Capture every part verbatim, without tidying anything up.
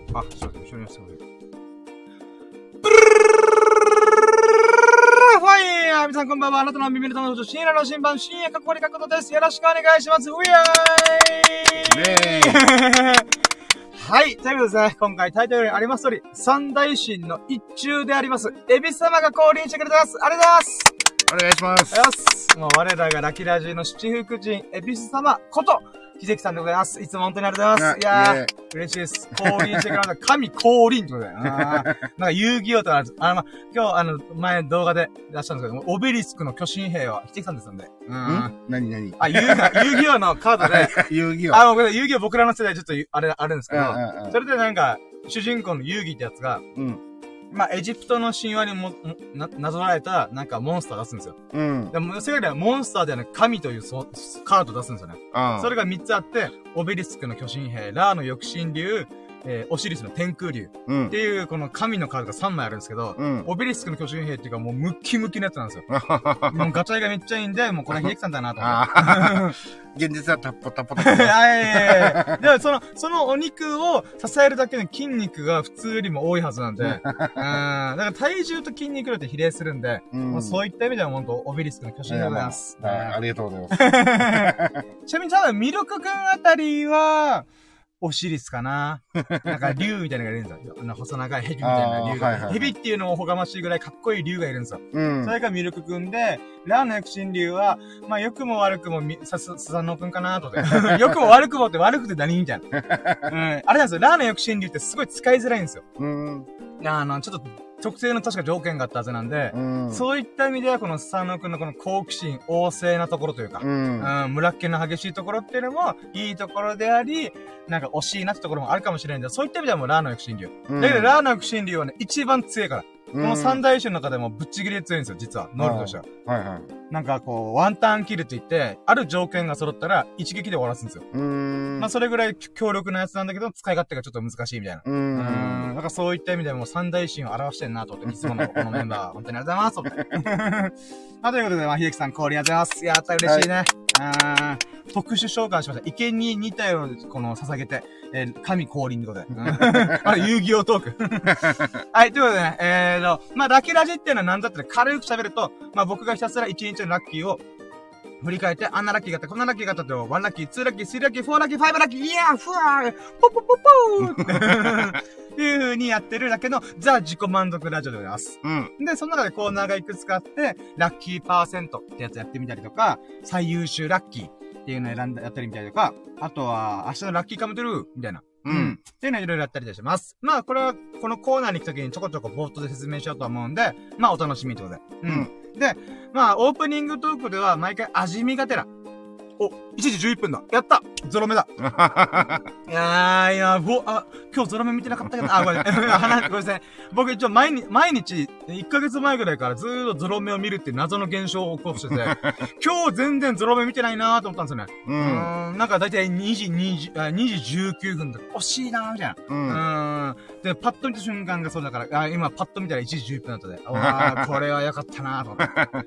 あ、すいません、後ろにすいません。皆さんこんばんは。あなたの耳の友達、深夜の新版、深夜かっこりかことです。よろしくお願いします。うやーいはい。ということでですね、今回タイトルにあります通り、三大神の一中であります、エビス様が降臨してくれてます。ありがとうございます。 お願いします。 ありがとうございます。もう我らがラキラジの七福神、エビス様こと、秀樹さんでございます。いつも本当にありがとうございます。いやー、嬉しいです。降臨してくれました。神降臨ってことで。なんか遊戯王とか、あの、ま、今日、あの、前動画で出したんですけど、オベリスクの巨神兵は秀樹さんですんで。 うん。何何あ、遊戯王のカードで。 遊戯王。 あ、僕、遊戯王僕らの世代ちょっと、あれ、あるんですけど、それでなんか、主人公の遊戯ってやつが、うん。まあ、エジプトの神話にも、な、なぞらえた、なんかモンスター出すんですよ。うん。でも、世界ではモンスターではなく神というそカード出すんですよね。うん。それがみっつあって、オベリスクの巨神兵、ラーの翼神竜、えー、オシリスの天空竜。うん。っていう、この神のカードがさんまいあるんですけど、うん。オベリスクの巨神兵っていうかもうムッキムキのやつなんですよ。もうガチャイがめっちゃいいんで、もうこれ秀樹さんだなと思って。 現実はタッポタッポタッポ。いやいやいやでもその、そのお肉を支えるだけの筋肉が普通よりも多いはずなんで、うん。だから体重と筋肉量って比例するんで、うん、もうそういった意味では本当オベリスクの巨神兵でございます。 はい、ありがとうございます。 ちなみに多分ミルクくんあたりは、オシリスかななんか竜みたいなのがいるんですよ。あの細長い蛇みたいな竜が。はいはい、蛇っていうのをほがましいぐらいかっこいい竜がいるんですよ。うん、それがミルクくんで、ラーの薬神竜は、まあ良くも悪くもみ、さす、スサノオくんかなとで。良くも悪くもって悪くて何みたいな。うん。あれなんですよ。ラーの薬神竜ってすごい使いづらいんですよ。うん。あの、ちょっと、特定の確か条件があったはずなんで、うん、そういった意味ではこのスサノオくんのこの好奇心旺盛なところというか、うん、うん、村っ気の激しいところっていうのもいいところであり、なんか惜しいなってところもあるかもしれないんで、そういった意味ではもうラーの薬神竜。うん、だけどラーの薬神竜はね、一番強いから。この三大種の中でもぶっちぎりで強いんですよ、実は。能力としては。はいはい。なんかこう、ワンターンキルって言って、ある条件が揃ったら一撃で終わらすんですよ。うーん。まあそれぐらい強力なやつなんだけど、使い勝手がちょっと難しいみたいな。うーん。うーん。なんかそういった意味でも三大神を表してんなと思って、いつものこのメンバー、本当にありがとうございます。まあということで、まあ、秀樹さん、氷ありがとうございます。やった嬉しいね。はい、あー特殊召喚しました。生贄に体を、この、捧げて、えー、神降臨ってことで。あれ、遊戯王トーク。はい、ということでね、えーと、まあ、ラキラジっていうのは何だったら軽く喋ると、まあ、僕がひたすら一日のラッキーを、振り返って、あんなラッキーがあった、こんなラッキーがあったって、ワンラッキー、ツーラッキー、スリーラッキー、フォーラッキー、ファイブラッキー、イヤー、フワー、ポポポポーっていう風にやってるだけの、ザ・自己満足ラジオでございます。うん。で、その中でコーナーがいくつかあって、ラッキーパーセントってやつやってみたりとか、最優秀ラッキーっていうのを選んだ、やったりみたりとか、あとは、明日のラッキーカムトゥルーみたいな。うん。っていうのをいろいろやったりします。まあ、これは、このコーナーに行くときにちょこちょこ冒頭で説明しようと思うんで、まあ、お楽しみってことで。うん。で、まあ、オープニングトークでは毎回味見がてら。お、いちじじゅういっぷんだ。やったゾロ目だ。いやー、いやー、ぼ、あ、今日ゾロ目見てなかったけど、あ、ごめん、話、ごめんなさい。僕一応毎日、毎日、いっかげつまえぐらいからずーっとゾロ目を見るっていう謎の現象を起こしてて、今日全然ゾロ目見てないなーと思ったんですよね。うん。うんなんかだいたいにじ、にじ、にじじゅうきゅうふんとか、惜しいなーみたいな。うん。うんで、パッと見た瞬間がそうだから、あ今パッと見たらいちじじゅういっぷんだったで、あこれは良かったなーと思って。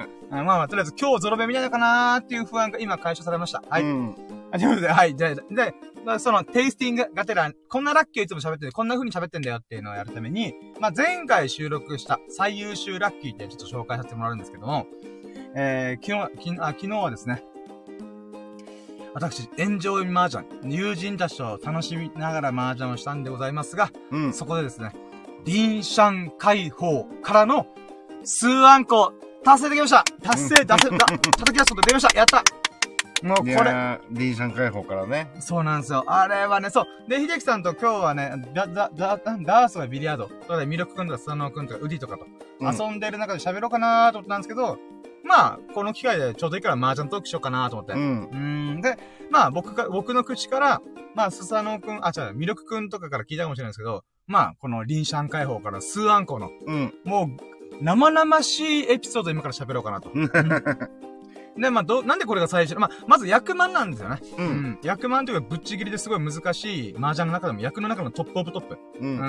まあまあ、とりあえず今日ゾロ目見ないのかなーっていう不安が今解消されました。はい。うん。ということで、はい。で、で、まあ、その、テイスティングがてら、こんなラッキーをいつも喋ってる、こんな風に喋ってんだよっていうのをやるために、まあ、前回収録した最優秀ラッキーってちょっと紹介させてもらうんですけども、えー、昨日、昨あ昨日はですね、私、エンジョイ麻雀、友人たちと楽しみながら麻雀をしたんでございますが、うん、そこでですね、リンシャン解放からの数アンコ達成できました達成、出せ、だ、叩き出すことできましたやったもうこれ。 リンシャン解放からね。 そうなんですよ。あれはね、そう。で、秀樹さんと今日はね、ダ、ダ、ダ、ダースがビリヤードとかでミルクくんとかスサノオくんとかウディとかと、うん、遊んでる中で喋ろうかなーと思ったんですけど、まあ、この機会でちょうどいいから麻雀トークしようかなと思って。うん。うんで、まあ僕が、僕の口から、まあ、スサノオくん、あ、違う、ミルクくんとかから聞いたかもしれないですけど、まあ、このリンシャン解放から数アンコの、うん。もう、生々しいエピソード今から喋ろうかなと。で、まあ、ど、なんでこれが最初、まあ、まず役満なんですよね。うん。うん、役満というか、ぶっちぎりですごい難しい麻雀の中でも、役の中のトップオブトップ。うん。うん。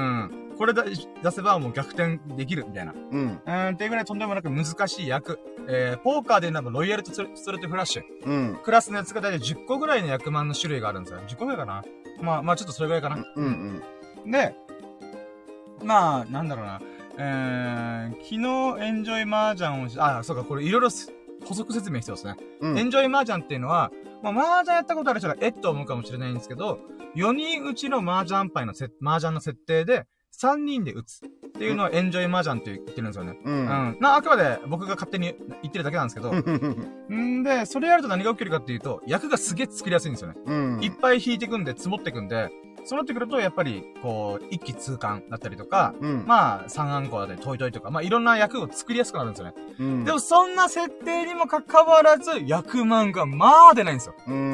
これだ出せばもう逆転できる、みたいな。うん。うん、っていうぐらいとんでもなく難しい役。えー、ポーカーで言うとロイヤルとストレートフラッシュ。うん。クラスのやつがだいたいじゅっこぐらいの役満の種類があるんですよ。じゅっこぐらいかな。まあ、まあ、ちょっとそれぐらいかな。うん、うん、うん。で、 まあ、なんだろうな。えー、昨日エンジョイ麻雀をし、あ、そうか、これいろいろ補足説明必要ですね。うん、エンジョイ麻雀っていうのは、まあ、麻雀やったことある人がえっと思うかもしれないんですけど、よにん打ちの麻雀牌のせ、麻雀の設定で、さんにんで打つっていうのをエンジョイ麻雀って言ってるんですよね。うん。うん。まあ、あくまで僕が勝手に言ってるだけなんですけど。んで、それやると何が起きるかっていうと、役がすげえ作りやすいんですよね。うん。いっぱい引いてくんで、積もってくんで、そうなってくると、やっぱり、こう、一気通貫だったりとか、うん、まあ、三暗号だったり、トイトイとか、まあ、いろんな役を作りやすくなるんですよね。うん、でも、そんな設定にもかかわらず、役満が、まあ、出ないんですよ。うん。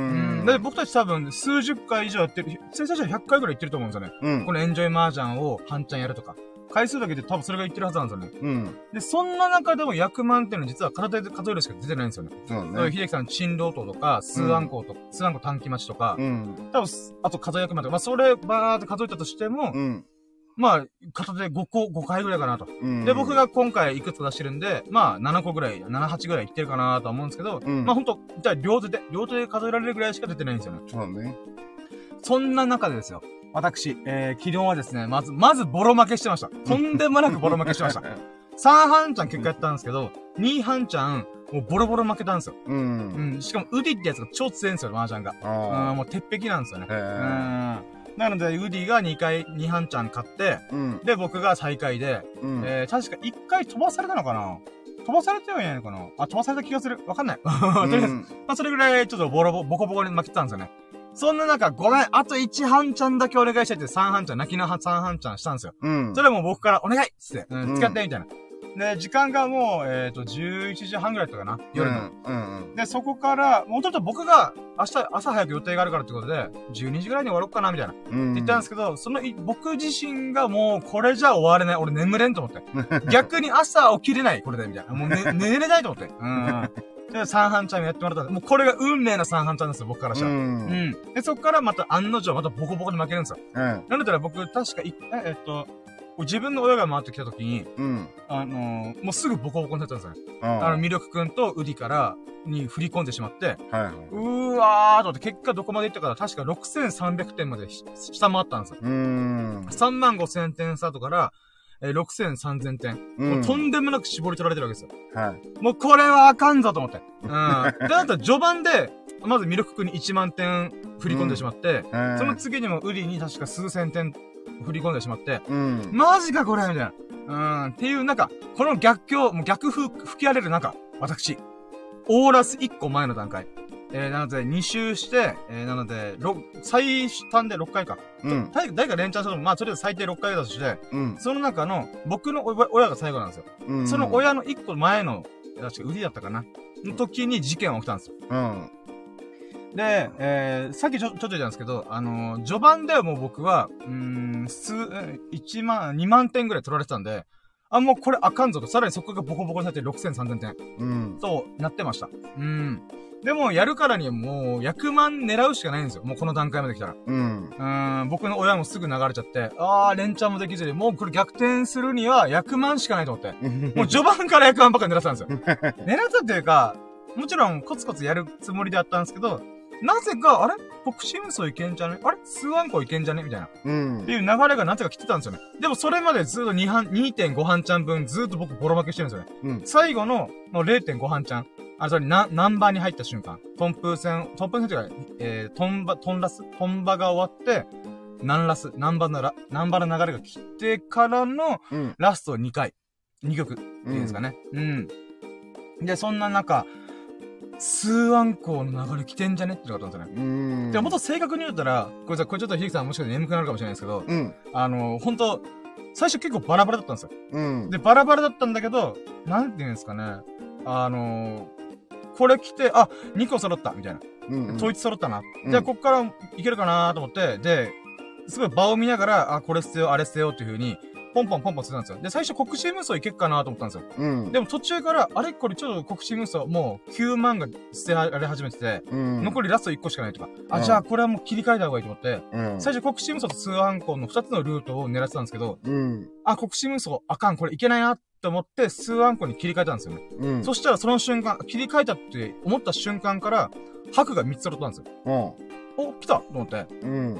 で、僕たち多分、数十回以上やってる、最初はひゃっかいぐらい言ってると思うんですよね。うん。このエンジョイ麻雀を半チャンやるとか。回数だけで多分それが言ってるはずなんですよね。うん。で、そんな中でも役満っていうのは実は片手で数えるしか出てないんですよね。そうね。秀樹さん、珍老頭とか、数暗号とか、数暗号短期待ちとか、うん。多分、あと数え役満とか、まあそれバーって数えたとしても、うん。まあ、片手でごこ、ごかいぐらいかなと。うん。で、僕が今回いくつか出してるんで、まあ、ななこぐらい、なな、はちぐらいいってるかなとは思うんですけど、うん。まあほんと、じゃあ両手で、両手で数えられるぐらいしか出てないんですよね。そうね。そんな中でですよ。私、えー、昨日はですね、まず、まずボロ負けしてました。とんでもなくボロ負けしてました。さん半ちゃん結果やったんですけど、に半ちゃん、もうボロボロ負けたんですよ。うん。うん。しかも、ウディってやつが超強いんですよ、麻雀が。うん、もう鉄壁なんですよね。うん。なので、ウディがにかい、に半ちゃん勝って、うん、で、僕が最下位で、うん、えー、確かいっかい飛ばされたのかな飛ばされてはいないのかなあ、飛ばされた気がする。わかんない。とりあえず、まあ、それぐらい、ちょっとボロボ、ボコボコに負けてたんですよね。そんな中、ごめん、あといち半ちゃんだけお願いしたいってさん半ちゃん、泣きのさん半ちゃんしたんですよ。うん。それも僕からお願いっつって、うん、付き合ってみたいな。で、時間がもう、えっと、じゅういちじはんぐらいだったかな夜の。うん、うん。で、そこから、もともと僕が、明日、朝早く予定があるからってことで、じゅうにじぐらいに終わろうかな、みたいな。うん。って言ったんですけど、その、僕自身がもう、これじゃ終われない。俺眠れんと思って。逆に朝起きれない、これで、みたいな。もうね、寝れないと思って。うん。で、三半チャンやってもらったんで、もうこれが運命の三半チャンですよ、僕からしたら。うん。うん。で、そこからまた案の定、またボコボコに負けるんですよ。うん。なので僕、確か、い、え、えっと、自分の親が回ってきた時に、うん。あのー、もうすぐボコボコになったんですよね。あの、魅力くんとウディから、に振り込んでしまって、はい、はい。うーわーと思って、結果どこまでいったか、確かろくせんさんびゃくてんまで下回ったんですよ。うーん。さんまんごせんてんスタートから、えー、ろくせんさんぜんてん。うん、もうとんでもなく絞り取られてるわけですよ。はい。もうこれはあかんぞと思って。うん。で、あと序盤で、まず魅力くんにいちまんてん振り込んでしまって、うん、その次にもウリに確か数千点振り込んでしまって、うん、マジかこれみたいな。うん。っていう、なんか、この逆境、もう逆風吹き荒れる中、私、オーラスいっこまえの段階。えー、なので、に周して、えー、なので、ろ、最短でろっかいか。うん。誰か連チャンしたのも、まあ、とりあえず最低ろっかいだとして、うん。その中の、僕の親が最後なんですよ。うん。その親のいっこまえの、確か、ウディだったかなの時に事件が起きたんですよ。うん。で、えー、さっきちょ、ちょっと言ったんですけど、あのー、序盤ではもう僕は、うーん、数、いちまん、にまんてんぐらい取られてたんで、あ、もうこれあかんぞと、さらにそこがボコボコになってろくせんさんぜんてん。うん。そうなってました。うん。でも、やるからにはもう、役満狙うしかないんですよ。もうこの段階まで来たら。うん。うーん、僕の親もすぐ流れちゃって、あー、連チャンもできずに、もうこれ逆転するには、役満しかないと思って。もう序盤から役満ばっかり狙ってたんですよ。狙ったっていうか、もちろんコツコツやるつもりであったんですけど、なぜか、あれ北シムソいけんじゃねあれスーアンコいけんじゃねみたいな。うん。っていう流れがなぜか来てたんですよね。でもそれまでずっとに半、にてんご 半ちゃん分ずっと僕ボロ負けしてるんですよね。うん。最後の、の れいてんご 半ちゃん。あ、それ、な、ナンバーに入った瞬間。トンプー戦、トンプー戦っていうか、えー、トンバ、トンラストンバが終わって、ナンラス、ナンバのら、ナンバの流れが来てからの、うん、ラストにかい。にきょくっていうんですかね。うん。うん、で、そんな中、スーアンコの流れ来てんじゃねってのがあったんですよね。うん。でももっと正確に言ったら、これさ、これちょっとひできさんもしかして眠くなるかもしれないですけど、うん。あの、ほんと、最初結構バラバラだったんですよ。うん。で、バラバラだったんだけど、なんて言うんですかね。あのー、これ来て、あ、にこ揃った、みたいな。うん、うん。統一揃ったな。うん、じゃあ、こっからいけるかなと思って、で、すごい場を見ながら、あ、これ捨てよう、あれ捨てようっていう風に、ポンポンポンポン捨てたんですよ。で、最初国士無双いけっかなと思ったんですよ。うん。でも途中から、あれこれちょっと国士無双もうきゅうまんが捨てられ始めてて、うん。残りラストいっこしかないとか。あ、うん、じゃあこれはもう切り替えた方がいいと思って、うん。最初国士無双と通販校のふたつのルートを狙ってたんですけど、うん。あ、国士無双、あかん、これいけないなって思って、数アンコに切り替えたんですよね。うん。そしたらその瞬間、切り替えたって思った瞬間から、白がみっつ揃ったんですよ。うん。お、来たと思って。うん。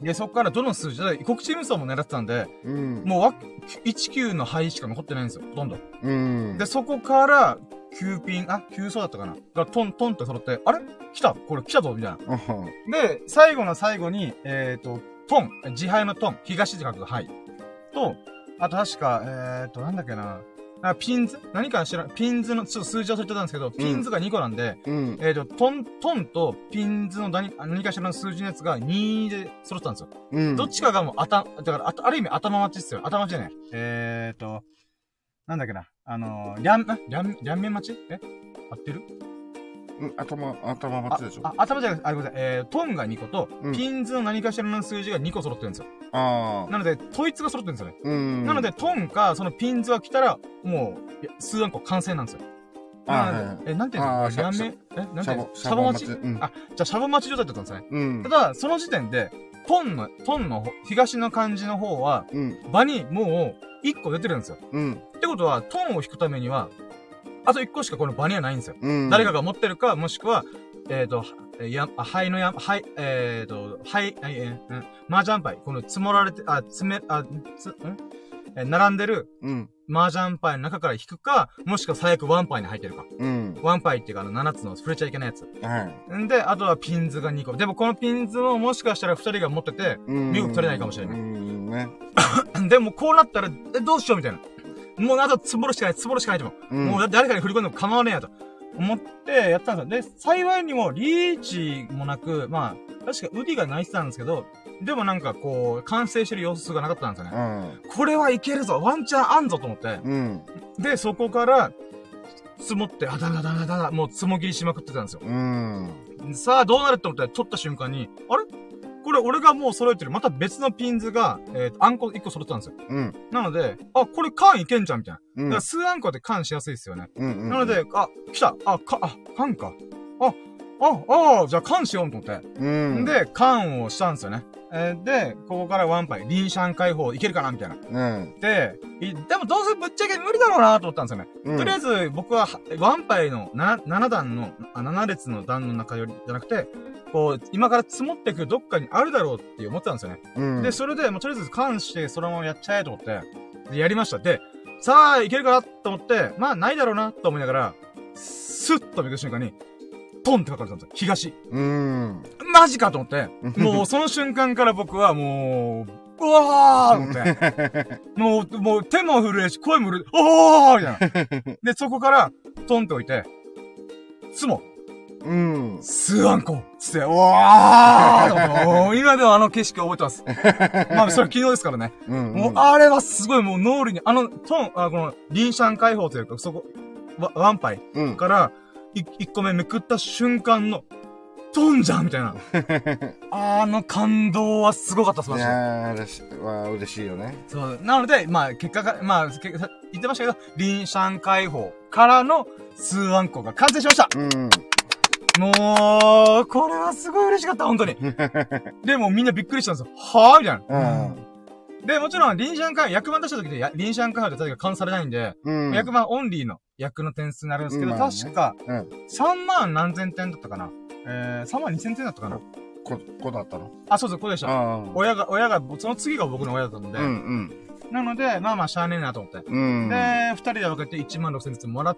で、そこからどの数字で、告知無双も狙ってたんで、 うん。 もうわ、いちきゅうの範囲しか残ってないんですよ、ほとんど。 うん。 で、そこから、きゅうピン、あ、きゅう層だったかなが、トントンって揃って、あれ来たこれ来たぞみたいな。で、最後の最後に、えっ、ー、と、トン、自敗のトン、東って書くはい。と、あと確か、えっ、ー、と、なんだっけな。あ、ピンズ何か知らん。ピンズの、ちょっと数字忘れてたんですけど、ピンズがにこなんで、うん、えっ、ー、と、トン、トンとピンズの何何かしらの数字のやつがにで揃ってたんですよ。うん、どっちかがもう、あた、だから、あ、ある意味頭待ちっすよ。頭待ちじゃない。えっ、ー、と、なんだっけな。あのー、りゃん、りゃん、りゃんめん待ちえ合ってるうん、頭、頭待ちでしょあ、あ、頭じゃなくて、あ、ごめんなさい。えー、トンがにこと、うん、ピンズの何かしらの数字がにこ揃ってるんですよ。ああ。なので、統一が揃ってるんですよね。うん。なので、トンか、そのピンズが来たら、もう、数案個完成なんですよ。ああ、え、なんていうんですか？両面、え、なんていうんですか？シャボ待ち、うん、あ、じゃあシャボ待ち状態だったんですね。うん。ただ、その時点で、トンの、トンの東の漢字の方は、うん、場にもう、いっこ出てるんですよ。うん。ってことは、トンを引くためには、あといっこしかこの場にはないんですよ。うん。誰かが持ってるか、もしくは、えっ、ー、と、や、灰のや、灰、えっ、ー、と、灰、えー、うん、麻雀牌。この積もられて、あ、詰め、あ、つ、んえー、並んでる、うん。麻雀牌の中から引くか、もしくは最悪ワンパイに入ってるか。うん。ワンパイっていうかあのななつの触れちゃいけないやつ。はい。んで、あとはピンズがにこ。でもこのピンズももしかしたらふたりが持ってて、身動き取れないかもしれない。うん、ね。でもこうなったら、え、どうしようみたいな。もうあと積もるしかない、積もるしかないと思う。うん、もう誰かに振り込んでも構わねえやと。思ってやったんですよ。で、幸いにもリーチもなく、まあ、確かウディが泣いてたんですけど、でもなんかこう、完成してる様子がなかったんですよね。うん、これはいけるぞワンチャンあんぞと思って。うん、で、そこから、積もって、あ、だだだだだだ、もう積もぎりしまくってたんですよ。うん、さあ、どうなると思って取った瞬間に、あれこれ俺がもう揃えてる。また別のピンズが、えー、あんこいっこ揃ってたんですよ。うん。なので、あ、これ缶いけんじゃんみたいな。うん。だから数あんこって缶しやすいですよね。うんうんうん。なので、あ、来た。あ、か、あ、缶か。あ、あ、あ、じゃあ缶しようと思って。うん。で、缶をしたんですよね。えー、で、ここからワンパイ、リンシャン解放いけるかなみたいな。うん。で、でもどうせぶっちゃけ無理だろうなと思ったんですよね。うん。とりあえず、僕は、ワンパイのなな、なな段の、あ、なな列の段の中より、じゃなくて、こう、今から積もっていくどっかにあるだろうって思ってたんですよね。うん。で、それで、もうとりあえず缶して、そのままやっちゃえと思って、で、やりました。で、さあ、いけるかなと思って、まあ、ないだろうなと思いながら、スッとめくる瞬間に、トンって書かれたんですよ。東。うーん。マジかと思って、もうその瞬間から僕はもう、うわーと思って、もう、もう手も震えし、声も震え、おーみたいな。で、そこから、トンって置いて、つも。うん。スワンコつって、うわー今でもあの景色覚えてます。まあ、それ昨日ですからね。うん、うん。もう、あれはすごいもう脳裏に、あの、トン、あ、この、リンシャン解放というか、そこ、ワワンパイから、い、一個目めくった瞬間の、トンじゃんみたいな。あの感動はすごかったっす、マジで。いやー、嬉しい、わー、嬉しいよね。そう。なので、まあ、結果が、まあ、言ってましたけど、リンシャン解放からの数アンコが完成しました。うん。もう、これはすごい嬉しかった、本当に。でもみんなびっくりしたんですよ。はぁみたいな。うん。で、もちろん、リンシャン解放、役満出した時で、リンシャン解放って確か完されないんで、うん、役満オンリーの役の点数になるんですけど、うん、確か、うん、さんまん何千点だったかな。えー、さんまんにせん点だったかな。 こ、こだったの？ あ、そうそう、こうでした。親が、親が、その次が僕の親だったので、うんうん、なので、まあまあ、しゃあねえなと思って。うん、で、二人で分けていちまんろくせんずつもらって、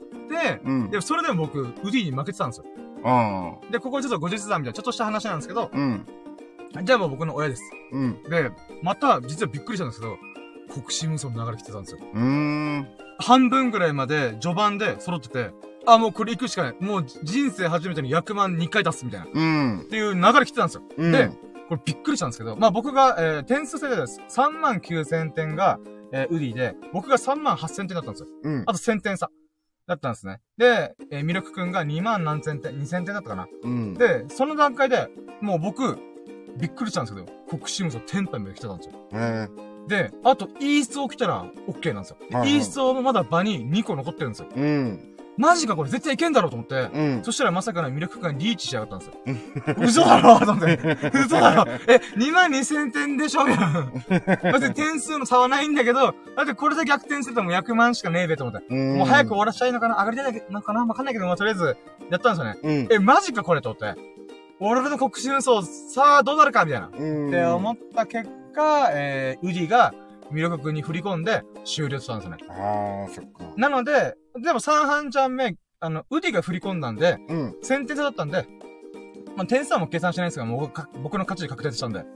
うん、で、それでも僕、ウディに負けてたんですよ。で、ここちょっと後日談みたいな、ちょっとした話なんですけど、うん、じゃあもう僕の親です。うん、で、また、実はびっくりしたんですけど、国士無双の流れ来てたんですよ。うーん。半分ぐらいまで、序盤で揃ってて、あ、もうこれ行くしかない。もう人生初めてに役満にかい出すみたいな。うん。っていう流れ来てたんですよ。うん、で、これびっくりしたんですけど、まあ僕が、えー、点数制でです。さんまんきゅうせん点が、えー、ウディで、僕がさんまんはっせん点だったんですよ。うん。あとせん点差。だったんですね。で、えー、ミルクくんがにまん何千点、にせん点だったかな。うん。で、その段階で、もう僕、びっくりしたんですけど、国士無双テンパイまで来てたんですよ。へー。で、あと、イースト起きたら、オッケーなんですよ。イーストもまだ場ににこ残ってるんですよ。うん。マジかこれ絶対いけんだろうと思って、うん、そしたらまさかのミルク感リーチしやがったんですよ。嘘だろと思って。嘘だろえ、にまんにせん点でしょみたいな。別に点数の差はないんだけど、だってこれで逆転するともうひゃくまんしかねえべと思って。もう早く終わらしちゃいのかな上がりたいのかなわかんないけど、まあ、とりあえず、やったんですよね。うん、え、マジかこれと思って。 俺の国士運送、さあどうなるかみたいな。 うん。 って思った結果、えー、ウディが、ミルク君に振り込んで、終了したんですよね。 ああ、そっか。 なので、でもさん半ちゃん目、あの、ウディが振り込んだんで、 うん。 先手差だったんで、まあ、点数はもう計算してないんですが、もう僕の勝ちで確定したんで、 うん。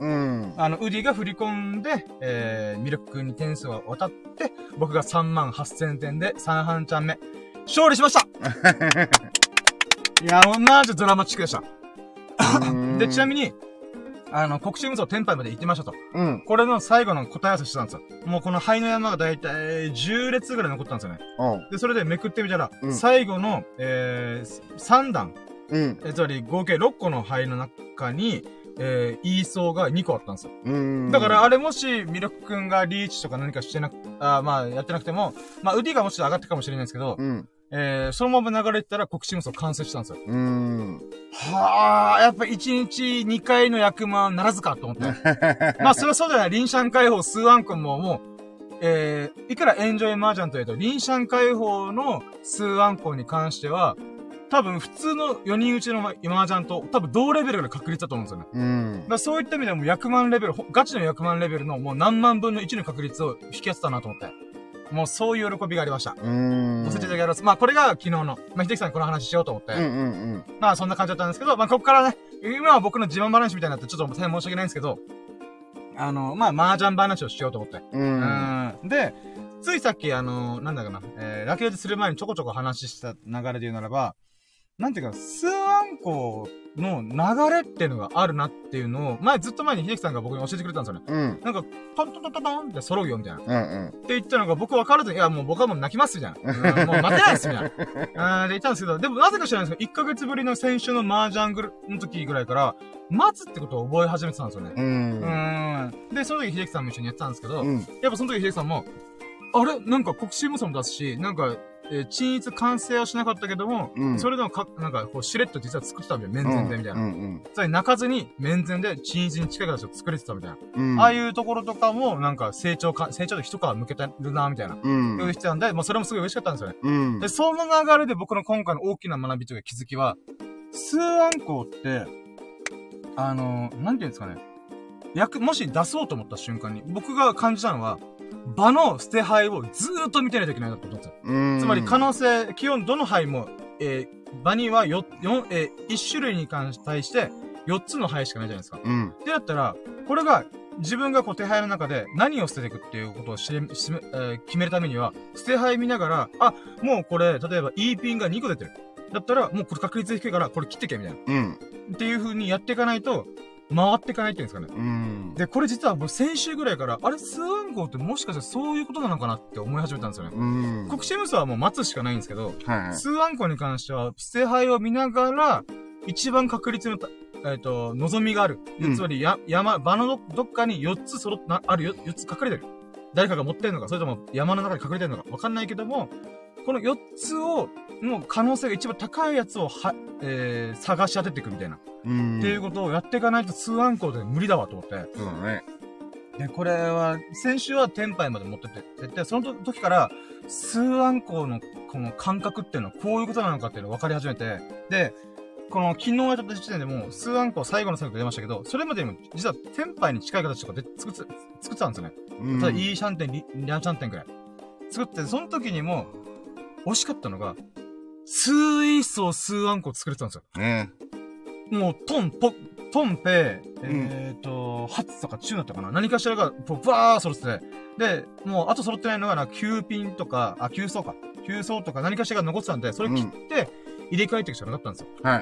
あの、ウディが振り込んで、えー、ミルク君に点数を渡って、僕がさんまんはっせんてんでさん半ちゃん目、勝利しましたいや、マジドラマチックでした。で、ちなみに、あの、国士無双天杯まで行ってましたと。 うん。 これの最後の答え合わせしてたんですよ。もうこの灰の山がだいたいじゅう列ぐらい残ったんですよね。 うん。 で、それでめくってみたら、 うん、 最後の、えー、さん段。 うん。 え、つまり合計ろっこの灰の中に、えー、イーソーがにこあったんですよ。 うん。 だから、あれもし、ミルク君がリーチとか何かしてなく、あまあ、やってなくても、まあ、ウディがもし上がってかもしれないんですけど、 うん。 えー、そのまま流れてたら国士無双完成したんですよ。 うーん。 はあ、やっぱいちにちにかいの役満ならずかと思って。まあ、それはそうだよね。リンシャン解放、スーアン君ももう、えー、いくらエンジョイマージャンというと、リンシャン解放のスーアン君に関しては、多分普通のよにん打ちのマージャンと多分同レベルの確率だと思うんですよね。 うん。 だからそういった意味でも役満レベル、ガチの役満レベルのもう何万分のいちの確率を引き当てたなと思って。もうそういう喜びがありました。 うーん。 ご説明いただきます。まあこれが昨日の、まあ秀樹さんにこの話しようと思って。 うんうんうん。 まあそんな感じだったんですけど、まあここからね、今は僕の自慢話みたいになってちょっと大変申し訳ないんですけど、あの、まあ麻雀話をしようと思って。 うん。 うん。で、ついさっきあの、なんだかな、えー、ラケートする前にちょこちょこ話した流れで言うならば、なんていうか、スーアンコの流れっていうのがあるなっていうのを、前ずっと前に秀樹さんが僕に教えてくれたんですよね。 うん。 なんか、トントントントントンって揃うよ、みたいな。 うんうん。 って言ったのが僕分からずに、いや、もう僕はもう泣きます、みたいな。うん、もう待てないっす、みたいな。あーで言ったんですけど、でもなぜか知らないんですけど、いっかげつぶりの先週の麻雀グルの時ぐらいから、待つってことを覚え始めてたんですよね。 う。 うんーん。で、その時秀樹さんも一緒にやってたんですけど、 うん。 やっぱその時秀樹さんも、あれなんか国士無双も出すし、なんか、えー、均一完成はしなかったけども、 うん、 それでもか、なんか、こう、しれっと実は作ってたんだよ、面前で、みたいな。 うんうん。 つまり泣かずに、面前で均一に近い形を作れてたみたいな。 うん。 ああいうところとかも、なんか、成長か、成長で一皮向けてるな、みたいな。 うん。 そういう人なんで、まあ、それもすごい嬉しかったんですよね。 うん。 で、その流れで僕の今回の大きな学びというか気づきは、スーアンコって、あのー、なんていうんですかね。役、もし出そうと思った瞬間に、僕が感じたのは、場の捨て牌をずーっと見てないといけないなと思ったんですよ。 うん。 つまり可能性、基本どの牌も、えー、場にはよ、よん、えー、いち種類に関し、対してよっつの牌しかないじゃないですか。 うん。 で、だったら、これが、自分がこう手牌の中で何を捨てていくっていうことを知れ、しめ、えー、決めるためには、捨て牌見ながら、あ、もうこれ、例えば E ピンがにこ出てる。だったら、もうこれ確率低いから、これ切ってけ、みたいな。 うん。 っていう風にやっていかないと、回っていかないっていうんですかね。 うん。 で、これ実は僕先週ぐらいから、あれ、スーアンコってもしかしてそういうことなのかなって思い始めたんですよね。 うん。 国士無双はもう待つしかないんですけど、 はいはい。 スーアンコに関しては、捨て牌を見ながら、一番確率のた、えっ、と、望みがある。 うんつまり、や、山、場のどどっかによっつ揃っな、あるよ、よっつ隠れてる。誰かが持ってるのか、それとも山の中に隠れてるのか、わかんないけども、このよっつを、の可能性が一番高いやつをは、えー、探し当てていくみたいな。 うん。 っていうことをやっていかないとスーアンコで無理だわと思って。 そうだね。 で、これは、先週は天杯まで持ってって、で、その時から、スーアンコのこの感覚っていうのはこういうことなのかっていうのを分かり始めて、で、この昨日やった時点でも、スーアンコ最後の最後で出ましたけど、それまでにも実は天杯に近い形とかで作って、作ってたんですよね。 うん。 ただ、いいシャンテン、リリャンシャンテンくらい。作って、その時にも、惜しかったのが、スーイーソースーアンコを作れてたんですよ。 ねもう、トン、ポ、トンペ、えっ、ー、と、ハツとかチューだったかな何かしらが、ブワー揃ってて。で、もう、あと揃ってないのが、きゅうピンとか、あ、きゅう層か。きゅう層とか何かしらが残ってたんで、それ切って、入れ替えていくしかなかったんですよ。 はい。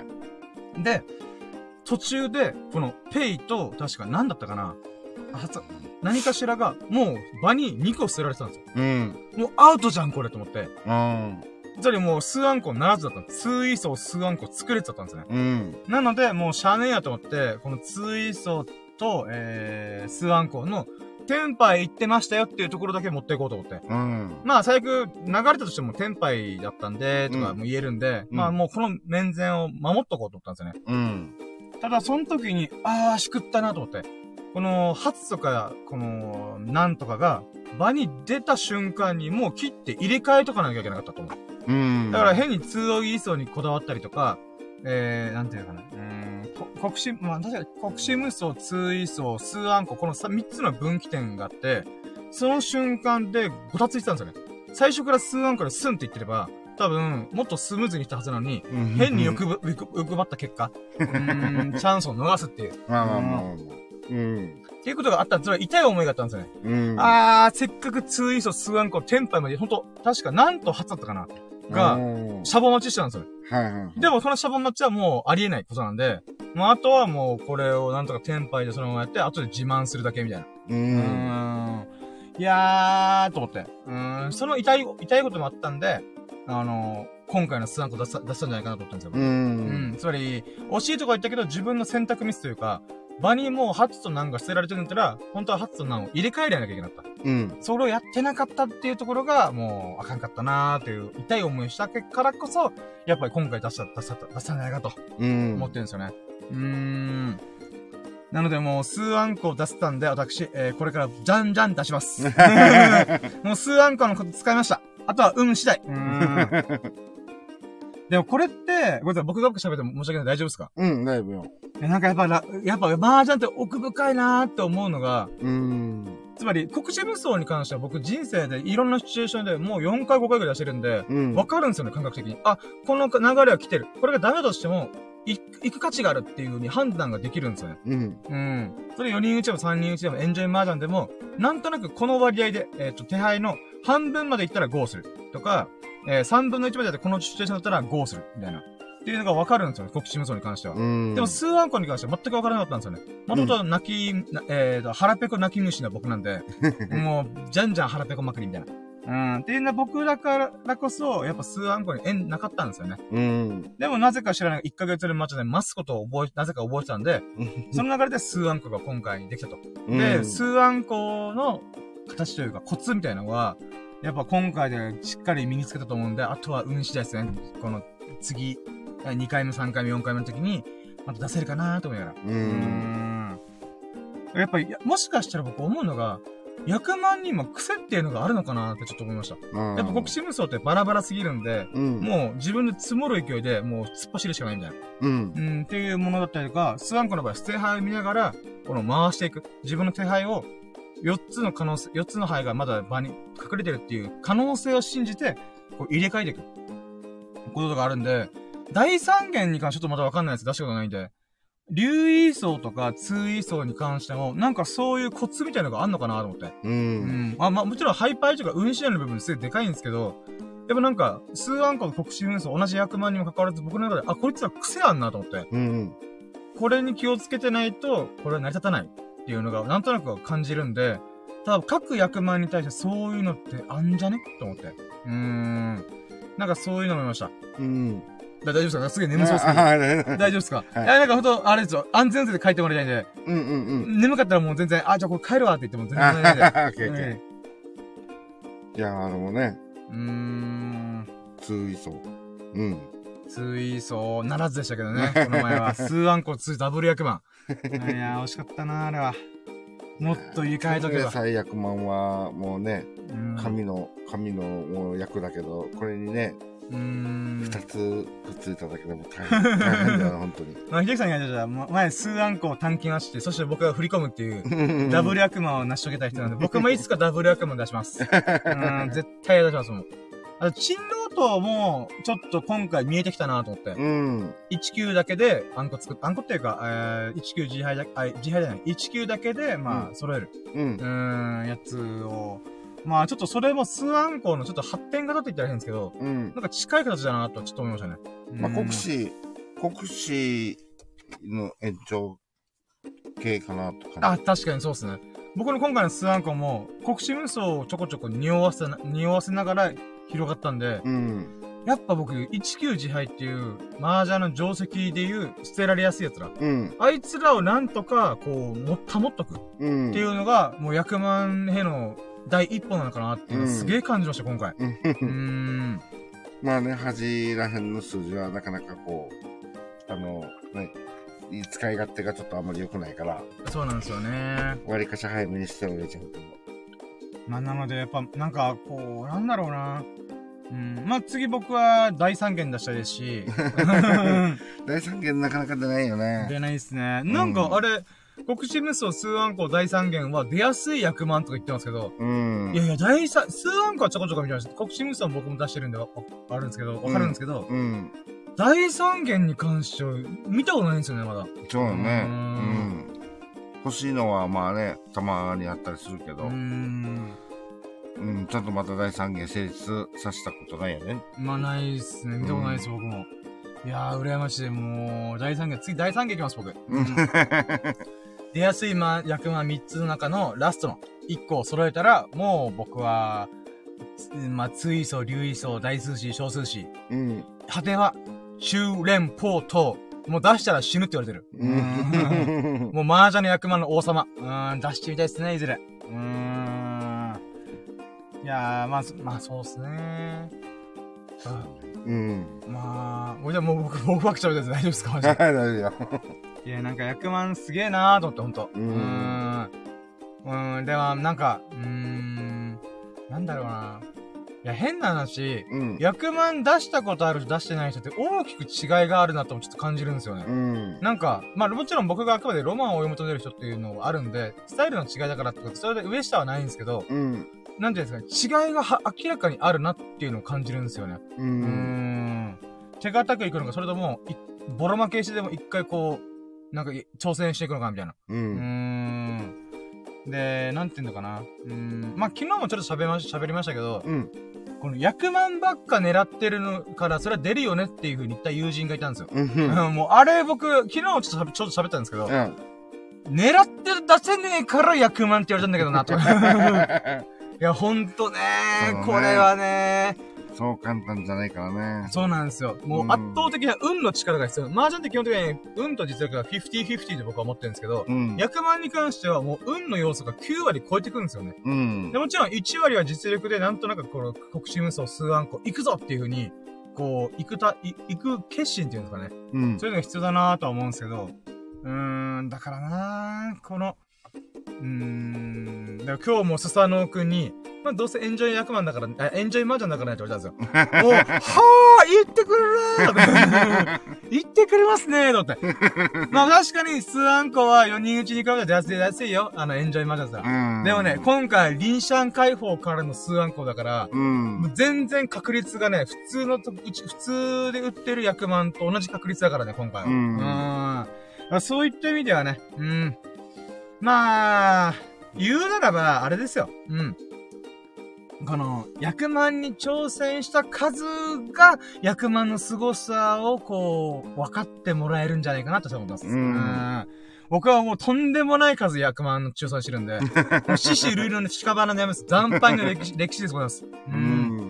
で、途中で、この、ペイと、確か何だったかなあ、何かしらが、もう、場ににこ捨てられてたんですよ。 うん。 もう、アウトじゃん、これ、と思って。 うん。 つまりもう、スーアンコならずだったんです。スーイーソースーアンコ作れてたんですね。 うん。 なので、もう、しゃあねえやと思って、このツーイーソーと、えー、スーアンコの、テンパイ行ってましたよっていうところだけ持っていこうと思って。 うん。 まあ、最悪、流れたとしてもテンパイだったんで、とかも言えるんで、 うん、 まあ、もうこの面前を守っとこうと思ったんですよね。 うん。 ただ、その時に、あー、しくったなと思って。この、ハツとか、この、なんとかが、場に出た瞬間にもう切って入れ替えとかなきゃいけなかったと思う。 うん。 だから変にツーオーイーソーにこだわったりとか、えー、なんていうのかな。うーん、 国士、まあ確かに国士無双、通位層、数暗号、このみっつの分岐点があって、その瞬間でごたついてたんですよね。最初から数暗号でスンって言ってれば、多分、もっとスムーズにいったはずなのに、変に欲ぶ、欲張った結果、うーん、チャンスを逃すっていう。 まあまあまあまあ。うん。 っていうことがあったんですよ。痛い思いがあったんですよね。 うん。 あー、せっかくツーイーソ、数暗号、テンパイまで、ほんと、確かなんと初だったかな。が、シャボン待ちしてたんですよ。 はいはいはい。 でも、そのシャボン待ちはもうありえないことなんで、まあ、あとはもう、これをなんとかテンパイでそのままやって、後で自慢するだけみたいな。 うーん。 うーん。いやー、と思って。うーん、その痛い、痛いこともあったんで、あのー、今回のスワンコ出した、出したんじゃないかなと思ったんですよ。 うん。 うん。つまり、惜しいとこ言ったけど、自分の選択ミスというか、場にもうハツとナンが捨てられてるんだったら、本当はハツとナンを入れ替えらなきゃいけなかった。 うん。 それをやってなかったっていうところが、もう、あかんかったなーっていう痛い思いしたからこそ、やっぱり今回出した、出した、出したんじゃないかと、思ってるんですよね。うーん。なのでもう、数アンコを出せたんで、私、えー、これから、じゃんじゃん出します。もう、数アンコのこと使いました。あとは、運次第。うーん。でもこれって、ごめんなさい、僕が僕喋っても申し訳ない。大丈夫ですか？ うん、大丈夫よ。 なんかやっぱ、やっぱ、麻雀って奥深いなーって思うのが、 うーん。 つまり、国士無双に関しては僕人生でいろんなシチュエーションでもうよんかいごかいぐらい出してるんで、わ、うん、かるんですよね、感覚的に。あ、この流れは来てる。これがダメだとしても、行く価値があるっていう風に判断ができるんですよね。うん。うん。それよにん打ちでもさんにん打ちでもエンジョイ麻雀でも、なんとなくこの割合で、えっと、手配の半分まで行ったらゴーする。とか、えー、さんぶんのいちまでだってこのシチュエーションだったらゴーする。みたいな。っていうのが分かるんですよね、国士無双に関しては。でも、数アンコに関しては全く分からなかったんですよね。もともと泣き、うん、えーと、腹ペコ泣き虫な僕なんで、もう、じゃんじゃん腹ペコまくりみたいな。うん。っていうのは僕だからこそ、やっぱ数アンコに縁なかったんですよね。うん。でもなぜか知らないいっかげつで待ちで待つことを覚え、なぜか覚えてたんで、その流れで数アンコが今回できたと。で、数アンコの形というかコツみたいなのは、やっぱ今回でしっかり身につけたと思うんで、あとは運次第ですね。この次、にかいめ、さんかいめ、よんかいめの時に、また出せるかなーと思いながら。うーん。やっぱり、もしかしたら僕思うのが、役満にも癖っていうのがあるのかなーってちょっと思いました。やっぱ国士無双ってバラバラすぎるんで、うん、もう自分で積もる勢いでもう突っ走るしかないみたいな。うん。うん、っていうものだったりとか、スワンコの場合は捨て牌を見ながら、この回していく。自分の手牌を、よっつの可能性、よっつの牌がまだ場に隠れてるっていう可能性を信じて、こう入れ替えていく。ことがあるんで、第三元に関してちょっとまだわかんないやつ出したことないんで、竜位層とか通位層に関しても、なんかそういうコツみたいなのがあんのかなと思って。うん。うん。あ、まあもちろんハイパイとか運指導の部分すごいでかいんですけど、やっぱなんか、数アンコの国士運層同じ役満にも関わらず僕の中で、あ、こいつは癖あんなと思って。うん。これに気をつけてないと、これは成り立たないっていうのが、なんとなく感じるんで、ただ各役満に対してそういうのってあんじゃねと思って。うーん。なんかそういうのもいました。うん。大丈夫ですか？すげえ眠そうですけど。大丈夫ですか？はい、いや、なんかほんと、あれですよ。安全性で書いてもらいたいんで。うんうんうん。眠かったらもう全然、あ、じゃあこれ帰るわって言っても全然寝ないんで。オッケーオッケー。いやー、でもね。 うーん。 通位層。うん。 通位層、ならずでしたけどね。この前は。数アンコツダブル役満。いやー、惜しかったな、あれは。もっと入れ替えとけば。 最役満は、もうね、神の、神のもう役だけど、これにね、うーん。二つくっついただけでも大変、大変だよな、本当に。 まあ、秀樹さんが言ったじゃん、前、数アンコを短期なして、そして僕が振り込むっていう、ダブル悪魔を成し遂げた人なんで、僕もいつかダブル悪魔出します。うん、絶対出しますもん。あと、珍老頭も、ちょっと今回見えてきたなと思って。うん。いち級だけで、あんこ作っ、あんこっていうか、えー、いち級自敗だ、あ、自敗じゃない、いち級だけで、まあ、揃える。うん。うーん、やつを、まあちょっとそれも数アンコのちょっと発展型って言ったら変ですけど、うん。なんか近い形だなとちょっと思いましたね。 まあ国士、国士の延長系かなとか、ね。 あ、確かにそうですね。僕の今回の数アンコも、国士無双をちょこちょこ匂わせな、匂わせながら広がったんで、うん。やっぱ僕、いち級自敗っていう、麻雀の定石でいう捨てられやすい奴ら。うん。あいつらをなんとか、こう、も、保っとく。うん。っていうのが、もう役満への、第一歩なのかなっていうのすげえ感じました、うん、今回。うーん。 まあね、端らへんの数字はなかなかこう、あの、ね、使い勝手がちょっとあんまり良くないから。 そうなんですよね。 割かし早めにしておいちゃうと。 まあなので、やっぱ、なんか、こう、なんだろうな。 うん。まあ、次僕は大三元出したいですし。 大三元なかなか出ないよね。 出ないですね。なんか、あれ、うん国士無双、数アンコ、大三元は出やすい役満とか言ってますけど。 うん。 いやいや、大三、数アンコはちょこちょこ見てました。国士無双僕も出してるんで、あるんですけど、わかるんですけど。うん。うん、大三元に関しては、見たことないんですよね、まだ。 そうだね。うん。欲しいのは、まあね、たまにあったりするけど。うん。うん、ちゃんとまた大三元成立させたことないよね。 まあ、ないっすね。見たことないです、うん、僕も。いやー、羨ましい。もう、大三元、次大三元いきます、僕。うん。出やすいま、役満みっつの中のラストのいっこを揃えたら、もう僕は、まあ、追走、流位走、大数詞、小数詞。うん。果ては、修練法等。もう出したら死ぬって言われてる。うん。もう麻雀の役満の王様。うん、出してみたいっすね、いずれ。うーん。いやー、まあ、まあ、そうっすね。うん。まあ、もうじゃあもう僕、僕ばっか喋って大丈夫ですか？ 大丈夫よ。 いや、なんか役満すげえなーと思って、ほんと。うーん。うーん、でも、なんか、うーん、なんだろうな。いや、変な話、うん、役満出したことある人出してない人って大きく違いがあるなともちょっと感じるんですよね。うん、なんか、まあもちろん僕があくまでロマンを追い求める人っていうのはあるんで、スタイルの違いだからってことで、それで上下はないんですけど、うん、なんていうんですかね、違いがは明らかにあるなっていうのを感じるんですよね。うん。うーん手堅くいくのか、それとも、ボロ負けしてでも一回こう、なんか挑戦していくのかみたいな。うん。うーんで、なんていうのかな。うーん。まあ、昨日もちょっと喋りまし、喋りましたけど、うん。この役満ばっか狙ってるのから、それは出るよねっていう風に言った友人がいたんですよ。うん。もう、あれ僕、昨日もちょっとちょっと喋ったんですけど、うん。狙って出せねえから役満って言われたんだけどな、と。いや、ほんとねー、ね、これはねー。 そう簡単じゃないからね。 そうなんですよ。もう圧倒的な運の力が必要。麻雀って基本的に運と実力がフィフティーフィフティーで僕は思ってるんですけど、うん、役満に関してはもう運の要素がきゅうわり超えてくるんですよね。うん、でもちろんいちわりは実力でなんとなくこの国士無双数アンコ行くぞっていう風に、こう、行くた、行く決心っていうんですかね。うん、そういうのが必要だなぁとは思うんですけど、うーん、だからなぁ、この、うーん。だから今日もスサノオくんに、まあ、どうせエンジョイ役満だから、エンジョイマージャンだからねって言われたんですよ。おはぁ言ってくれるー言ってくれますねーとって。まあ確かに、スアンコはよにん打ちに比べて安い安いよ。あの、エンジョイマージャンさ。でもね、今回、リンシャン解放からのスアンコだから、うん、もう全然確率がね、普通のと、うち、普通で売ってる役満と同じ確率だからね、今回は。うん。うんそういった意味ではね、うん。まあ、言うならば、あれですよ。うん。この、役満に挑戦した数が、役満の凄さを、こう、分かってもらえるんじゃないかなと思います。うん。うん僕はもうとんでもない数役満の挑戦してるんで、獅子類の屍のやめす、惨敗の歴史、歴史でございます。うん。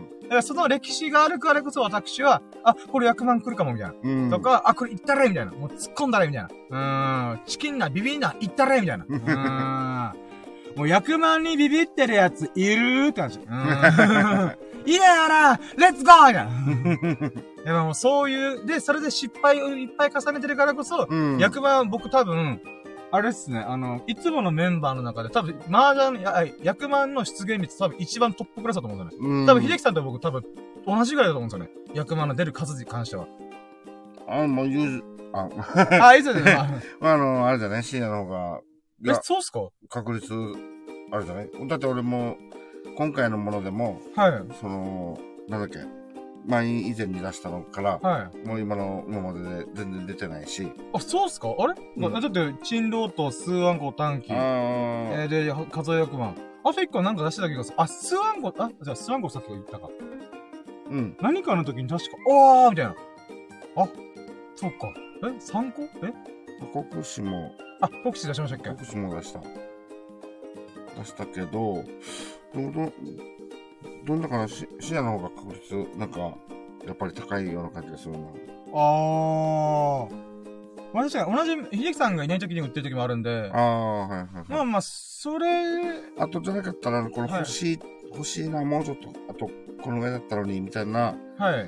だからその歴史があるからこそ私は、あ、これ役満来るかも、みたいな。うん、とか、あ、これ行ったれみたいな。もう突っ込んだれみたいな。うん。チキンな、ビビンな、行ったれみたいな。うん。もう役満にビビってるやついるーって話。うん。いややらレッツゴーみたいな。でもそういう、で、それで失敗をいっぱい重ねてるからこそ、うん、役満僕多分、あれっすね、あの、いつものメンバーの中で多分、麻雀、役満の出現率多分一番トップクラスだと思うんですよね。うん、多分、秀樹さんと僕多分、同じぐらいだと思うんですよね。役満の出る数に関しては。 あ、もう言う、あ、 あ、いいですよね。 あの、あれじゃない深夜の方が。 え、そうっすか確率、あれじゃないだって俺も、今回のものでも、はい。その、なんだっけ。前以前に出したのから、はい、もう今の今までで全然出てないし。 あ、そうっすかあれ、うん、だって、チンローとスーアンコ短期。えー、で、数え役満。あと一個なんか出してた気がする。あ、スーアンコ、あ、じゃあスーアンコさっき言ったか。うん。何かの時に確か、おーみたいな。あ、そっか。え参考え国士も。 あ、国士出しましたっけ国士も出した。出したけど、どうどう、どんなかなし、視野の方が確率、なんか、やっぱり高いような感じがするな。 あー。まあ確かに、同じ、秀樹さんがいない時に売ってる時もあるんで。 あー、はいはいはい。 まあまあ、それ。 あとじゃなかったら、この欲しい、はい、欲しいな、もうちょっと、あと、このぐらいだったのに、みたいな、はい。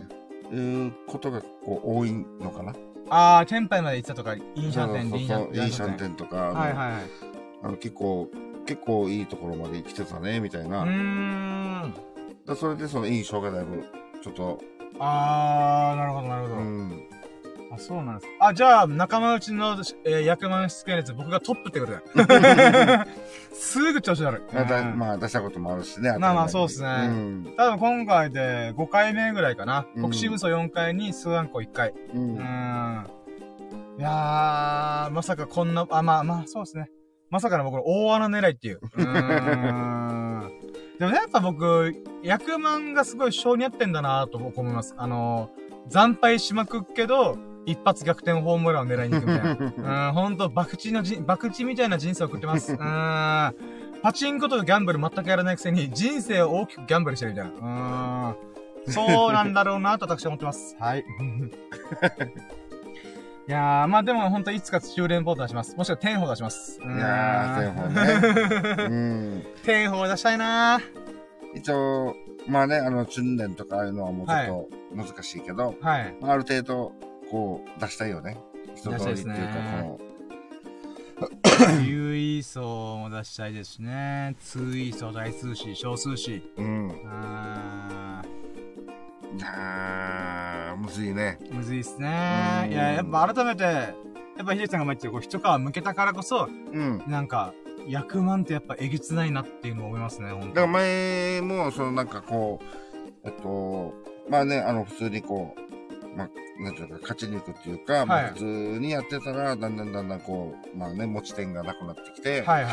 いうことが、こう、多いのかな。 あー、テンパイまで行ったとか、インシャンテン、 インシャンテンとか、はいはいはい。あの、結構、結構いいところまで来てたね、みたいな。うーん。だそれでその印象がだいぶちょっと。 あー、なるほど、なるほど。うん。あ、そうなんです。あ、じゃあ、仲間内の、えー、役満出演率、僕がトップってことだ。すぐ調子悪い。 まあ、まあ、出したこともあるしね。 まあまあ、そうですね。うん。多分今回でごかいめぐらいかな。国士無双よんかいにスワンコいっかい。うん。うん。いやー、まさかこんな、あ、まあまあ、そうですね。まさかの僕の大穴狙いっていう。うーん。でもね、やっぱ僕、役満がすごい性に合ってんだなと僕思います。あのー、惨敗しまくっけど、一発逆転ホームランを狙いに行くみたいな。うん、ほんと、博打のじ、博打みたいな人生を送ってます。うん。パチンコとギャンブル全くやらないくせに、人生を大きくギャンブルしてるみたいな。うん。そうなんだろうなと私は思ってます。はい。いやー、まあでもほんといつか中連ポート出します。もしくは天宝出します。 いやー、天宝ね。 うん。天宝出したいなー。 一応、まあね、あの、中連とかああいうのはもうちょっと難しいけど、はい。まあ、ある程度、こう、出したいよね。人通りっていうか、この。有位層も出したいですしね。通位層、大数詞、小数詞。うん。あー。いやー、むずいね。 むずいっすね。いや、やっぱ改めて、やっぱ秀樹さんが前言ってる、こう、一皮向けたからこそ、うん。なんか、役満ってやっぱえげつないなっていうのを思いますね、ほんと。 だから前も、そのなんかこう、えっと、まあね、あの、普通にこう、まあ、なんていうか、勝ちに行くっていうか、はい、まあ、普通にやってたら、だんだんだんだんこう、まあね、持ち点がなくなってきて、はいはい。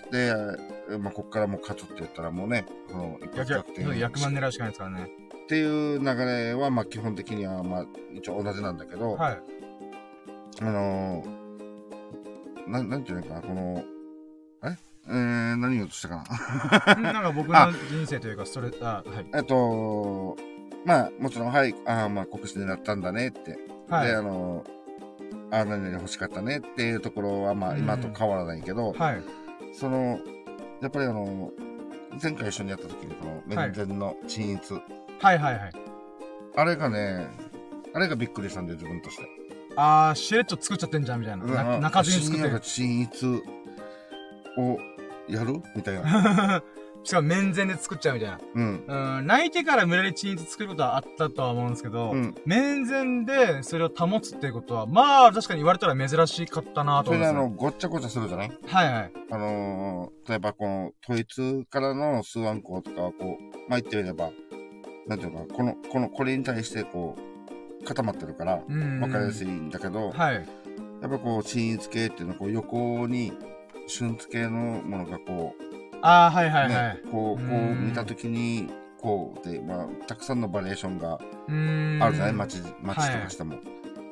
で、まあ、こっからもう勝つって言ったらもうね、その、一発逆転。 役満狙うしかないですからね。 っていう流れは、まあ、基本的には、まあ、一応同じなんだけど、はい。あのー、な、なんていうのかな、この、ええー、何言おうとしたかな。なんか僕の人生というか、それ、あ、はい。 えっと、まあ、もちろん、はい、ああ、まあ、国士になったんだねって。はい。で、あの、ああ、何々欲しかったねっていうところは、まあ、今と変わらないけど、はい。その、やっぱりあの、前回一緒にやった時に、この、面前の鎮一。 はいはいはい。 あれがね、あれがびっくりしたんで、自分として。 あー、しれっと作っちゃってんじゃん、みたいな。な中地に作ってる。 鎮一をやるみたいな。 しかも面前で作っちゃうみたいな。うん。うん、泣いてから無理やりチーズ作ることはあったとは思うんですけど、うん、面前でそれを保つっていうことは、まあ確かに言われたら珍しかったなと思うんですよ。 それであの、ごっちゃごちゃするじゃない？ はいはい。 あのー、例えばこの、統一からの数案項とかはこう、まあ、言ってみれば、なんていうか、この、この、これに対してこう、固まってるから、わかりやすいんだけど、はい。やっぱこう、鎮一系っていうのはこう、横に、春月系のものがこう、 ああ、はいはいはい。 ね、こう、こう見たときに、こうで、まあ、たくさんのバリエーションがあるじゃない？街、街とかしても。はい、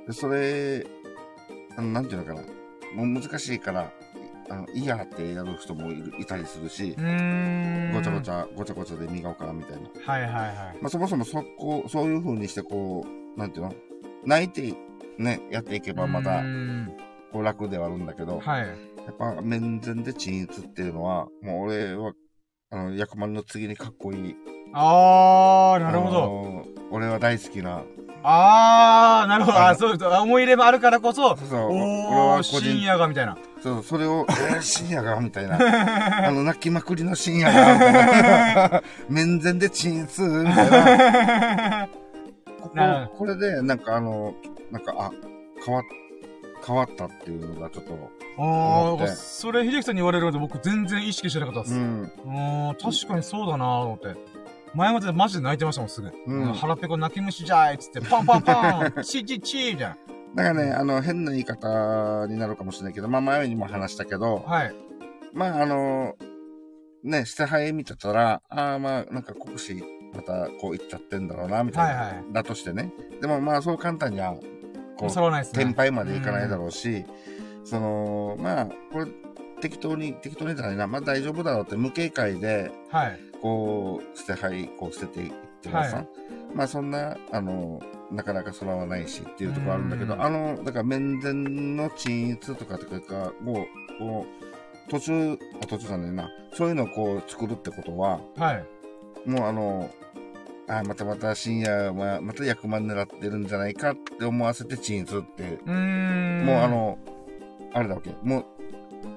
でそれ、あの、なんていうのかな。もう難しいから、あの、いいやってやる人もいるいたりするし、ごちゃごちゃ、ごちゃごちゃで磨おうかなみたいな。 はいはいはい。 まあ、そもそもそこ、そういう風にしてこう、なんていうの？泣いて、ね、やっていけばまた、こう楽ではあるんだけど、はい。やっぱ、面前で鎮一っていうのは、もう俺は、あの、役満の次にかっこいい。 あー、なるほど。 俺は大好きな。 あー、なるほど。あ、そうです。思い入れもあるからこそ、そうそう。おー、深夜がみたいな。 そう、それを、えー、深夜がみたいな。あの、泣きまくりの深夜がみたいな。面前で鎮一みたいな。ここ、これで、なんかあの、なんか、あ、変わった。変わったっていうのがちょっと。 ああ、それ、秀樹さんに言われるので僕全然意識してなかったです。うん。ああ、確かにそうだなぁと思って。前までマジで泣いてましたもん、すぐ。うん。腹ペコ泣き虫じゃーいっつって、パンパンパンチーチーチーみたいな。 だからね、あの、変な言い方になるかもしれないけど、まあ前にも話したけど、はい。まああの、ね、捨て牌見てたら、ああまあ、なんか国士またこう言っちゃってんだろうな、みたいな。はいはい。だとしてね。でもまあそう簡単には、こう、天敗までいかないだろうし、その、まあ、これ、適当に、適当にじゃないな、まあ大丈夫だろうって無警戒で、はい。こう、捨て牌、こう捨てていってますさ、はい。まあそんな、あの、なかなか空はないしっていうところあるんだけど、あの、だから面前の鎮一とかとか、もう、こう、途中、途中じゃないな、そういうのをこう作るってことは、はい。もうあの、あ、またまた深夜は、また役満狙ってるんじゃないかって思わせて鎮一って、うーんもうあの、あれだわけ。もう、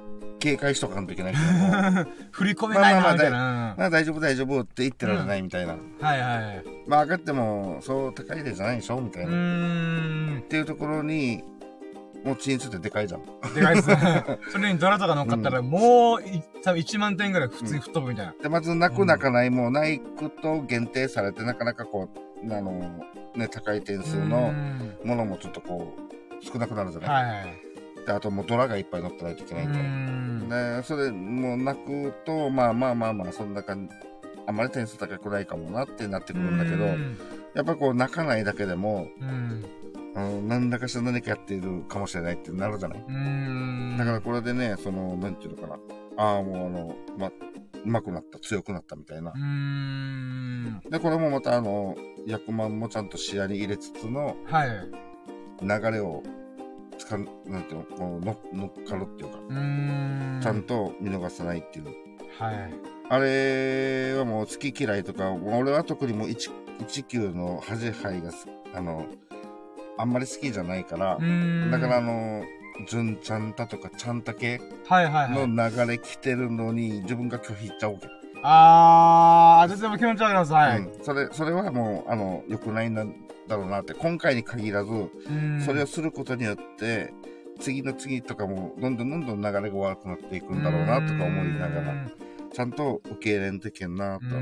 警戒しとかんといけないけども。 振り込めないな、みたいな。 まあ大丈夫大丈夫って言ってられないみたいな。うん、 はいはい。 まあ上がっても、そう高いでじゃないでしょみたいな。うーん。っていうところに、もうチンスってでかいじゃん。 でかいですね。それにドラとか乗っかったら、もう、多分いちまんてんぐらい普通に吹っ飛ぶみたいな。 で、まず泣く泣かない、もうナイクと限定されて、なかなかこう、あの、ね、高い点数のものもちょっとこう、少なくなるじゃない。はいはい。で、あともうドラがいっぱい乗ってないといけないと。で、それ、もう泣くと、まあまあまあまあ、そんな感じ、あんまり点数高くないかもなってなってくるんだけど、やっぱこう泣かないだけでも、うん、何らかしら何かやっているかもしれないってなるじゃない。だからこれでね、その、なんていうのかな。ああ、もうあの、ま、上手くなった、強くなったみたいな。で、これもまたあの、役満もちゃんと視野に入れつつの、はい。流れを、つかん、なんていうの、こう、の、乗っかるっていうか、ちゃんと見逃さないっていう。はい。あれはもう好き嫌いとか、俺は特にもういちきゅうの恥牌が、あの、あんまり好きじゃないから、だからあの、純ちゃんたとかちゃんた系の流れ来てるのに自分が拒否しちゃうわけ。 あー、全然気持ち悪いです。はい。うん。 それ、それはもう、あの、良くないんだろうなって、今回に限らず、それをすることによって、次の次とかも、どんどんどんどん流れが悪くなっていくんだろうなとか思いながら、ちゃんと受け入れんといけんなと。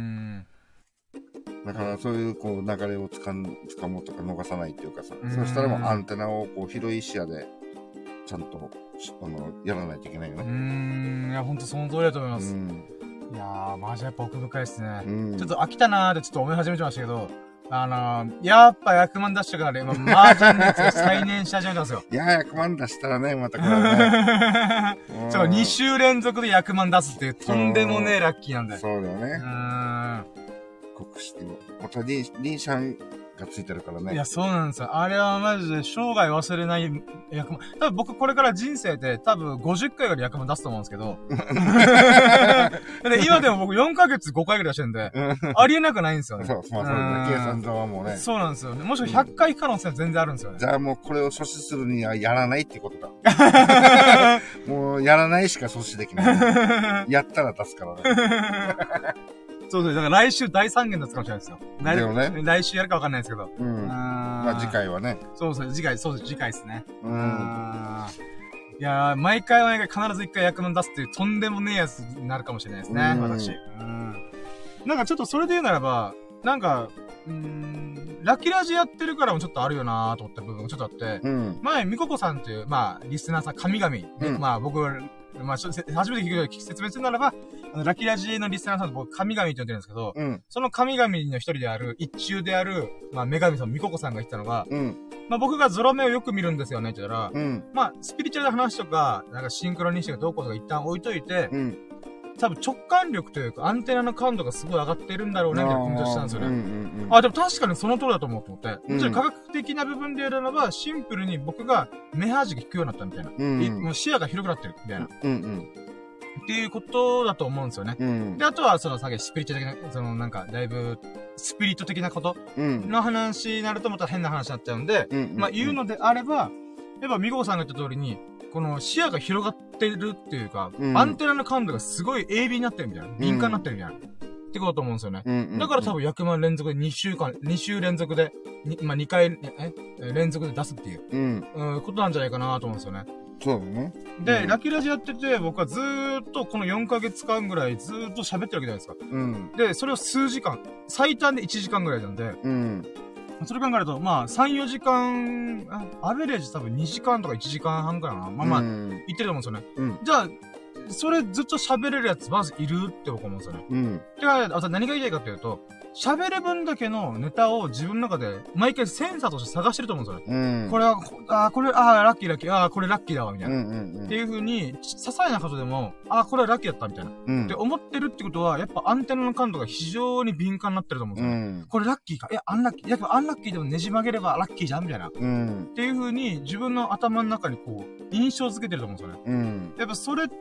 だからそういうこう流れをつかん、つかもうとか逃さないっていうかさ、そしたらもうアンテナをこう広い視野でちゃんとあのやらないといけないよね。うーん、いやほんとその通りだと思います。いやー、マジやっぱ奥深いですね。ちょっと飽きたなーってちょっと思い始めてましたけど、あのー、やっぱ役満出したからね、今、マージャンのやつが再燃し始めたんですよ。 いやー、役満出したらね、またこれね。 ちょ、に週連続で役満出すっていう、とんでもねえラッキーなんだよ。 そうだよね。うーん。国式の。また、リンシャンがついてるからね。 いや、そうなんですよ。あれはマジで生涯忘れない役満。多分僕これから人生で多分ごじゅっかいぐらい役満出すと思うんですけど。で今でも僕よんかげつごかいぐらいしてるんで、ありえなくないんですよね。 そう、まあそうね。計算上はもうね。 そうなんですよね。もしくはひゃっかい可能性は全然あるんですよね。 じゃあもうこれを阻止するにはやらないってことだ。もうやらないしか阻止できない。やったら出すからね。 そうそう。だから来週大三元出すかもしれないですよ。 だよね。 来週やるかわかんないですけど。 うん。まあ次回はね。 そうそう、次回、そうです、次回ですね。うん。いやー、毎回毎回必ず一回役満出すっていうとんでもねえやつになるかもしれないですね、私。うん。なんかちょっとそれで言うならば、なんか、うーん、ラッキーラジやってるからもちょっとあるよなーと思った部分がちょっとあって、うん、前、みここさんっていう、まあ、リスナーさん、神々、うん、まあ僕、まあ、初めて聞くように説明するならば、あの、ラッキーラジのリスナーさんと僕、神々って呼んでるんですけど、うん、その神々の一人である、一中である、まあ、女神さん、みここさんが言ったのが、うん、まあ僕がゾロ目をよく見るんですよね、って言ったら、うん、まあ、スピリチュアルな話とか、なんかシンクロニシティがどうこうとか一旦置いといて、うん、多分直感力というか、アンテナの感度がすごい上がってるんだろうね、みたいなコメントしたんですよね。うんうんうん、あ、でも確かにその通りだと思うと思って。もちろん科学的な部分で言うならば、シンプルに僕が目端が効くようになったみたいな。うんうん、もう視野が広くなってる、みたいな。うんうんっていうことだと思うんですよね。うん、で、あとは、その、さっきスピリチュアル的な、その、なんか、だいぶ、スピリット的なことの話になるとまた変な話になっちゃうんで、うんうんうん、まあ、言うのであれば、やっぱ、みごこさんが言った通りに、この視野が広がってるっていうか、うん、アンテナの感度がすごい鋭敏になってるみたいな。敏感になってるみたいな。うん、ってことだと思うんですよね。うんうんうん、だから多分、役満連続でにしゅうかん、に週連続で、にまあ、にかい、え連続で出すっていう、うんうん、ことなんじゃないかなと思うんですよね。 そうだね。 で、うん、ラッキーラジやってて、僕はずーっとこのよんかげつかんぐらいずーっと喋ってるわけじゃないですか。うん。で、それを数時間、最短でいちじかんぐらいなんで、うん。それ考えると、まあ、さん、よじかん、アベレージ多分にじかんとかいちじかんはんくらいかな。まあまあ、うん、言ってると思うんですよね。うん。じゃあ、それずっと喋れるやつまずいるって僕思うんですよね。うん。てか、あと何が言いたいかっていうと、喋る分だけのネタを自分の中で毎回センサーとして探してると思うんですよね。うん。これは、あ、これ、あ、ラッキーラッキー、あ、これラッキーだわ、みたいな。うんうんうん。っていう風に、些細なことでも、あ、これはラッキーだった、みたいな。うん。って思ってるってことは、やっぱアンテナの感度が非常に敏感になってると思うんですよね。うん。これラッキーか。いや、アンラッキー。やっぱアンラッキーでもねじ曲げればラッキーじゃん、みたいな。うん。っていう風に、自分の頭の中にこう、印象づけてると思うんですよね。うん。やっぱそれって、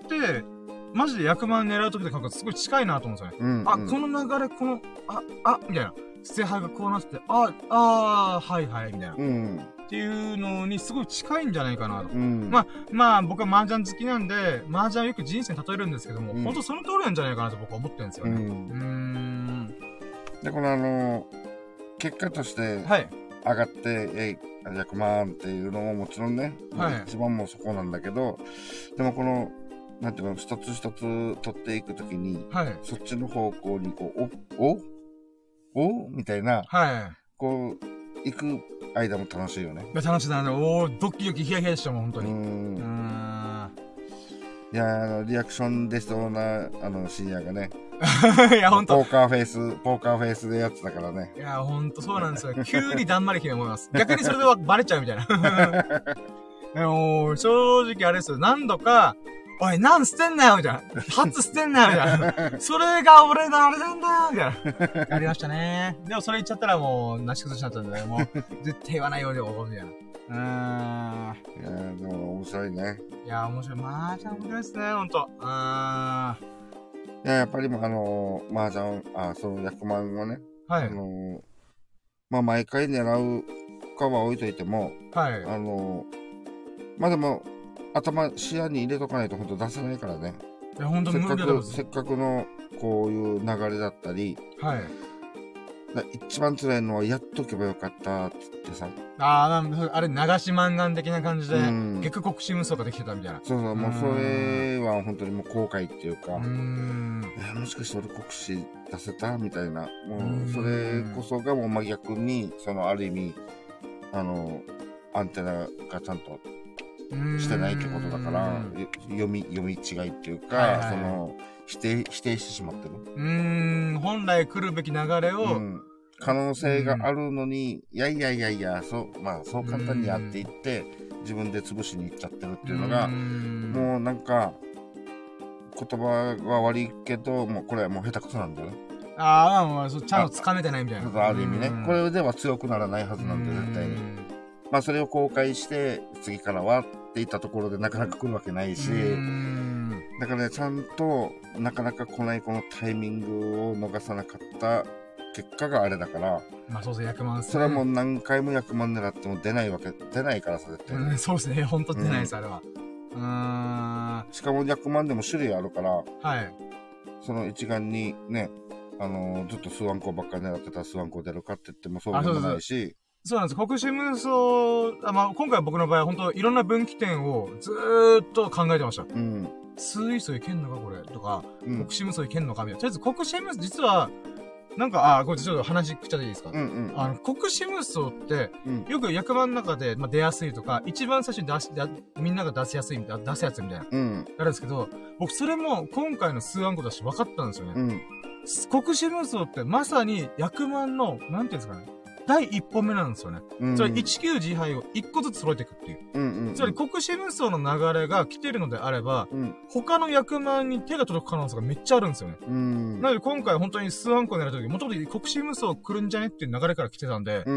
マジで役満狙う時とかすごい近いなと思うんですよね。うん、うん。あ、この流れ、この、あ、あ、みたいな。聖杯がこうなってて、あ、あー、はいはい、みたいな。うん。っっていうのにすごい近いんじゃないかなと。うん、まあ、まあ、僕は麻雀好きなんで、麻雀をよく人生に例えるんですけども、うん、本当その通りなんじゃないかなと僕は思ってるんですよね。うん。うーんで、このあの、結果として、上がって、えい、ひゃくまんっていうのももちろんね、はい、一番もそこなんだけど、でもこの、なんていうの、一つ一つ取っていくときに、はい、そっちの方向にこう、お、おおみたいな、はい、こう、行く間も楽しいよね。 楽しいだね。おー、ドッキドキヒヤヒヤでしたもん、本当に。うーん。うーんいや、あの、リアクションでそうな、あの、深夜がね。 いや、ほんと。 ポーカーフェイス、ポーカーフェイスでやってたからね。 いや、ほんとそうなんですよ。急にだんまりきに思います。逆にそれではバレちゃうみたいな。でも、正直あれですよ。何度か、おい、なん捨てんなよみたいな。ハツ捨てんなよみたいな。それが俺のあれなんだよみたいな。ありましたね。でもそれ言っちゃったらもう、なし崩しちゃったんでね。もう、絶対言わないようにおこうみたいな。うーん。 いやー、でも面白いね。 いやー、面白い。マージャン面白いですね、ほんと。うーん。いや、やっぱり、あのー、マージャン、あ、そのひゃくまんをね。はい。あのー、まあ、毎回狙うかは置いといても、はい。あのー、まあでも、頭、視野に入れとかないと本当出せないからね。 いや、本当に無理だと思います。せっかくの、こういう流れだったり。はい。一番辛いのは、やっとけばよかったって言ってさ。 ああ、あれ、流し漫画的な感じで、逆国士無双ができてたみたいな。 そうそう、もうそれは本当にもう後悔っていうか、うん。え、もしかして俺国士出せたみたいな。もう、それこそがもう真逆に、そのある意味、あの、アンテナがちゃんと、してないってことだから、読み、読み違いっていうか、はいはい、その、否定、否定してしまってる。 うーん、本来来るべき流れを、うん、 可能性があるのに、いやいやいやいや、そう、まあ、そう簡単にやっていって、自分で潰しに行っちゃってるっていうのが、うもうなんか、言葉は悪いけど、もうこれはもう下手くそなんだよね。 ああ、もうちゃんと掴めてないみたいな。 ある意味ね。これでは強くならないはずなんだよ、絶対に。まあ、それを公開して、次からは、っていったところでなかなか来るわけないし、だからね、ちゃんとなかなか来ないこのタイミングを逃さなかった結果があれだから、 まあそうですね、ひゃくまん、 それはもう何回もひゃくまん狙っても出ないわけ、出ないからさ、絶対。 うん、そうですね、ほんと出ないです、うん、あれは。うーん。しかもひゃくまんでも種類あるから、はい。その一眼にね、あのー、ずっとスワンコばっかり狙ってたらスワンコ出るかって言ってもそうでもないし、 そうなんです。国士無双、あ、まあ、今回僕の場合は本当いろんな分岐点をずーっと考えてました。うん。水素いけんのかこれとか、うん、国士無双いけんのかみたいな。とりあえず国士無双、実は、なんか、あ、これちょっと話くっちゃっていいですか、うんうん、あの、国士無双って、うん、よく役場の中で、まあ、出やすいとか、一番最初に出し、みんなが出しやすいみたいな、出すやつみたいな。うん。あるんですけど、僕それも今回の数案個だし分かったんですよね。うん。国士無双ってまさに役満の、なんていうんですかね。第一歩目なんですよね。うん、つまり、いちきゅう自敗を一個ずつ揃えていくっていう。うんうんうん、つまり、国士無双の流れが来てるのであれば、うん、他の役満に手が届く可能性がめっちゃあるんですよね。うん、なので、今回本当に数案個狙った時、もともと国士無双来るんじゃねっていう流れから来てたんで、うん、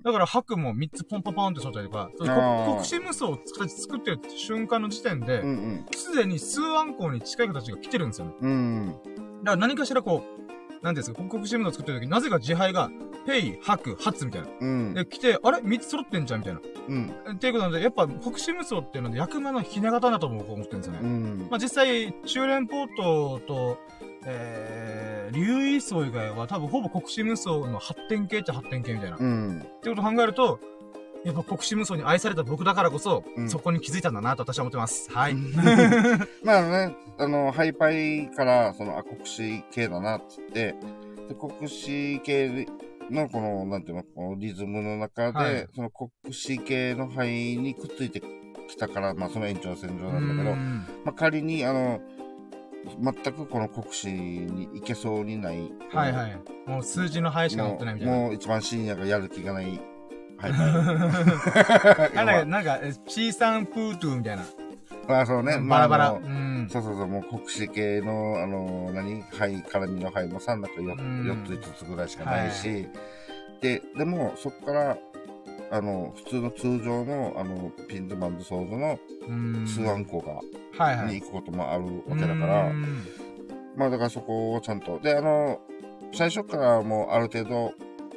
だから、白もみっつポンポンポンって揃ったりとか、国士無双を作ってる瞬間の時点で、すで、うんうん、に数案個に近い形が来てるんですよね。うん、だから何かしらこう、なんですか、国士無双作ってる時、なぜか自敗が、ペイ、白、発みたいな。うん。で、来て、あれ三つ揃ってんじゃんみたいな。うん。っていうことなんで、やっぱ、国士無双っていうのは役場のひな形だと僕思ってるんですよね。うん。まあ、実際、中連ポートと、えー、竜衣装以外は多分ほぼ国士無双の発展系っちゃ発展系みたいな。うん。ってことを考えると、やっぱ国士無双に愛された僕だからこそ、うん、そこに気づいたんだなと私は思ってます。はい。 まあね、あの、ハイパイから、その、あ、国士系だなって言って、で国士系のこの、なんていうの、このリズムの中で、はい、その国士系の範囲にくっついてきたから、まあその延長線上なんだけど、まあ仮に、あの、全くこの国士に行けそうにない。 はいはい。もう数字の範囲しか持ってないみたいな。 もう一番深夜がやる気がない。はい。 なんか、なんか、シーサンプートゥーみたいな。 ああ、そうね。 バラバラ。 まあ、うん、そうそうそう、もう国士系の、あの、何肺、絡みの肺もさんだか 4, よっついつつぐらいしかないし、はい、で、でも、そこから、あの、普通の通常の、あの、ピンズマンズソードの、ツーアンコが、はいはい、に行くこともあるわけだから、まあだからそこをちゃんと、で、あの、最初からもうある程度、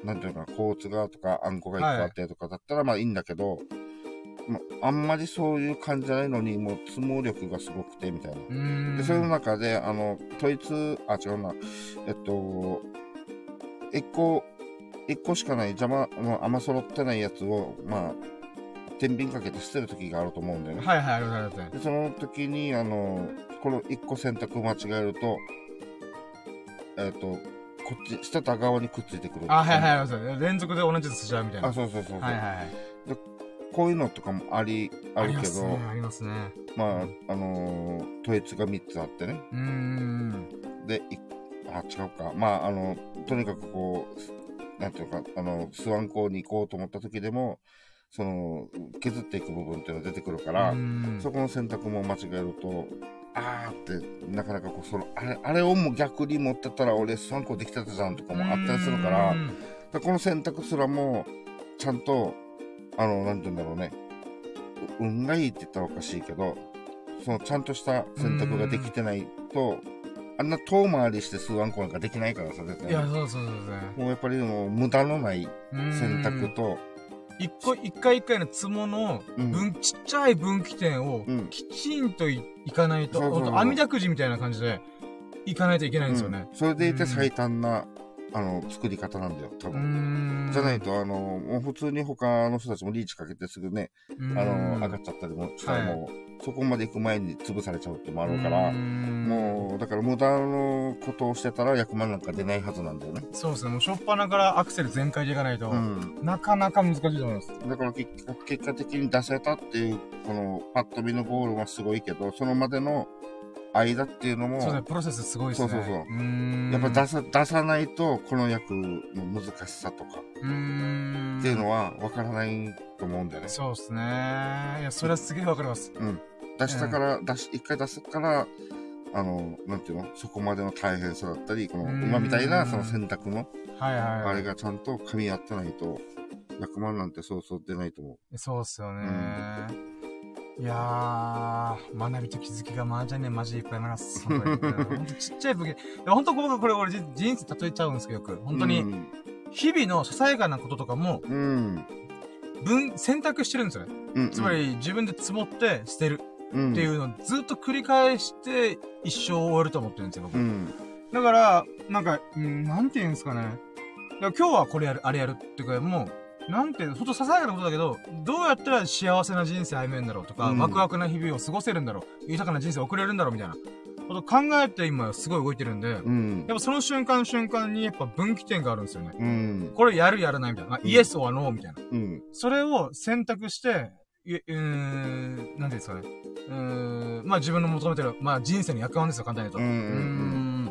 なんていうのかな、交通がとか、あんこがいっこあってとかだったらまあいいんだけど、まあんまりそういう感じじゃないのに、もう積も力がすごくて、みたいな。で、その中で、あの、統一、あ、違うな、えっと、一個、一個しかない邪魔、あんま揃ってないやつを、まあ、天秤かけて捨てる時があると思うんだよね。 はいはい、ありがとうございます。 で、その時に、あの、この一個選択を間違えると、えっと、こっち、捨てた側にくっついてくる。 あ、はいはい、はい、連続で同じやつしちゃうみたいな。 あ、そうそうそうそう。 はいはいはい。 で、こういうのとかもあり、あるけど、 ありますね。 まあ、あのー、統一がみっつあってね。 うーん。 で、いあ、違うか。まあ、あの、とにかくこう、なんていうか、あの、スワン校に行こうと思った時でも、その、削っていく部分っていうのが出てくるから、そこの選択も間違えると、あーって、なかなかこう、その、あれ、あれをも逆に持ってたら俺スワン校できてたじゃんとかもあったりするから、でこの選択すらも、ちゃんと、あの、なんて言うんだろうね、運がいいって言ったらおかしいけど、その、ちゃんとした選択ができてないと、あんな遠回りしてスワン校なんかできないからさ、絶対。 いや、そうそうそうそう。 もうやっぱりもう無駄のない選択と、 一個、一回一回のツモの分、うん、ちっちゃい分岐点をきちんと い,、うん、いかないと、ほんと網だくじみたいな感じでいかないといけないんですよね。 うん、それでいて最短な、あの、作り方なんだよ、多分。じゃないと、あの、もう普通に他の人たちもリーチかけてすぐね、あの、上がっちゃったりもしたらもう、はい、そこまで行く前に潰されちゃうってもあるから、もう、だから無駄のことをしてたらひゃくまんなんか出ないはずなんだよね。 そうですね。もう、しょっぱなからアクセル全開でいかないと、うん、なかなか難しいと思います。 だから結果的に出せたっていう、この、パッと見のゴールはすごいけど、そのまでの、間っていうのも。 そうね、プロセスすごいですね。 そうそうそう。うやっぱ出さ、出さないと、この役の難しさとか。うーん。っていうのは分からないと思うんだよね。 そうですね。いや、それはすげえ分かります。 うん。出したから、出し、一回出すから、あの、なんていうのそこまでの大変さだったり、この、今みたいな、その選択の、はいはい、はい。あれがちゃんと噛み合ってないと、ひゃくまんなんてそうそう出ないと思う。そうっすよね。うんいやー、学びと気づきが麻雀ね、マジでいっぱいあります。本当に。ほんとちっちゃい武器。本当僕これ俺人生例えちゃうんですけど、よく。本当に、日々のささやかなこととかも、うん、分、選択してるんですよね。うんうん、つまり自分で積もって捨てるっていうのをずっと繰り返して一生終わると思ってるんですよ、僕。うん、だから、なんか、うん、なんて言うんですかね。今日はこれやる、あれやるっていうか、もう、なんていうの、ほんとささやかなことだけど、どうやったら幸せな人生歩めるんだろうとか、うん、ワクワクな日々を過ごせるんだろう、豊かな人生を送れるんだろうみたいなこと考えて今すごい動いてるんで、うん、やっぱその瞬間瞬間にやっぱ分岐点があるんですよね。うん、これやるやらないみたいな。イエスはノーみたいな、うん。それを選択して、うーん、なんていうんですかね。うーん、まあ自分の求めてる、まあ人生の役割ですよ、簡単に言うと。うんうんうん、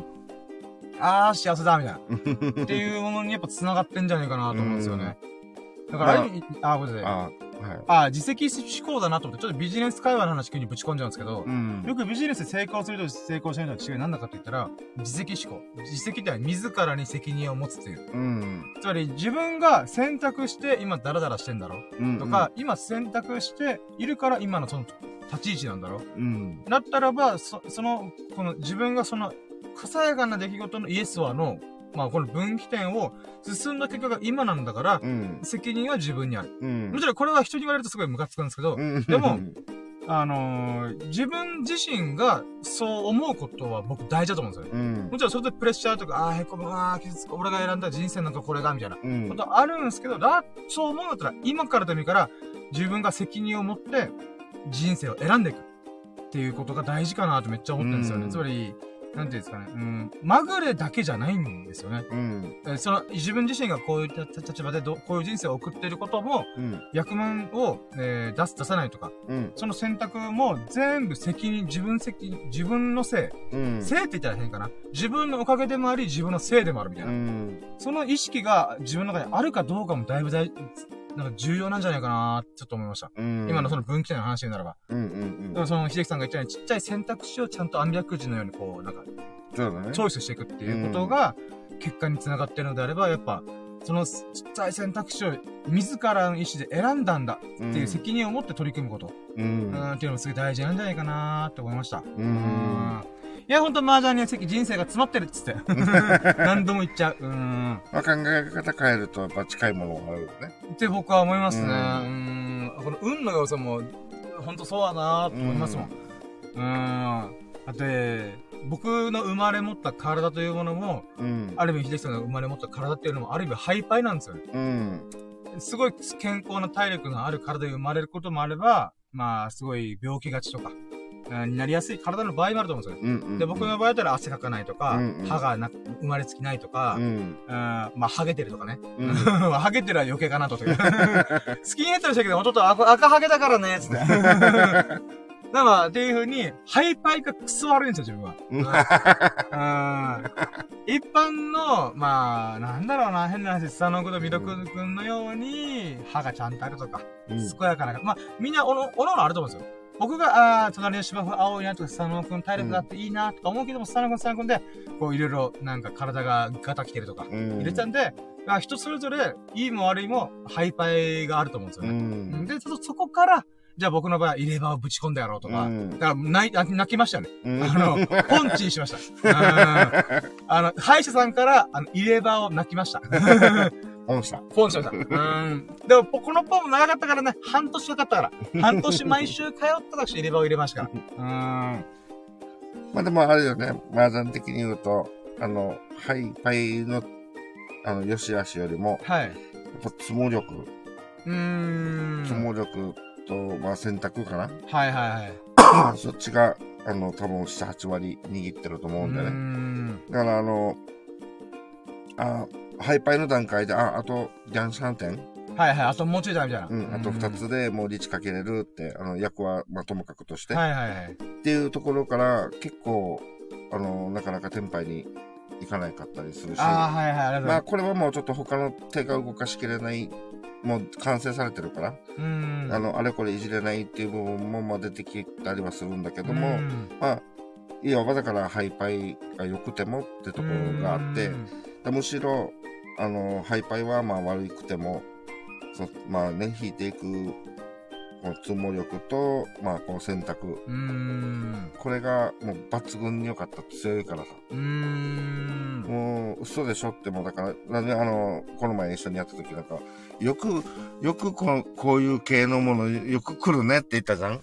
あー、幸せだみたいな。っていうものにやっぱ繋がってんじゃないかなと思うんですよね。だから、あれ、あ、ごめんなさい。あ、はい。あ、自責思考だなと思って、ちょっとビジネス会話の話急にぶち込んじゃうんですけど、うん、よくビジネスで成功すると成功しないと違いなんだかって言ったら、自責思考。自責ってのは自らに責任を持つっていう。うん、つまり、自分が選択して今ダラダラしてんだろ、うんうん、とか、今選択しているから今のその立ち位置なんだろ、うん、だったらば、そ、その、この自分がその、ささやかな出来事のイエスはノー。まあ、この分岐点を進んだ結果が今なんだから、うん、責任は自分にある。うん、もちろんこれは人に言われるとすごいムカつくんですけど、うん、でも、あのー、自分自身がそう思うことは僕大事だと思うんですよね。うん、もちろんそれでプレッシャーとか、ああ、へこむ、ああ、傷つく、俺が選んだ人生なんかこれが、みたいなことあるんですけど、だそう思うんだったら、今からでもいいから、自分が責任を持って人生を選んでいくっていうことが大事かなとめっちゃ思ってるんですよね。うん、つまり、なんていうんですかね。うん。まぐれだけじゃないんですよね。うん。その、自分自身がこういう立場でど、こういう人生を送っていることも、うん。役満を、えー、出す、出さないとか、うん。その選択も全部責任、自分責任、自分のせい。うん。せいって言ったら変かな。自分のおかげでもあり、自分のせいでもあるみたいな。うん。その意識が自分の中にあるかどうかもだいぶ大、なんか重要なんじゃないかなーってちょっと思いました。うん、今のその分岐点の話で言うならば。うんうんうん。だからその秀樹さんが言ったようにちっちゃい選択肢をちゃんと網くじのようにこう、なんか、そうだね。チョイスしていくっていうことが、結果につながってるのであれば、やっぱ、そのちっちゃい選択肢を自らの意思で選んだんだっていう責任を持って取り組むこと。うん。うんっていうのもすごい大事なんじゃないかなーって思いました。うん。 いや、ほんと麻雀に人生が詰まってるっつって。何度も言っちゃう。うーん。 まあ、考え方変えると、やっぱ近いものがあるよね。 って僕は思いますね。うーん。この運の要素も、ほんとそうだなーと思いますもん。うーん。だって、僕の生まれ持った体というものも、うん、ある意味、秀樹さんが生まれ持った体っていうのも、ある意味、ハイパイなんですよね。うん。すごい健康な体力のある体で生まれることもあれば、まあ、すごい病気がちとか、になりやすい体の場合もあると思うんですよ。うんうんうん、で、僕の場合だったら汗かかないとか、うんうん、歯がな生まれつきないとか、うん、うんまあ、ハゲてるとかね。うん、ハゲてるは余計かなと。スキンヘッドでしたけど、ちょっと赤、赤ハゲだからね、つって。だから、っていう風に、ハイパイがクソ悪いんですよ、自分は。うん、一般の、まあ、なんだろうな、変な話、スサノオ君とミドク君のように、歯がちゃんとあるとか、健やかな、まあ、みんなおの、おのおのあると思うんですよ。僕が、ああ、隣の芝生青いなとか、スサノオ君体力があっていいなとか思うけども、スサノオ君、スサノオ君で、こう、いろいろ、なんか体がガタ来てるとか、入れちゃうんで、人それぞれ、いいも悪いも、ハイパイがあると思うんですよね。で、そこから、じゃあ僕の場合は入れ歯をぶち込んでやろうとか、うん、だから泣い、泣きましたね。うん、あの、ポンチしました。あの、歯医者さんから、あの、入れ歯を泣きました。 ポンした。 ポンしました。うん。でも、このポンも長かったからね、半年かかったから。半年毎週通ったらし入れ歯を入れましたから。うん。 まあでもあれよね、麻雀的に言うと、あの、ハイパイの、あの、良し悪しよりも、はい。やっぱ、相撲力。うーん。相撲力。と、まあ、選択かなはいはいはい。そっちが、あの、多分、なな、はち割握ってると思うんでね。うんだから、あの、あ、ハイパイの段階で、あ、あと、ギャンさんてんはいはい、あともうちょいだみたいな。 うん、あとふたつでもうリーチかけれるって、あの、役は、まあ、ともかくとして。はいはいはい。っていうところから、結構、あの、なかなかテンパイにいかないかったりするし。あはいはい、ありがとうございます。まあ、これはもうちょっと他の手が動かしきれない、もう完成されてるから、うん、あの、あれこれいじれないっていう部分も、まあ、出てきたりはするんだけども、うん、まあ、いわばだからハイパイが良くてもってところがあって、うん、むしろ、あの、ハイパイはまあ悪くても、そまあね、引いていく、この通網力と、まあ、この選択。うーんこれがもう抜群に良かった。強いからさ。うーんもう、嘘でしょっても、だから、なんであの、この前一緒にやった時なんか、よく、よくこの、こういう系のもの、よく来るねって言ったじゃん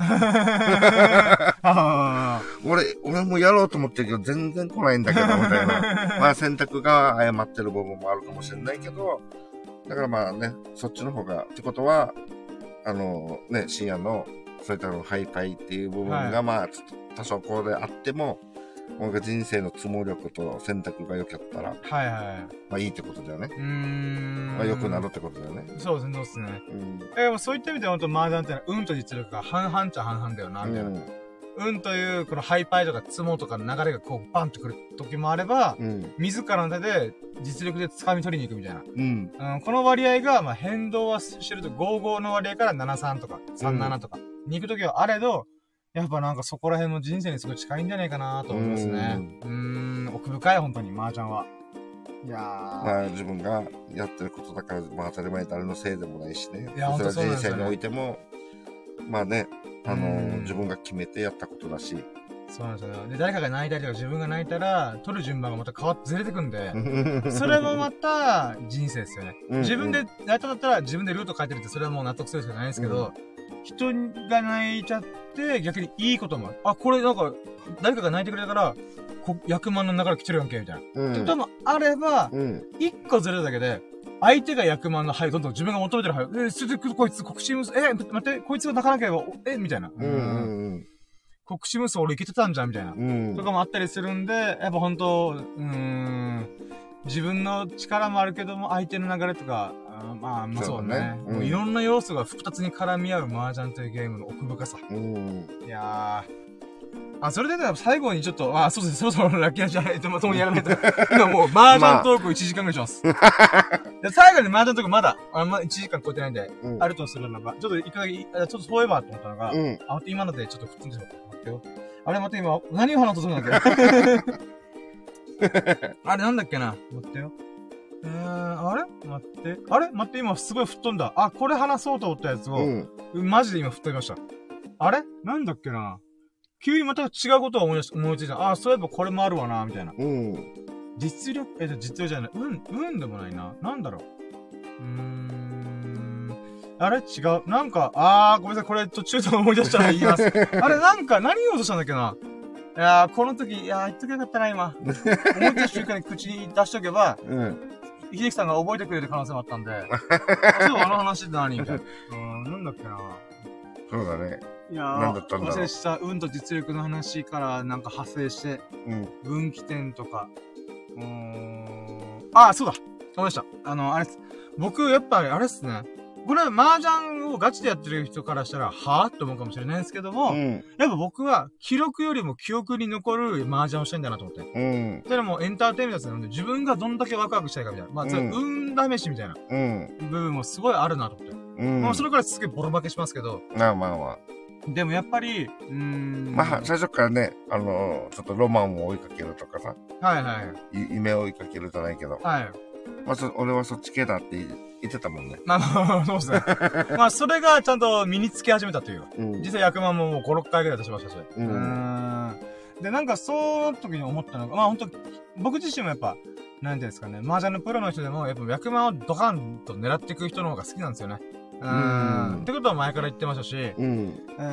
俺、俺もやろうと思ってるけど、全然来ないんだけど、みたいな。まあ、選択が誤ってる部分もあるかもしれないけど、だからまあね、そっちの方が、ってことは、あのね、深夜の、そういったのハイパイっていう部分が、はい、まあ、ちょっと多少こうであっても、僕が人生の積も力と選択が良かったら、はいはい。まあいいってことだよね。うーん。まあ良くなるってことだよね。 そうですね、そうですね。うん。え、そういった意味で本当麻雀ってのは、運と実力が半々っちゃ半々だよな、みたいな。うん運という、このハイパイとかツモとかの流れがこうバンとくる時もあれば、うん、自らの手で実力で掴み取りに行くみたいな。うん。うん、この割合が、まあ変動はしてるとごじゅうごの割合からななじゅうさんとかさんじゅうななとかに行く時はあれど、やっぱなんかそこら辺の人生にすごい近いんじゃないかなと思いますね。うーん、奥深い本当に、麻雀は。いやー。 まあ自分がやってることだから、まあ当たり前誰のせいでもないしね。いや、本当そうなんですよね。人生においても、まあね、あのー、自分が決めてやったことだし。 そうなんですよ。で、誰かが泣いたりとか自分が泣いたら、取る順番がまた変わって、ずれてくんで、それもまた人生ですよね。うんうん、自分で泣いただったら自分でルート変えてるって、それはもう納得するしかないんですけど、うん、人が泣いちゃって、逆にいいこともある。あ、これなんか、誰かが泣いてくれたから、こ役満の流れ来てるやんけ、みたいな。うん。ってこともあれば、一、うん、個ずれるだけで、相手が役満の灰、どんどん自分が求めてる灰、えー、それでこいつ、国士無双、えー、待って、こいつが泣かなければ、えみたいな。うんうんうん。国士無双俺いけてたんじゃんみたいな。うん。とかもあったりするんで、やっぱ本当うーん、自分の力もあるけども、相手の流れとか、あまあ、まあそうね。そうねうん、もういろんな要素が複雑に絡み合う麻雀というゲームの奥深さ。うん。いやー。あ、それでね、最後にちょっと、あ、そうですね、そろそろラッキーアンじゃないと、まともにやらないと。今もう、麻雀トークいちじかんぐらいします。まあ、最後に麻雀トークまだ、あまあ、いちじかん超えてないんで、うん、あるとするならば、ちょっと一回、ちょっとそういえばと思ったのが、うん、あ、待って、今のでちょっと振ってんでしょ。待ってよ。あれ、待って、今、何を話そうとするんだっけあれ、なんだっけな。待ってよ。えー、あれ待って。あれ待って、今すごい吹っ飛んだ。あ、これ話そうと思ったやつを、うん、マジで今吹っ飛びました。あれなんだっけな。 急にまた違うことを思い出し、思いついた。ああ、そういえばこれもあるわな、みたいな。 うん。 実力、えっと、実力じゃない。うん、うんでもないな。なんだろう。うーん。あれ違う。なんか、あー、ごめんなさい。これ途中で思い出したら言います。あれなんか、何言おうとしたんだっけな。いやー、この時、いやー、言っときゃよかったな、今。思い出した瞬間に口に出しとけば、うん。秀樹さんが覚えてくれる可能性もあったんで、ちょっとあの話って何みたいな。うん、なんだっけな。 そうだね。 いやー、だったんだろう。忘れした運と実力の話からなんか派生して、うん。分岐点とか、うーん。あ、そうだ思いました。あの、あれ、僕、やっぱり、あれっすね。これ、麻雀をガチでやってる人からしたら、はぁって思うかもしれないんですけども、うん、やっぱ僕は、記録よりも記憶に残る麻雀をしたいんだなと思って。うん。それもエンターテインメントなので、自分がどんだけワクワクしたいかみたいな。まあ、うん、運試しみたいな、うん、部分もすごいあるなと思って。うん。まあ、それからすげえボロ負けしますけど。 まあまあまあ。 でもやっぱり、うーん。 まあ、最初からね、あのー、ちょっとロマンを追いかけるとかさ。 はいはい。 夢を追いかけるじゃないけど。はい。まあ、そ、俺はそっち系だって言ってたもんね。 まあまあ、そうですね。まあ、それがちゃんと身につき始めたという。うん、実際ひゃくまんももうご、ろっかいぐらい出しましたし。うん。うーんで、なんか、その時に思ったのが、まあ本当僕自身もやっぱ、なんていうんですかね、麻雀のプロの人でも、やっぱひゃくまんをドカンと狙っていく人の方が好きなんですよね。うん。ってことは前から言ってましたし、うん。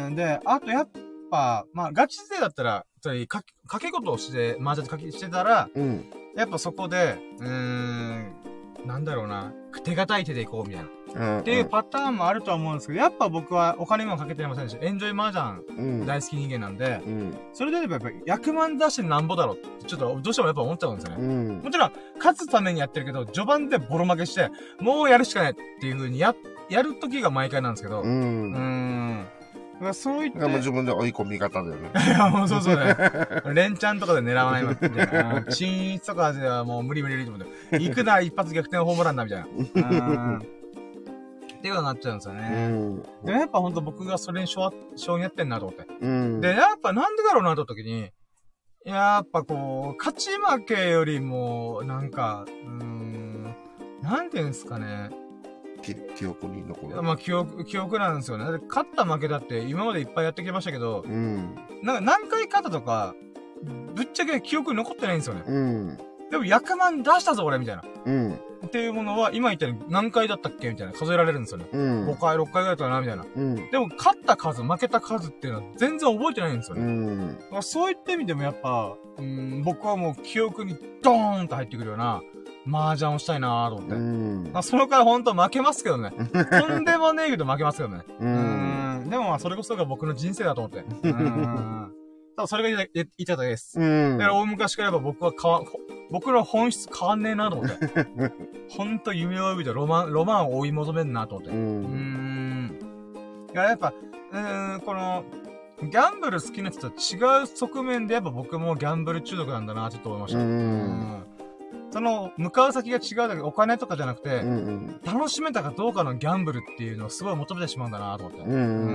で、あとやっぱ、まあ、ガチ勢だったら、つまり、かけ、かけ事をして、麻雀かけしてたら、うん。やっぱそこで、うーん、なんだろうな、手堅い手でいこうみたいな。うん、っていうパターンもあるとは思うんですけど、やっぱ僕はお金もかけてませんし、エンジョイ麻雀大好き人間なんで、うん、それで言えばやっぱりひゃくまん出してなんぼだろって、ちょっとどうしてもやっぱ思っちゃうんですよね。うん、もちろん、勝つためにやってるけど、序盤でボロ負けして、もうやるしかないっていう風にや、やる時が毎回なんですけど、うん。うーんだからそういった。 もう自分で追い込み方だよね。 いや、もうそうそうね。連チャンとかで狙わないみたいな。チンとかではもう無理無理無理と思って。行くなら一発逆転ホームランだみたいな。うんっていうことになっちゃうんですよね。うん、で、やっぱほんと僕がそれに性にやってんなと思って。うん、で、やっぱなんでだろうなと思った時に、やっぱこう、勝ち負けよりも、なんか、うーん、なんていうんですかね。 記憶に残る。 まあ、記憶、記憶なんですよね。だって勝った負けだって今までいっぱいやってきましたけど、うん、なんか何回勝ったとか、ぶっちゃけ記憶に残ってないんですよね。うん、でもひゃくまん出したぞ俺みたいな。うん、っていうものは今言ったように何回だったっけみたいな数えられるんですよね。うん、ごかい、ろっかいぐらいだったなみたいな。うん、でも勝った数、負けた数っていうのは全然覚えてないんですよね。うん、だからそういった意味でもやっぱ、うん、僕はもう記憶にドーンと入ってくるような、麻雀をしたいなーと思って。うん。まあ、そのからほんと負けますけどね。とんでもねえけど負けますけどね。うん。うんでもまあ、それこそが僕の人生だと思って。うん。ただそれが言いたいだけです。うん。だから大昔からやっぱ僕は変わ、僕の本質変わんねえなと思って。ほんと夢を追いとロマン、ロマンを追い求めんなと思って。うん。うーん。いや、やっぱ、うーん、この、ギャンブル好きな人と違う側面でやっぱ僕もギャンブル中毒なんだなちょっと思いました。うん。うんその、向かう先が違うだけど、お金とかじゃなくて、うんうん、楽しめたかどうかのギャンブルっていうのをすごい求めてしまうんだなと思って。うんうんうん、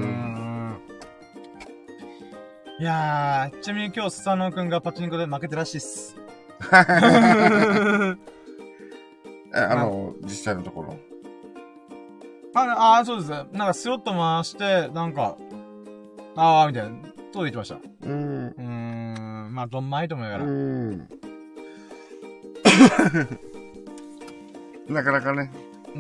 いやー、ちなみに今日スサノオくんがパチンコで負けてらしいっす。 え、あの、実際のところああ、そうです。なんかスロット回して、なんか、あー、みたいな、と言ってました。うん。うーん、まあ、どんまいと思うから。うん。 なかなかね、うん。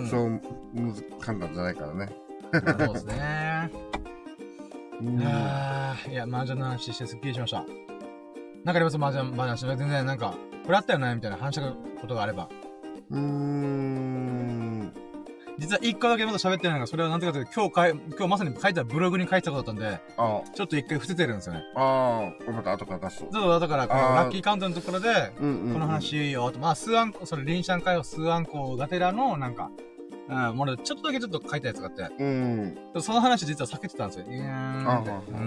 そう、簡単じゃないからね。 そうですね。うん、あいや、麻雀の話してすっきりしました。なんかあります麻雀話。全然なんか、フラったよねみたいな話したことがあれば。うーん。実は一個だけまだ喋ってないのが、それはなんてかというと、今日かい、今日まさに書いたブログに書いてたことだったんで、あちょっと一回伏せてるんですよね。ああ、また後から出す。 そう、後から、このラッキーカウントのところで、この話言うよと、まあ、数案、それ、リンシャン会を数案校がてらの、なんか、うん、もうちょっとだけちょっと書いたやつがあって、うん。その話実は避けてたんですよ。いやーって。うん。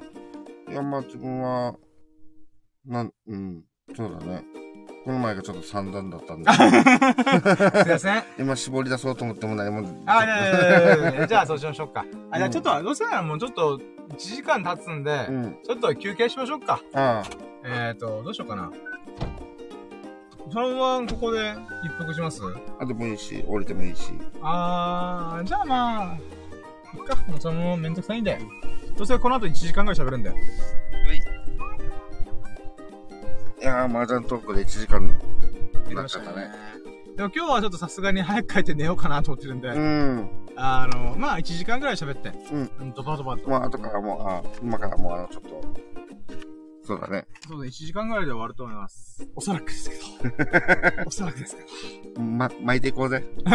いや、まあ自分は、なん、うん、そうだね。この前がちょっと散々だったんで。 すいません。 今絞り出そうと思ってもないもん。 あ、いやいやいやいやじゃあそうしましょうか。あ、じゃあちょっと、どうせならもうちょっと、いちじかん経つんで、うん、ちょっと休憩しましょうか。ああえーと、どうしようかな。そのままここで一服します？ あ、でもいいし、降りてもいいし。 あー、じゃあまあ、いっか。もうそのままめんどくさいんで。 そしてこの後いちじかんぐらい喋るんだよ。 うい。いやー、麻雀トークでいちじかんになっちゃったね。 でも今日はちょっとさすがに早く帰って寝ようかなと思ってるんで。 うん。 あの、まあいちじかんぐらい喋って。 うん。 ドバドバと。 まあ後からもう、あ今からもうあの、ちょっと。そうだね。 そうだ、いちじかんぐらいで終わると思います。おそらくですけど。おそらくですけど。 ま、巻いていこうぜ。 い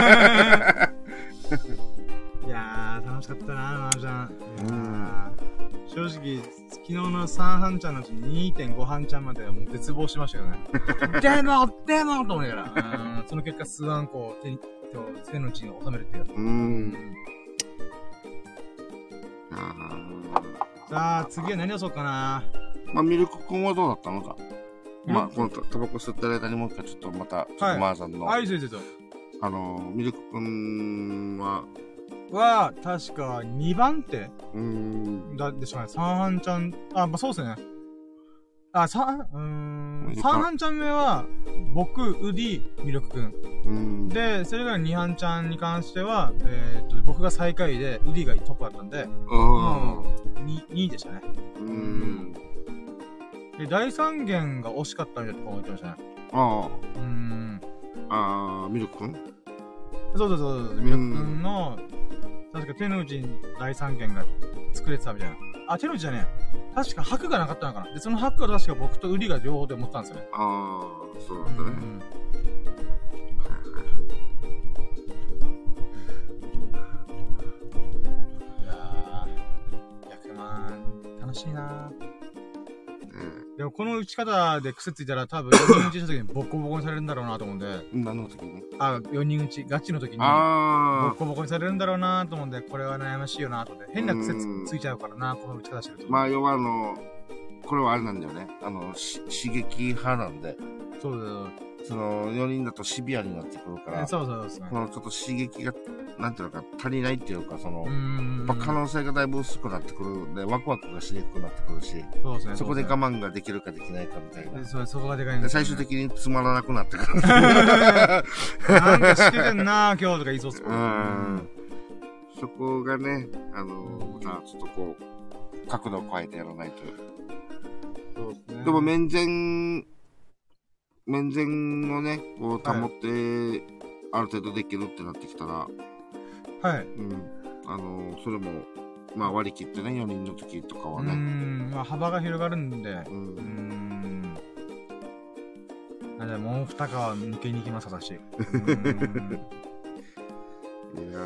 やー、楽しかったな、麻雀。うん。正直、昨日のさん半チャンのうち にてんご 半チャンまではもう絶望しましたよね。でもでもと思いながら。うん。その結果、数アンコを手に、手の内に収めるっていう。 うん。 さあ、次は何をそうかな。 まあ、ミルク君はどうだったのか。まあ、このタバコ吸ってる間にもう一回ちょっとまた、ちょっと麻雀の。 はい、そうそうそう。 あの、ミルク君は、 は、確かにばん手うーん。 だでしょうね。さん半ちゃん、あ、まあ、そうですね。あ、さん、うーん、さん半ちゃん目は、僕、ウディ、ミルクくん。 うん。 で、それからに半ちゃんに関しては、えー、っと、僕が最下位で、ウディがトップだったんで、 うん。 にいでしたね。 うん。 で、第三弦が惜しかったみたいなとこ思ってましたね。 ああ。 うーん。 ああ、ミルクくんそうそうそう、ミルクくんの、確か手の内に第三弦が作れてたみたいな。あ、手の内じゃねえ。確か白がなかったのかな。で、その白が確か僕とウリが両方で持ったんですよね。 ああ、そうなんだね。うん、 いやー、ひゃくまん、楽しいなー。でもこの打ち方で癖ついたら多分よにん打ちした時にボッコボコにされるんだろうなと思うんで。 何の時にあ、よにん打ち、ガチの時にボッコボコにされるんだろうなと思うんで、これは悩ましいよなと思って。変な癖 つ, ついちゃうからな、この打ち方してると。 まあ要はあの、これはあれなんだよね。あの、し刺激派なんで。 そうだよ。 その、よにんだとシビアになってくるから。 そうそうそう。 このちょっと刺激が、なんていうのか、足りないっていうか、その、やっぱ可能性がだいぶ薄くなってくるんで、ワクワクがしにくくなってくるし、 そうですね。 そこで我慢ができるかできないかみたいな。 そう、そこがでかいんですね。で、最終的につまらなくなってくる。 なんかしててんな今日とか言いそうっす。 うん。そこがね、あの、またちょっとこう、角度を変えてやらないと。 そうですね。 でも面前、面前をね、こう保って、はい、ある程度できるってなってきたら、 はい。 うん。あの、それも、まあ割り切ってね、よにんの時とかはね。 うん。まあ幅が広がるんで。 うん。 うん。なんで、もう二皮抜けに行きます、私。うん。いや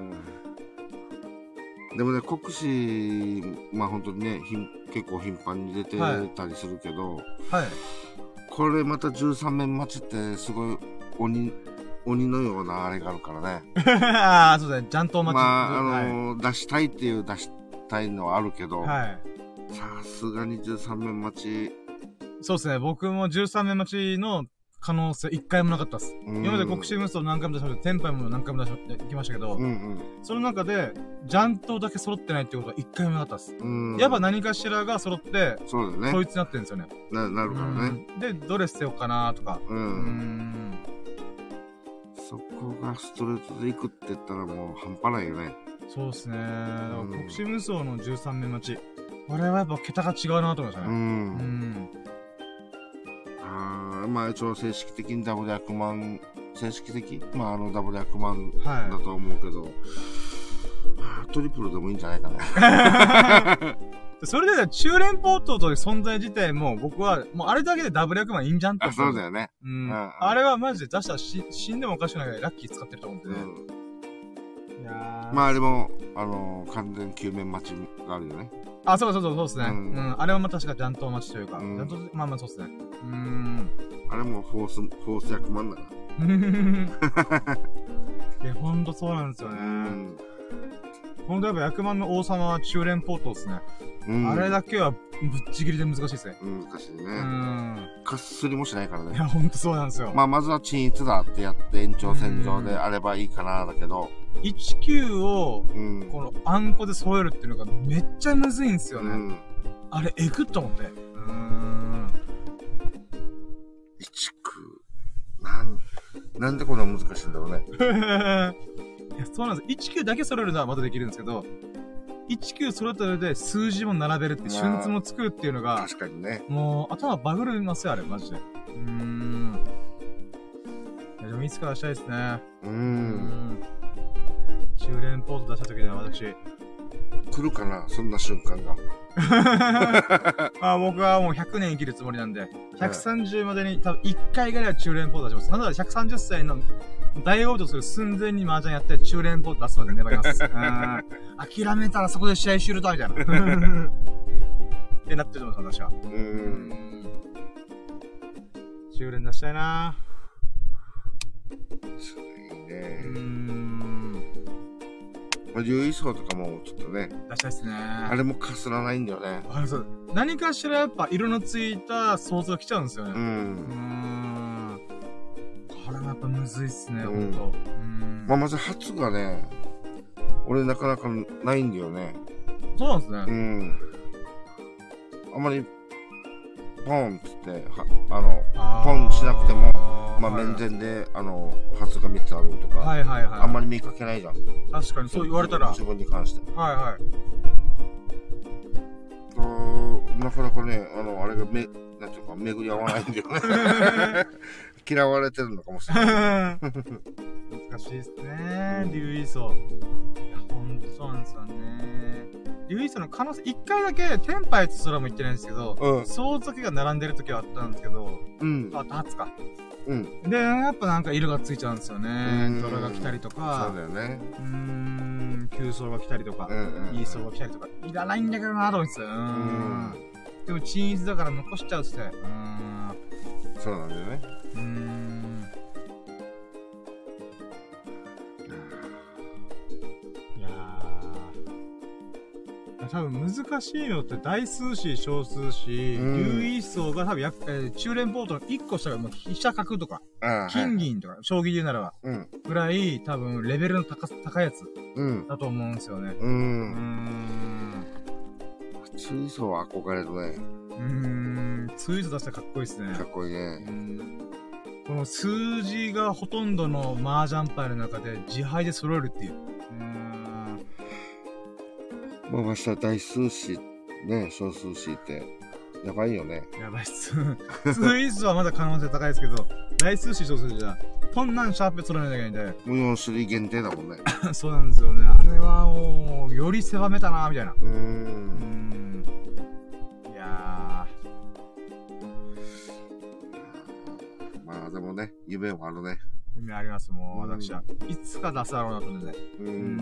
ー。でもね、国士、まあ本当にね、結構頻繁に出てたりするけど、 はい。はいこれまたじゅうさんめん待ちってすごい鬼、鬼のようなあれがあるからね。 ああ、そうだね。ジャント待ち。 まあ、あのーはい、出したいっていう出したいのはあるけど、 はい。 さすがにじゅうさんめん待ち。 そうですね。僕もじゅうさんめん待ちの可能性一回もなかったです。今まで国士無双何回も出しました。テンパイも何回も出し行きましたけど、 うんうん、 その中で、ジャントだけ揃ってないってことは一回もなかったです。やっぱ何かしらが揃って、 そうだね。 統一になってるんですよね。 な、なるからね。 で、どれ捨てようかなとか。 うん。うんそこがストレートで行くって言ったらもう半端ないよね。 そうですね。国士無双のじゅうさんめん待ち。あれはやっぱ桁が違うなと思いましたね。 うん。 うんあまあ一応正式的にダブルひゃくまん、正式的まああのダブルひゃくまんだと思うけど、はい、トリプルでもいいんじゃないかな。 それで中連ポートという存在自体も僕はもうあれだけでダブルひゃくまんいいんじゃんと思う。 そうだよね。 うん。うん、あれはマジで出したらし死んでもおかしくないぐらいラッキー使ってると思うんでね。うん、いやまああれも、あのー、完全救命待ちがあるよね。 あ、そうそうそう、そうですね。うん。うん、あれはまあ確かジャント待ちというか、うん、ジャント、まあまあそうですね。うーん。 あれもフォース、フォースひゃくまんだな。 え、ほんとそうなんですよね。うん。ほんとやっぱひゃくまんの王様は中連ポートですね。うん。あれだけはぶっちぎりで難しいですね。 難しいね。 うん。 かっすりもしないからね。 いや、ほんとそうなんですよ。 まあまずは均一だってやって延長線上であればいいかなだけど。 いちきゅうを、このあんこで揃えるっていうのがめっちゃむずいんですよね。うん、あれ、えぐっと思って。うーん。 いちきゅう。なん、なんでこんな難しいんだろうね。 いや、そうなんです。いちきゅうだけ揃えるのはまだできるんですけど、 いちきゅう揃った上で数字も並べるって、瞬図も作るっていうのが、 確かにね。 もう、頭バグりますよ、あれ、マジで。うーん。いや、でもいつか出したいですね。 うーん。 中連ポート出した時には私。 来るかなそんな瞬間が。 あ、僕はもうひゃくねん生きるつもりなんで、ひゃくさんじゅうまでに多分いっかいぐらいは中連ポート出します。なんだらひゃくさんじゅっさいの大王とする寸前に麻雀やって中連ポート出すまで粘ります。諦めたらそこで試合終了だみたいな。ってなってると思います、私は。うーん。中連出したいなぁ。すごいね。うーん。まあ、竜衣装とかもちょっとね。 出したいですね。 あれもかすらないんだよね。 あ、そう。何かしらやっぱ色のついた想像来ちゃうんですよね。うん。うーん。これもやっぱむずいっすね、ほんと。うん。 まあ、まず初がね、俺なかなかないんだよね。 そうなんですね。 うん。あんまり、ポンっつって、はあの、ポンしなくても、まあ、面前で、あの、発がみっつあるとか、はいはいはい。あんまり見かけないじゃん。 確かに、そう言われたら。 自分に関して。 はいはい。 なかなかね、あの、あれがめ、なんていうか、巡り合わないんだよね。嫌われてるのかもしれない。 難しいですね、竜衣装。いや、ほんとそうなんですよね。竜衣装の可能性、一回だけ、テンパイツすらも言ってないんですけど、うん、相続が並んでる時はあったんですけど、うん。あ、タツか。うん。で、やっぱなんか色がついちゃうんですよね。ドラが来たりとか。 そうだよね。 うーん、急走が来たりとか、いい走が来たりとか、いらないんだけどなと思ってたよ。うん。でも、チーズだから残しちゃうっつって。うーん。 そうなんだよね。うーん。 多分難しいのって大数詞、小数詞、竜衣装が多分や、えー、中連ポートのいっこ下がもう飛車角とか、金銀とか、将棋で言うならば、うん、ぐらい多分レベルの高高いやつだと思うんですよね。うん。うーん。 ツイソーは憧れるね。 うーん。ツイソー出したらかっこいいですね。 かっこいいね。うん。 この数字がほとんどの麻雀牌の中で自敗で揃えるっていう。うーん。 まあ、ました大数詞、ね、小数詞って、やばいよね。 やばいっす。ツイストはまだ可能性高いですけど、大数詞、小数詞じゃ、こんなんシャープ揃えなきゃいけないんで。 もうよん種類限定だもんね。 そうなんですよね。あれはもう、より狭めたな、みたいな。うーん。うーん。いやー。まあ、でもね、夢はあるね。 夢あります、もう、私は。いつか出すだろうなと思ってね。うん。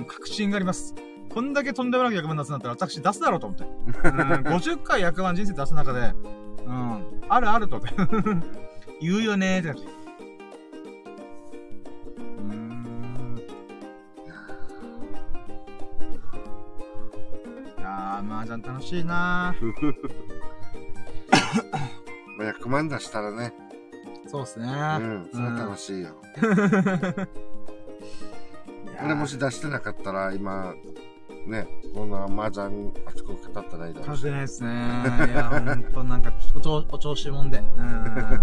確信があります。こんだけとんでもなくひゃくまん出すんだったら、私出すだろうと思って。うん、ごじゅっかいひゃくまん人生出す中で、うん、あるあると思って。言うよねーって感じ。うーん。いやー、麻雀楽しいなー。 ひゃくまん出したらね。 そうっすね。 うん、それは楽しいよ。俺もし出してなかったら、今、ね、こんな麻雀熱く語ってないだろうし。 語ってないですね。いや、ほんとなんか、おちょ、お調子もんで。うん。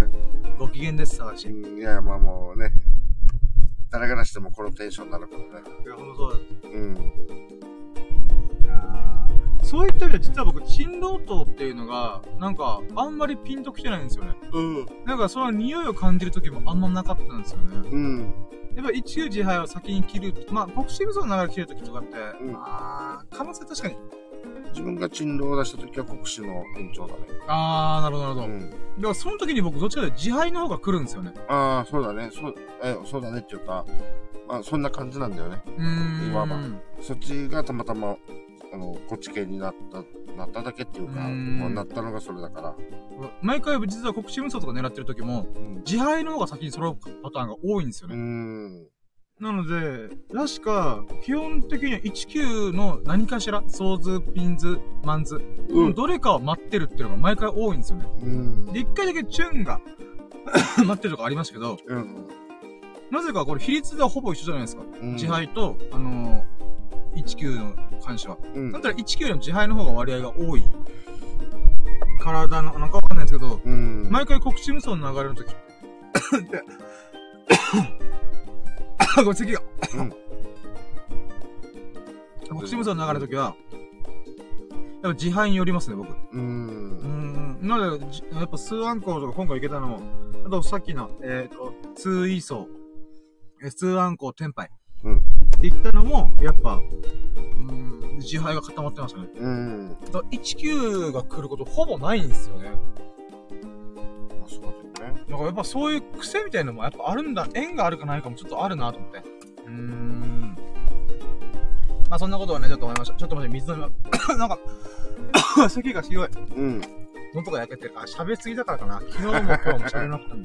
ご機嫌です、私。 いや、まあもうね、誰からしてもこのテンションになるからね。 いや、ほんとそうです。うん。いやそういった意味で実は僕、珍老頭っていうのが、なんか、あんまりピンときてないんですよね。うん。なんか、その匂いを感じる時もあんまなかったんですよね。うん。やっぱいちきゅう自敗を先に切る。まあ、ボクシングゾーンの流れ切るときとかって、うん、まあ、可能性確かに。 自分が珍老を出したときは国士の延長だね。 あー、なるほど、なるほど。うん。だからその時に僕どっちかというと自敗の方が来るんですよね。 あー、そうだね。そう、え、そうだねっていうか、まあ、そんな感じなんだよね。うーん。いわば。そっちがたまたま、あの、こっち系になった、なっただけっていうか、まあ、なったのがそれだから。 毎回実は国士無双とか狙ってる時も、うん、自敗の方が先に揃うパターンが多いんですよね。うーん。なので、確か、基本的にはいちきゅうの何かしら、ソーズ、ピンズ、マンズ、うん、どれかを待ってるっていうのが毎回多いんですよね。うん、で、一回だけチュンが待ってるとかありましたけど、うん、なぜかこれ比率ではほぼ一緒じゃないですか。うん、自敗と、あのー、いちきゅうの関しては。うん、だったらいちきゅうよりも自敗の方が割合が多い。体の、なんかわかんないですけど、うん、毎回国士無双の流れの時って、これ次が。うん。国士無双の流れの時は、 ぱ自販によりますね、僕。うーん。 うん。なので、やっぱスーアンコウとか今回行けたのも、あとさっきの、えっ、ー、と、スーイーソー、スーアンコウ天杯。うん。行ったのも、やっぱ、うん、自敗が固まってましたね。うん。だからいちきゅうが来ることほぼないんですよね。 まあ、そうだよね。 だからやっぱそういう癖みたいなのもやっぱあるんだ、縁があるかないかもちょっとあるなと思って。うーん。まあそんなことはね、ちょっと思いました。ちょっと待って、水飲みま、なんか、咳がひどい。うん。喉が焼けてるから、喋りすぎだからかな。昨日も今日も喋れなかったんで。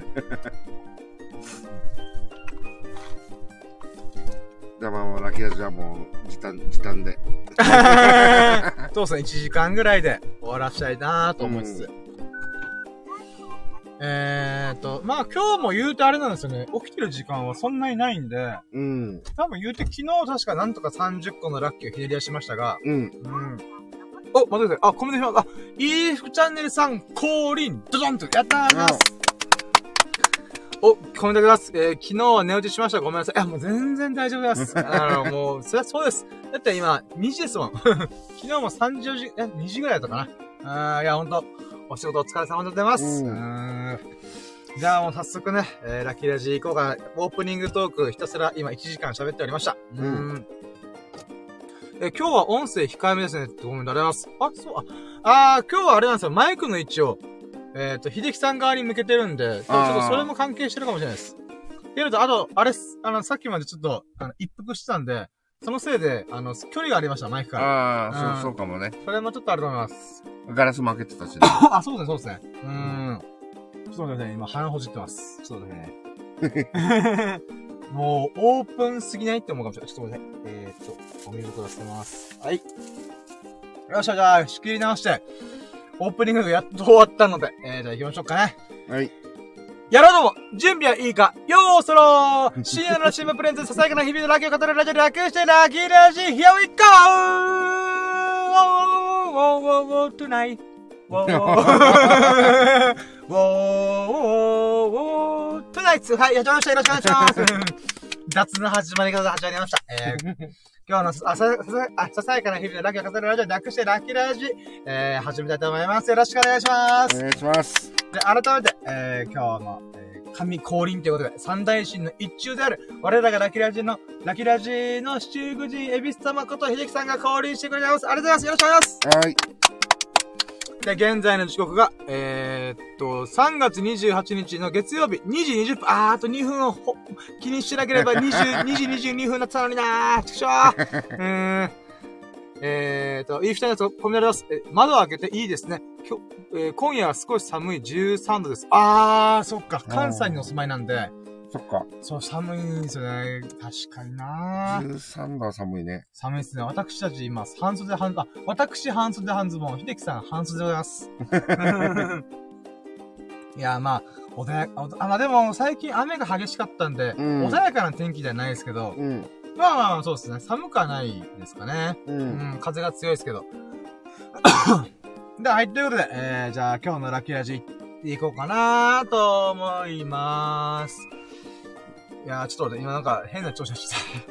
じゃあまあ、ラッキーラジはもう、時短、時短で。 そうですね、いちじかんぐらいで終わらしたいなと思いつつ。うん、えーと、まあ今日も言うてあれなんですよね。起きてる時間はそんなにないんで。うん。多分言うて昨日確かなんとかさんじゅっこのラッキーをひねり出しましたが。うん。うん。お、待ってください。あ、コメントします。あ、イーフチャンネルさん、降臨、ドドンと、やったーありがとうございます。お、コメントください。えー、昨日は寝落ちしました。ごめんなさい。いや、もう全然大丈夫です。あの、もう、そりゃそうです。だって今、にじですもん。昨日もさんじよじ、え、にじぐらいだったかな。あー、いや、ほんと、お仕事お疲れ様でございます。うん。うーんじゃあもう早速ね、えー、ラッキーラジ行こうかな。オープニングトークひたすら今いちじかん喋っておりました。うん。うんえー、今日は音声控えめですねってコメントあります。あ、そう、あ、あー、今日はあれなんですよ。マイクの位置を、えっと、秀樹さん側に向けてるんで、ちょっとそれも関係してるかもしれないです。っていうのと、あと、あれ、あの、さっきまでちょっと、あの、一服してたんで、そのせいで、あの、距離がありました、マイクから。 ああ、そう、そうかもね。 それもちょっとあると思います。 ガラスも開けてたしね。 あ、そうですね、そうですね。うーん。ちょっと待ってね、今鼻ほじってます。ちょっと待ってね。もう、オープンすぎないって思うかもしれない。ちょっと待って。えーっと、お水くださいます。はい。よっしゃ、じゃあ、仕切り直して、オープニングがやっと終わったので、えー、じゃあ行きましょうかね。はい。やろうどうも準備はいいかよーそろー深夜のチームプレンズささやかな日々のラッキーを語るラジオで楽してラッキーラジ Here we go! Whoa, whoa, whoa, tonight. Whoa, whoa, whoa, whoa, tonight. はい、やってました。よろしくお願いします。雑な始まり方で始まりました。えー、今日のささ、さ、ささやかな日々のラッキーを語るラジオで楽してラッキーラジ、えー、始めたいと思います。よろしくお願いします。 お願いします。 で、改めて、えー、今日の、えー、神降臨ということで、三大神の一中である、我らがラキラジの、ラキラジの七福神恵比寿様こと秀樹さんが降臨してくれてます。ありがとうございます。よろしくお願いします。はい。で、現在の時刻が、えー、っと、さんがつにじゅうはちにちの月曜日、にじにじゅっぷん、あー、あとにふんをほ気にしなければにじゅう、にじにじゅうにふんになったのになー。ちくしょー。うーん。えーと、いい二人のコメントあります。え、窓を開けていいですね。きょ、えー、今夜は少し寒いじゅうさんどです。あー、そっか。関西にお住まいなんで。 そっか。 そう、寒いんですよね。確かになー。じゅうさんどは寒いね。 寒いですね。私たち今、半袖半、あ、私半袖半ズボン、秀樹さん半袖でございます。いや、まあ、穏やか、あ、まあでも最近雨が激しかったんで、うん、穏やかな天気ではないですけど、うん、まあまあまあそうですね。寒くはないですかね。うん。うん、風が強いですけど。で、はい、ということで、えー、じゃあ今日のラッキーラジいこうかなーと思いまーす。いやー、ちょっと待って、今なんか変な調子がした。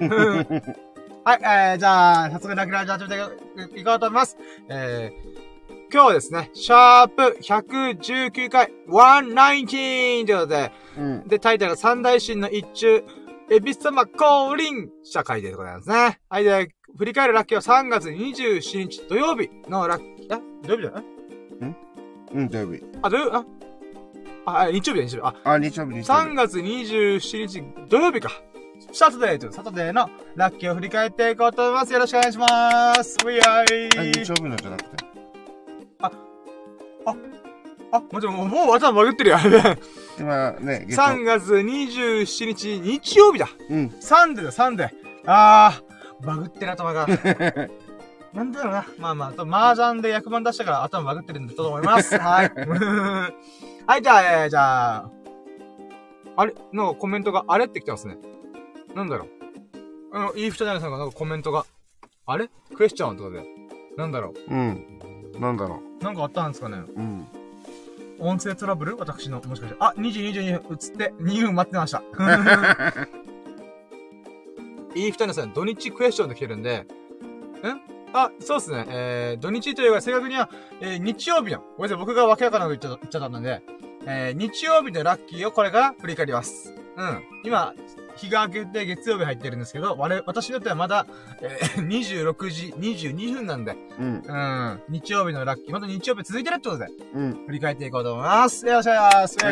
はい、えー、じゃあ、早速ラッキーラジ始めていこうと思います。えー、今日はですね、シャープひゃくじゅうきゅうかい、ひゃくじゅうきゅうということで、うん、で、タイトルが三大神の一中、恵比寿様降臨社会でございますね。はい、で、振り返るラッキーはさんがつにじゅうしちにち土曜日のラッキー、あ、土曜日じゃないんうん、土曜日。 あ、土曜日、あ、あ、日曜日だ、日曜日。 あ、あ、日曜日、日曜日。 さんがつにじゅうしちにち土曜日か。サタデーというサタデーのラッキーを振り返っていこうと思います。よろしくお願いします。ウィアイ。 日曜日のじゃなくて。 あ、あ、あ、もちろん、もう頭バグってるよ。 今ね、 さんがつにじゅうしちにち日曜日だ。うん。サンデーだ、サンデー。あー、バグってる頭が。なんだろうな。まあまあ、と、麻雀で役満出したから頭バグってるんだと思います。はい。はい、じゃあ、えー、じゃあ、あれなんかコメントが、あれって来てますね。なんだろう。あの、イーフチャンネルさんがなんかコメントが、あれクエスチョンとかで。なんだろう。 うん。なんだろう。 なんかあったんですかね。うん。音声トラブル私の、もしかして。あ、にじにじゅうにふん映ってにふん待ってました。イーフチャンネルさん、土日クエスチョンで来てるんで、んあ、そうですね。えー、土日というか、正確には、えー、日曜日の、ごめんなさい、僕がわけわからないこと言っちゃ言っちゃったので、えー、日曜日のラッキーをこれから振り返ります。うん。今、日が明けて月曜日入ってるんですけど、我、私にとってはまだ、えー、にじゅうろくじにじゅうにふんなんで、うん。うん。日曜日のラッキー、また日曜日続いてるってことで、うん。振り返っていこうと思います。よろしくお願いします。はい。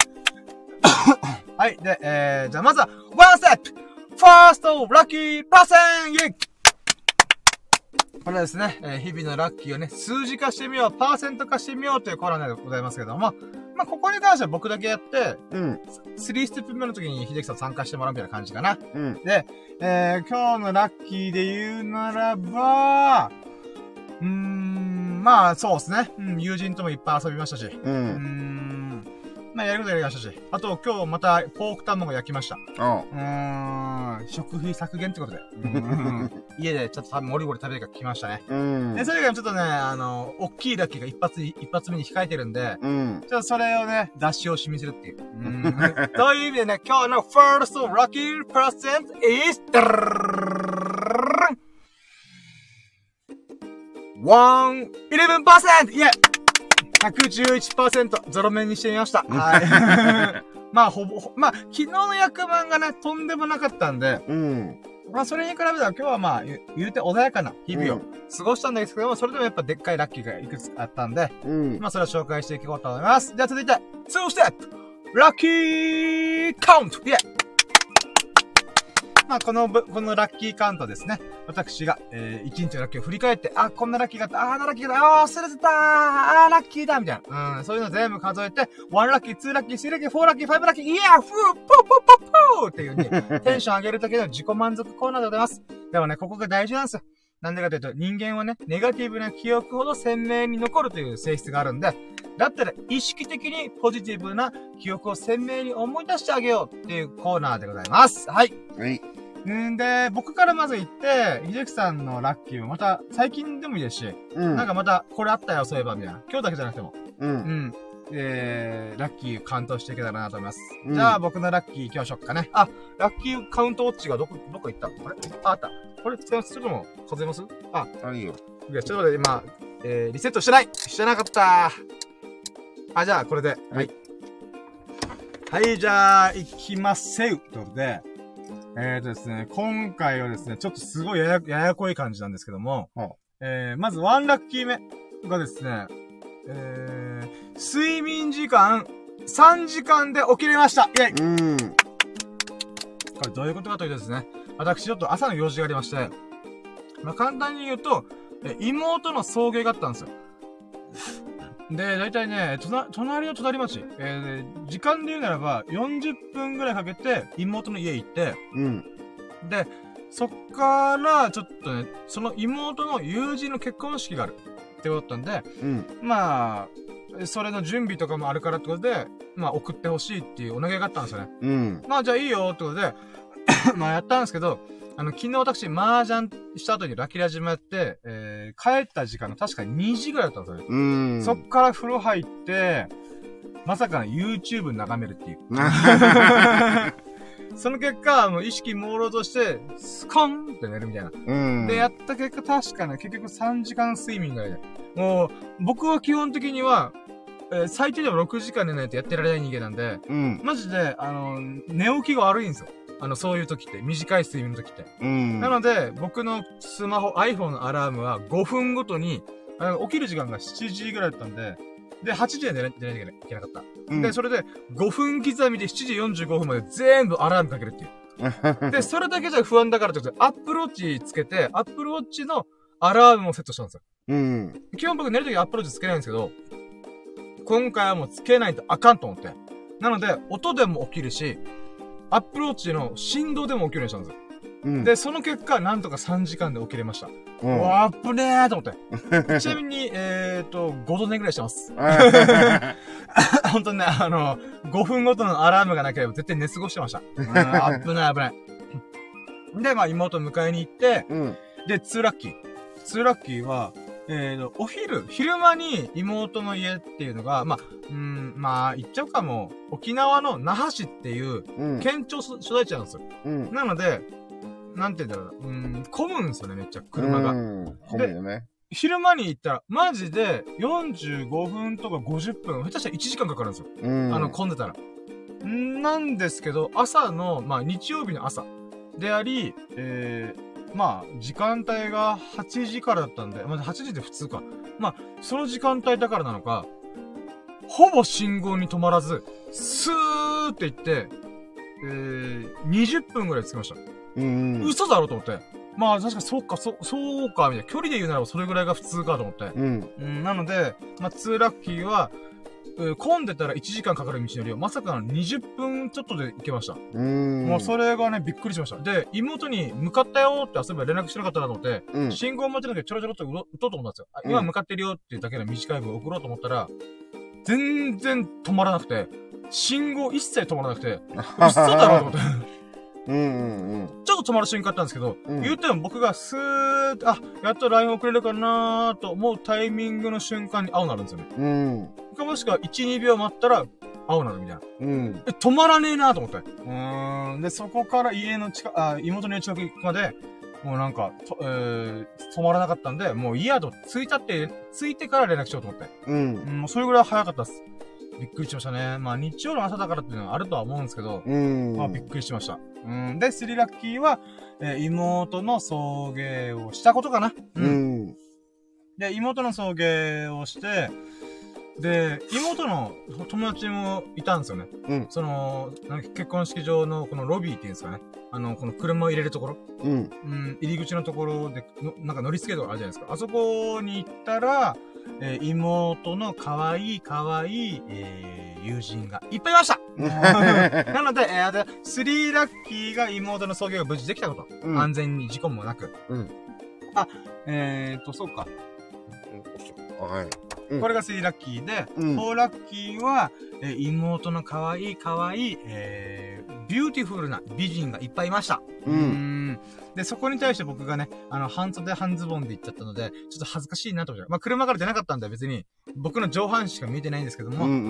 はい。で、えー、じゃあまずは、ワンステップファーストラッキーパーセンイェイこれはですね、えー、日々のラッキーをね、数字化してみよう、パーセント化してみようというコーナーでございますけども、まあ、ここに関しては僕だけやって、うん。スリーステップ目の時に秀樹さん参加してもらうみたいな感じかな。うん。で、えー、今日のラッキーで言うならば、うーん、まあ、そうですね。うん、友人ともいっぱい遊びましたし、うん。うーんまあ、やることやりましたし。あと、今日また、ポーク卵焼きました。ああうーん。食費削減ってことで。うん家でちょっと多分モリモリ食べるから来ましたね。うん。で、それ以外にちょっとね、あの、大きいラッキーが一発、一発目に控えてるんで、うん。ちょっとそれをね、出し惜しみするっていう。うん。という意味でね、今日の first lucky percent is, ワン、イレブンパーセント! イェイひゃくじゅういちパーセント ゾロ目にしてみました。はい。まあ、ほぼ、まあ、昨日の役満がね、とんでもなかったんで、うん。まあ、それに比べたら今日はまあ、言う、言うて穏やかな日々を過ごしたんですけども、それでもやっぱでっかいラッキーがいくつかあったんで、うん。まあ、それを紹介していこうと思います。じゃあ続いて、ツーステップラッキーカウントイェイまあ、この、このラッキーカウントですね。私が、えー、一日のラッキーを振り返って、あ、こんなラッキーがあった、あ、あのラッキーがあった、あ、忘れてたー、あ、ラッキーだみたいな。うん、そういうの全部数えて、ワンラッキー、ツーラッキー、スリーラッキー、フォーラッキー、ファイブラッキー、イヤー、フー、ポーポーポーポーっていうね、テンション上げるだけの自己満足コーナーでございます。でもね、ここが大事なんですよ。なんでかというと、人間はね、ネガティブな記憶ほど鮮明に残るという性質があるんで、だったら意識的にポジティブな記憶を鮮明に思い出してあげようっていうコーナーでございます。はい。はい。んで、僕からまず言って、秀樹さんのラッキーをまた、最近でもいいですし、うん、なんかまた、これあったよ、そういえば、みたいな。今日だけじゃなくても。うん。うん。えー、ラッキーカウントしていけたらなと思います。うん、じゃあ、僕のラッキー行きましょうかね。あ、ラッキーカウントウォッチがどこ、どこ行ったあれあ、あった。これ使います？ちょっとも数えます？あ、 あ、いいよ。 いや、ちょっと待って、今、えー、リセットしてないしてなかったあ、じゃあ、これで。はい。はい、じゃあ、行きますよということで、えーとですね、今回はですね、ちょっとすごいやや、ややこい感じなんですけども、はあ、えー、まずワンラッキー目がですね、えー、睡眠時間さんじかんで起きれましたイェイうん。これどういうことかというとですね、私ちょっと朝の用事がありまして、まあ、簡単に言うと、え妹の送迎があったんですよ。で、だいたいね、とな、隣の隣町、えー、時間で言うならば、よんじゅっぷんぐらいかけて、妹の家行って、うん。で、そっから、ちょっとね、その妹の友人の結婚式があるってことだったんで、うん。まあ、それの準備とかもあるからってことで、まあ、送ってほしいっていうお願いがあったんですよね。うん。まあ、じゃあいいよってことで、まあ、やったんですけど、あの、昨日私、麻雀した後にラキラジもやって、えー、帰った時間が確かににじぐらいだったんですよね。うん。そっから風呂入って、まさかの YouTube 眺めるっていう。その結果、もう意識朦朧として、スコンって寝るみたいな。うん。で、やった結果確かね、結局さんじかん睡眠ぐらいで。もう、僕は基本的には、えー、最低でもろくじかん寝ないとやってられない人間なんで、うん。マジで、あの、寝起きが悪いんですよ。あの、そういう時って、短い睡眠の時って。うん。なので、僕のスマホ、iPhone のアラームはごふんごとに、あの起きる時間がしちじぐらいだったんで、で、はちじで寝ないといけなかった。うん、で、それで、ごふん刻みでしちじよんじゅうごふんまで全部アラームかけるっていう。で、それだけじゃ不安だからってことで、Apple Watch つけて、Apple Watch のアラームもセットしたんですよ。うん。基本僕寝るとき Apple Watch つけないんですけど、今回はもうつけないとあかんと思って。なので、音でも起きるし、アップルウォッチの振動でも起きるようにしたんですよ。うん、で、その結果、なんとかさんじかんで起きれました。うん、うわ、あっぶねーと思って。ちなみに、えーと、ごど寝ぐらいしてます。本当にね、あの、ごふんごとのアラームがなければ絶対寝過ごしてました。あっぶない、危ない。で、まあ、妹迎えに行って、うん、で、ツーラッキー。ツーラッキーは、えーと、お昼、昼間に妹の家っていうのが、まあ、うん、まあ、言っちゃうかも、沖縄の那覇市っていう、県庁所在地なんですよ。うん、なので、 なんて言うんだろうな、うん、混むんですよね、めっちゃ、車が。 うん、混むよね。 昼間に行ったら、マジでよんじゅうごふんとかごじゅっぷん、下手したらいちじかんかかるんですよ。うん、あの、混んでたら。んなんですけど、朝の、まあ、日曜日の朝であり、えー、まあ、時間帯がはちじからだったんで、まあ、はちじで普通か。まあ、その時間帯だからなのか、ほぼ信号に止まらず、スーって行って、えー、にじゅっぷんぐらい着きました。うん、嘘だろと思って。まあ確かにそうか、そ、そうか、みたいな。距離で言うならばそれぐらいが普通かと思って。うん。うん、なので、まあ、ツーラッキーは、混んでたらいちじかんかかる道のりをまさかのにじゅっぷんちょっとで行けました。うん。もうそれがね、びっくりしました。で、妹に向かったよって遊べば連絡してなかったなと思って、うん、信号待ちだけちょろちょろっと打とうと思ったんですよ。うん、今向かってるよっていうだけの短い文送ろうと思ったら、全然止まらなくて、信号一切止まらなくて、嘘だろうと思って。うんうんうん。ちょっと止まる瞬間あったんですけど、うん、言うても僕がスーッと、あ、やっと ライン 送れるかなーと思うタイミングの瞬間に青になるんですよね。うん。もしくはいち、にびょう待ったら青になるみたいな。うん。え、止まらねえなーと思って。うーん。で、そこから家の近く、あ、妹の家近くまで、もうなんか、とえー、止まらなかったんで、もう家と着いたって、着いてから連絡しようと思って。うん。うん、もうそれぐらい早かったです。びっくりしましたね。まあ日曜の朝だからっていうのはあるとは思うんですけど、うん。まあびっくりしました。うん。で、スリラッキーは、えー、妹の送迎をしたことかな。うん。うん、で、妹の送迎をして、で、妹の友達もいたんですよね。うん。その、なんか結婚式場のこのロビーっていうんですかね。あの、この車を入れるところ。うん。うん、入り口のところで、のなんか乗り付けとかあるじゃないですか。あそこに行ったら、えー、妹の可愛い可愛い、えー、友人がいっぱいいましたなので、えー、スリーラッキーが妹の送迎が無事できたこと。うん、安全に事故もなく。うん。あ、えーと、そうか。はい。うん、これがスリーラッキーで、うん、フォーラッキーは、えー、妹の可愛い可愛い、えー、ビューティフルな美人がいっぱいいました。うん。うーんで、そこに対して僕がね、あの、半袖半ズボンで行っちゃったので、ちょっと恥ずかしいなと思って。まあ、車から出なかったんで別に、僕の上半身しか見えてないんですけども、うん、うん、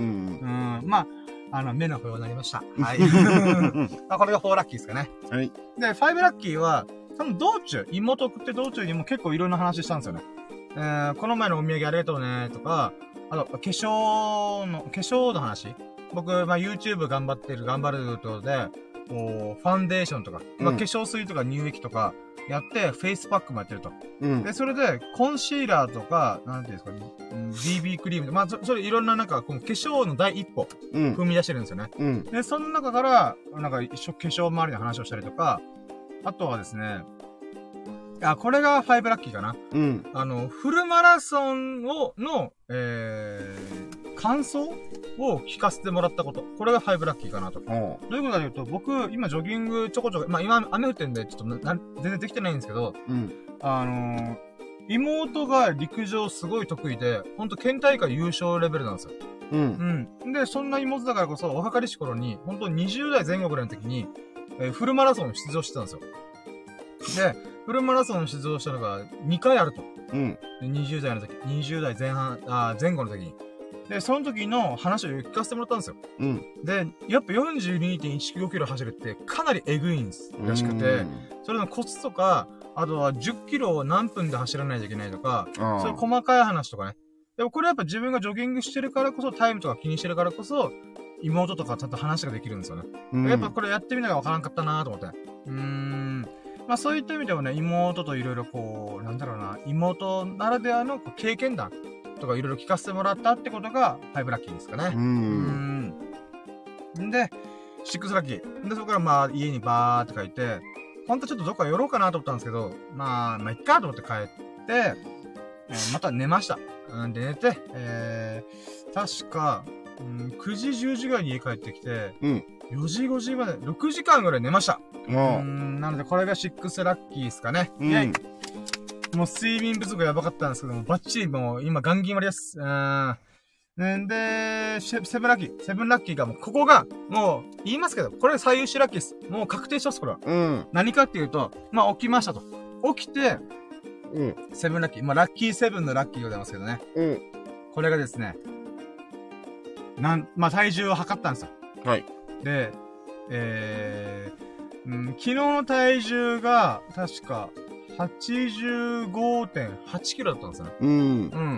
うん。まあ、あの、目の保養になりました。はい。まあ、これがフォーラッキーですかね。はい。で、ファイブラッキーは、多分道中、妹送って道中にも結構いろんな話したんですよね。えー、この前のお土産ありがとうね、とか、あと、化粧の、化粧の話僕、まあ、YouTube 頑張ってる、頑張るということで、こう、ファンデーションとか、うん、まあ、化粧水とか乳液とかやって、フェイスパックもやってると。うん、で、それで、コンシーラーとか、なんていうんですかね、うん、ビービー クリームとか、まあ、そ、それいろんななんか、この化粧の第一歩、踏み出してるんですよね。うん、で、その中から、なんか、一緒、化粧周りの話をしたりとか、あとはですね、あ、これがファイブラッキーかな。うん。あの、フルマラソンを、の、えー、感想を聞かせてもらったこと。これがファイブラッキーかなと。どういうことかというと、僕、今ジョギングちょこちょこ、まあ今雨降ってんで、ちょっとな、全然できてないんですけど、うん。あのー、妹が陸上すごい得意で、ほんと県大会優勝レベルなんですよ。うん。うん。で、そんな妹だからこそ、若かりし頃に、ほんとにじゅう代前後ぐらいの時に、えー、フルマラソン出場してたんですよ。で、フルマラソン出場したのがにかいあると。うん。にじゅう代の時、にじゅう代前半、あ前後の時に。で、その時の話を聞かせてもらったんですよ。うん。で、やっぱ よんじゅうにてんいちごキロ走るってかなりエグいんですらしくて、それのコツとか、あとはじゅっキロを何分で走らないといけないとか、そういう細かい話とかね。でもこれやっぱ自分がジョギングしてるからこそ、タイムとか気にしてるからこそ、妹とかちゃんと話ができるんですよね。うん、やっぱこれやってみながらわからんかったなーと思って。うーん。まあそういった意味ではね、妹といろいろこう、なんだろうな、妹ならではの経験談とかいろいろ聞かせてもらったってことが、ファイブラッキーですかね。うーん。んで、シックスラッキー。で、そこからまあ家にバーって帰って、ほんとちょっとどっか寄ろうかなと思ったんですけど、まあ、まあいっかと思って帰って、えー、また寝ました。うんで寝て、えー、確か、うん、くじじゅうじぐらいに家帰ってきて、うん、よじごじまでろくじかんぐらい寝ました。うん、なのでこれがシックスラッキーですかね。うん、もう睡眠不足やばかったんですけども、バッチリもう今ガンギン割りです。うん。んで、セブンラッキー。セブンラッキーがもう、ここが、もう、言いますけど、これ最優秀ラッキーです。もう確定します、これは。うん。何かっていうと、まあ起きましたと。起きて、うん。セブンラッキー。まあラッキーセブンのラッキーでございますけどね。うん。これがですね、なん、まあ体重を測ったんですよ。はい。で、えうん、昨日の体重が、確か、はちじゅうごてんはちキロだったんですよね。うん。うん。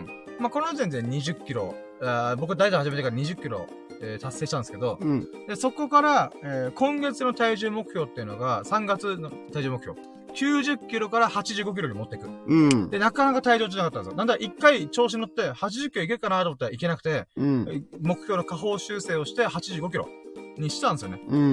まあ、この時点でにじゅっキロ、あ僕ダイエット始めてからにじゅっキロ、えー、達成したんですけど、うん、でそこから、えー、今月の体重目標っていうのが、さんがつの体重目標。きゅうじゅっキロからはちじゅうごキロに持っていく。うん。で、なかなか体重落ちなかったんですよ。なんだ、一回調子乗って、はちじゅっキロいけるかなと思ったらいけなくて、うん。目標の下方修正をして、はちじゅうごキロにしたんですよね。うん。うん。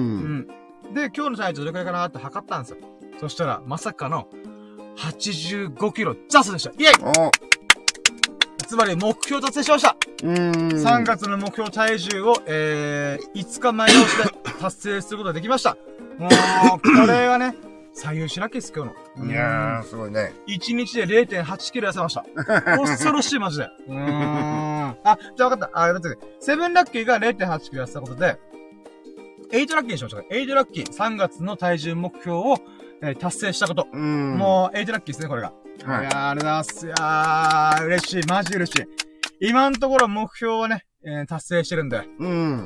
で、今日の体重どれくらいかなって測ったんですよ。そしたら、まさかの、はちじゅうごキロジャストでした。イェイつまり、目標達成しました。うん。さんがつの目標体重を、えー、いつか前倒しで達成することができました。もう、これはね、左右しなきゃです、今日の。 いやー、すごいね。 いちにちで れいてんはちキロ痩せました。恐ろしい、マジで。うーん。あ、じゃあ分かった。あ、待って、セブンラッキーが れいてんはちキロ痩せたことで、エイトラッキーにしましょうか。エイトラッキー、さんがつの体重目標を、えー、達成したこと。うん。もう、エイトラッキーですね、これが。はい。いやー、ありがとうございます。いやー、嬉しい。マジ嬉しい。今のところ目標はね、えー、達成してるんで。うん。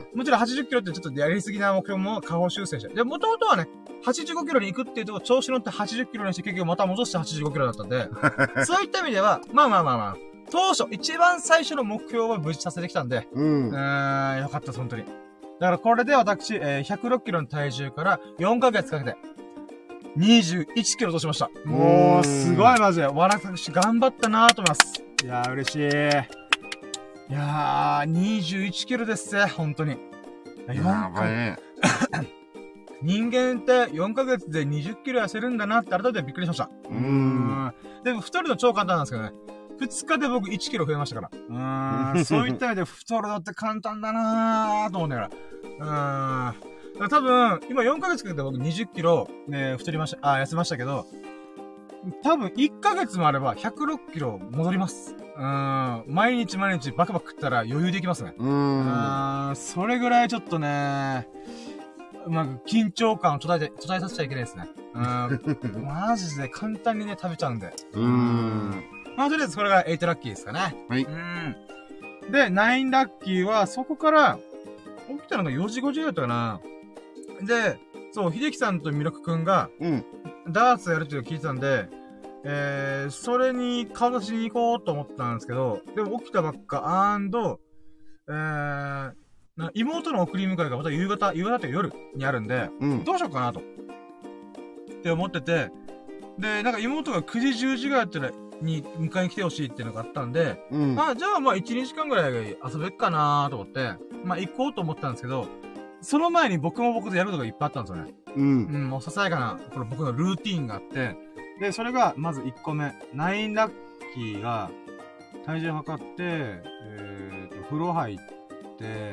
もちろんはちじゅっキロってちょっとやりすぎな目標も下方修正して。で、もともとはね、はちじゅうごキロに行くっていうとこ調子乗ってはちじゅっキロにして結局また戻してはちじゅうごキロだったんで、そういった意味では、まあまあまあまあ、当初、一番最初の目標は無事達成できたんで、うん。えー、よかったです、本当に。だからこれで私、えー、ひゃくろっキロの体重からよんかげつかけて、にじゅういちキロ落としました。もう、すごいマジで。私、頑張ったなーと思います。いやー、嬉しい。いやー、にじゅういちキロですぜ、ほんとに。 やばいね。 人間ってよんかげつでにじゅっキロ痩せるんだなって改めてびっくりしました。うーん。でも太るの超簡単なんですけどね。ふつかで僕いちキロ増えましたから。うーん。そういった意味で太るのって簡単だなーと思うんだから。うーん。多分、今よんかげつかけて僕にじゅっキロ、ね、太りました、あ、痩せましたけど、多分いっかげつもあればひゃくろっキロ戻ります。うーん。毎日毎日バクバク食ったら余裕できますね。うーん。うーん。それぐらいちょっとね、うまく緊張感を途絶えて、途絶えさせちゃいけないですね。うーん。マジで簡単にね、食べちゃうんで。うーん。まあ、とりあえずこれがエイトラッキーですかね。はい。うーん。で、ナインラッキーはそこから、起きたのがよじごじだったかな。で、そう、秀樹さんとミラクくんが、うん。ダーツやるっていうのを聞いてたんで、えー、それに顔出しに行こうと思ったんですけど、でも起きたばっか、アンド、えー、な妹の送り迎えがまた夕方、夕方という夜にあるんで、うん、どうしようかなと。って思ってて、で、なんか妹がくじじゅうじぐらいやったら、に迎えに来てほしいっていうのがあったんで、うん、あ、じゃあまあいち、にじかんぐらい遊べっかなと思って、まあ行こうと思ったんですけど、その前に僕も僕でやることがいっぱいあったんですよね。うん。うん、もうささやかな、これ僕のルーティーンがあって、で、それが、まずいっこめ。ナインラッキーが、体重測って、えーと、風呂入って、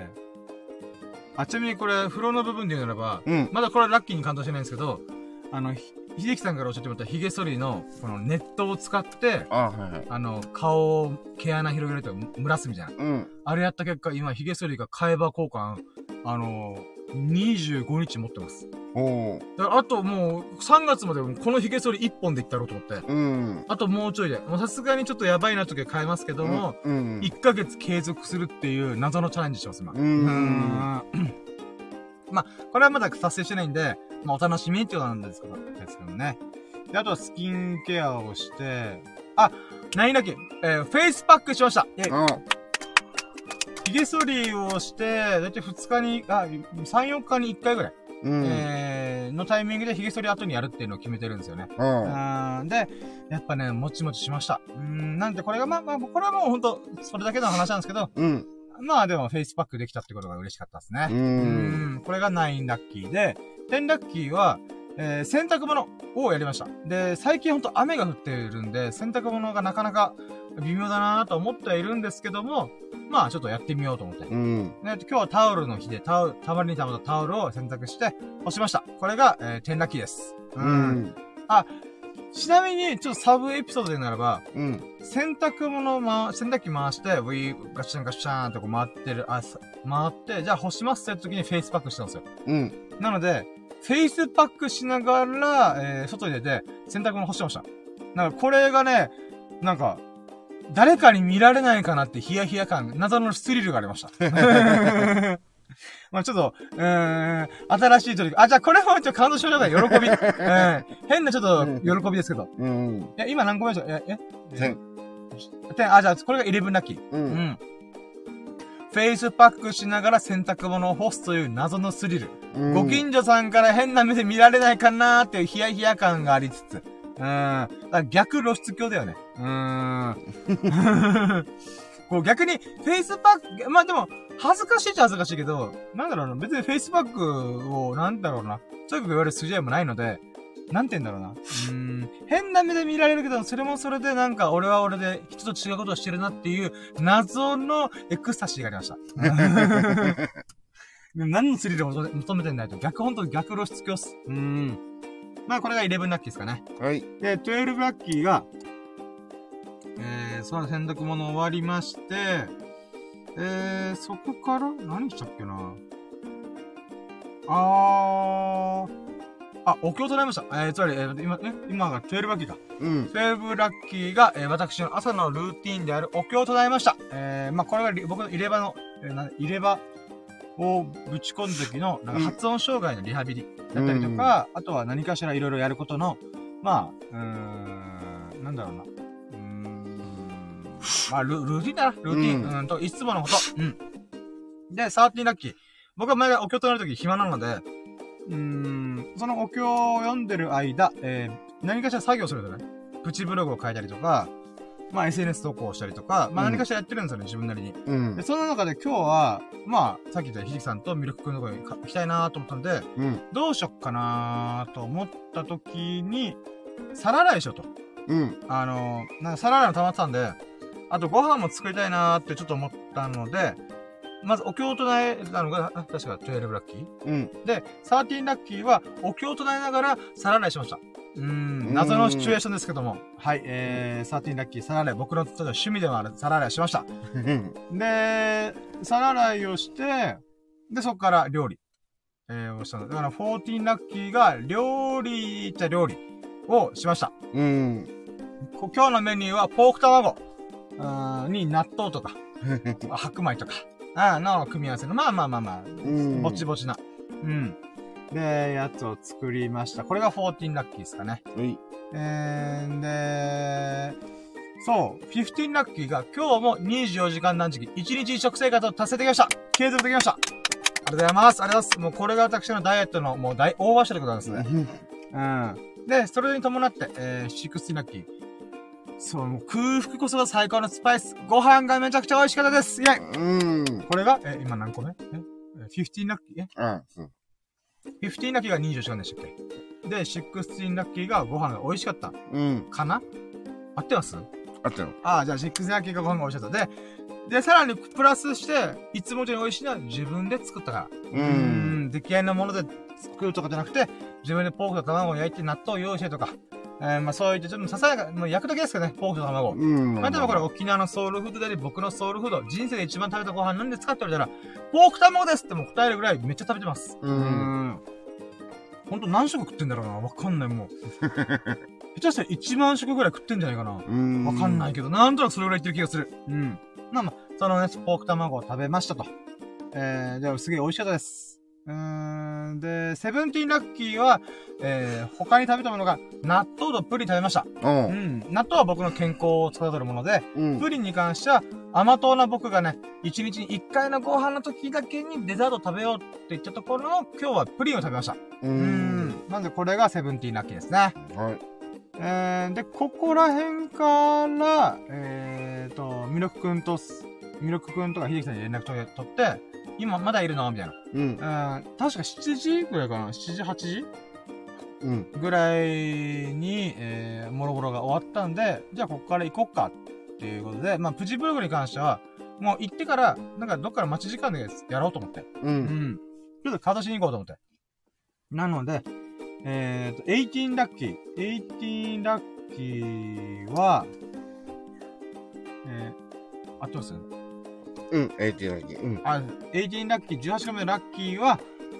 あ、ちなみにこれ、風呂の部分で言うならば、うん、まだこれラッキーに感動してないんですけど、あの、秀樹さんから教えてもらった髭剃りの、このネットを使って、あ、はいはい、あの、顔を毛穴広げると蒸らすみたいな。うん。あれやった結果、今、髭剃りが替え刃交換、あのー、にじゅうごにち持ってます。おだからあともう、さんがつまでこの髭剃りいっぽんでいったろうと思って。うん。あともうちょいで。もうさすがにちょっとやばいな時は変えますけども、うん。うん、いっかげつ継続するっていう謎のチャレンジしてます、今。うん。うんまあ、これはまだ達成してないんで、まあ、お楽しみってことなんですけど、ですけどね。で、あとはスキンケアをして、あ、何だっけ、えー、フェイスパックしました。えー、髭剃りをして、だいたいふつかに、あ、さん、よっかにいっかいぐらい。うん、えー、のタイミングで髭剃り後にやるっていうのを決めてるんですよね。うん。うんで、やっぱね、もちもちしました。うん、なんでこれがまあまあ、これはもうほんと、それだけの話なんですけど、うん。まあでもフェイスパックできたってことが嬉しかったですね。うん。うんこれがナインラッキーで、テンラッキーは、えー、洗濯物をやりました。で、最近ほんと雨が降ってるんで、洗濯物がなかなか微妙だなと思ってはいるんですけども、まあちょっとやってみようと思って。うん。ね、今日はタオルの日で、タオル、たまりにたまったタオルを洗濯して干しました。これが、えー、テンラッキーです。うん。うん、あ、ちなみに、ちょっとサブエピソードでならば、うん。洗濯物を回、洗濯機回して、ウィー、ガシャンガシャーンとこう回ってる、あ、回って、じゃあ干しますって時にフェイスパックしてたんですよ。うん。なので、フェイスパックしながら、えー、外に出て、洗濯物干してました。なんかこれがね、なんか、誰かに見られないかなってヒヤヒヤ感、謎のスリルがありました。 まあちょっと、うーん、新しい取り組み。あ、じゃあこれもちょっと感動しましょうか。喜び。うん。変なちょっと、喜びですけど。うん。いや、今何個目でしょうえ、え千。 点。あ、じゃあこれがじゅういちラッキー。うん。うん。フェイスパックしながら洗濯物を干すという謎のスリル。うん、ご近所さんから変な目で見られないかなーっていうヒヤヒヤ感がありつつ。うん。だから逆露出狂だよね。うーん。こう逆に、フェイスパック、まあでも、恥ずかしいっちゃ恥ずかしいけど、なんだろうな、別にフェイスパックを、なんだろうな、そういうこと言われる筋合いもないので、なんて言うんだろうな。うーん、変な目で見られるけど、それもそれでなんか、俺は俺で人と違うことをしてるなっていう、謎のエクスタシーがありました。何のスリルを求めてんだよと。逆、ほんと逆露出狂っす。うーん。まあこれがじゅういちラッキーですかね。 はい。 で、じゅうにラッキーが、えー、その洗濯物終わりまして、えー、そこから何したっけなあー、あ、お経を唱えました。えー、つまり、えー、今、え、今がじゅうにラッキーか。うん。じゅうにラッキーが、えー、私の朝のルーティーンであるお経を唱えました。えー、まあ、これが僕の入れ歯の、えー、な、入れ歯をぶち込んだ時の、なんか発音障害のリハビリだったりとか、うん、あとは何かしらいろいろやることの、まあ、うーん、なんだろうな。まあ、ル、ルーティンだな。ルーティン。うん、うんと、いつものこと。うん。で、じゅうさんラッキー。僕は前お経を唱えるとき暇なので、うーん、そのお経を読んでる間、えー、何かしら作業するとね、プチブログを書いたりとか、まあ エスエヌエス 投稿したりとか、まあ何かしらやってるんですよね、自分なりに。うん。で、その中で今日は、まあ、さっき言ったひじきさんとミルクくんのところに行きたいなと思ったので、うん。どうしよっかなと思ったときに、皿洗いしようと。うん。あのー、なんか皿洗いの溜まってたんで、あとご飯も作りたいなーってちょっと思ったので、まずお経を唱えたのが、確かじゅうにラッキーうん。で、じゅうさんラッキーはお経を唱えながら皿洗いしました。うーん、謎のシチュエーションですけども。はい、えー、じゅうさんラッキー皿洗い、僕のちょっと趣味でもある皿洗いしました。で、皿洗いをして、で、そこから料理。えー、をしたの。だからじゅうよんラッキーが料理っちゃ料理をしました。うん。今日のメニューはポーク卵。に納豆とか、白米とか、あの、組み合わせの、まあまあまあまあ、ぼちぼちな。うん。で、やつを作りました。これがじゅうよんラッキーですかね。はい。えー、で、そう、じゅうごラッキーが今日もにじゅうよじかん断食、いちにち食生活を達成できました。継続できました。ありがとうございます。ありがとうございます。もうこれが私のダイエットのもう大大柱でございますね。うん。で、それに伴って、えー、じゅうろくラッキー。そう、もう空腹こそが最高のスパイス。ご飯がめちゃくちゃ美味しかったです。イェイうん。これが、え、今何個目え ?じゅうご ラッキーえうん。そう。じゅうごラッキーがにじゅうよじかんでしたっけで、じゅうろくラッキーがご飯が美味しかった。うん。かな合ってます合ってる。 ああ、じゃあじゅうろくラッキーがご飯が美味しかった。で、で、さらにプラスして、いつも以上に美味しいのは自分で作ったから。うん。うん。出来合いのもので作るとかじゃなくて、自分でポークと卵を焼いて納豆を用意してとか。えー、まあそういったちょっとささやか、もう焼くだけですかね、ポークと卵。うん。まあでもこれ沖縄のソウルフードであり、僕のソウルフード、人生で一番食べたご飯なんで使っておいたら、ポーク卵ですってもう答えるぐらいめっちゃ食べてます。うん。うんほんと何食食ってんだろうな、わかんないもう。下手したらいちまん食ぐらい食ってんじゃないかな。うん。わかんないけど、なんとなくそれぐらい言ってる気がする。うん。まあまあ、そのね、ポーク卵を食べましたと。えー、じゃあすげえ美味しかったです。うーん。で、セブンティーンラッキーは、えー、他に食べたものが、納豆とプリン食べました。うん。うん。納豆は僕の健康を司るもので、うん、プリンに関しては、甘党な僕がね、一日に一回のご飯の時だけにデザート食べようって言ったところの、今日はプリンを食べました。うーん。うんなんでこれがセブンティーンラッキーですね。はい。えー、で、ここら辺から、えーと、ミルクくんと、ミルクくんとか秀樹さんに連絡取って、今まだいるのみたいな。うん。うん。確かしちじぐらいかな ?しちじ、はちじうん。ぐらいに、えー、もろもろが終わったんで、じゃあこっから行こっかっていうことで、まあ、プチブログに関しては、もう行ってから、なんかどっから待ち時間でやろうと思って。うん。うん。ちょっとカードしに行こうと思って。なので、えーと、じゅうはちラッキー。じゅうはちラッキーは、えー、合ってますうん、じゅうはちラッキー。うん。 あ、じゅうはちラッキー、じゅうはち個目のラッキーは、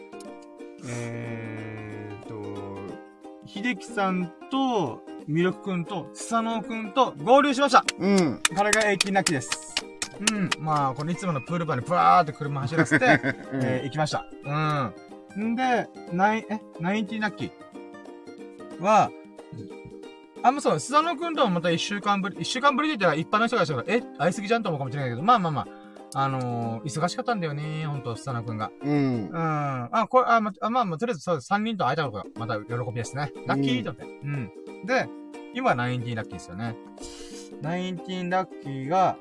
えーと、秀樹さんと、ミルクくんと、スサノオくんと合流しました。うん。これがじゅうはちラッキーです。 うん。まあ、このいつものプールバーにブワーって車走らせて、うん、えー、行きました。うん。んで、ナイ、え、ナインティラッキーは、あ、もうそう、須田野くんともまた一週間ぶり、一週間ぶりで言ったら一般の人がしたから、え、会いすぎじゃんと思うかもしれないけど、まあまあまあ、あのー、忙しかったんだよね、ほんと、須田野くんが。うん。うん。あ、これ、あ、ま、あまあまあ、とりあえずそうです。三人と会えたことが、また喜びですね。ラッキーと思って。うん。うん。で、今はナインティーンラッキーですよね。ナインティーンラッキーが、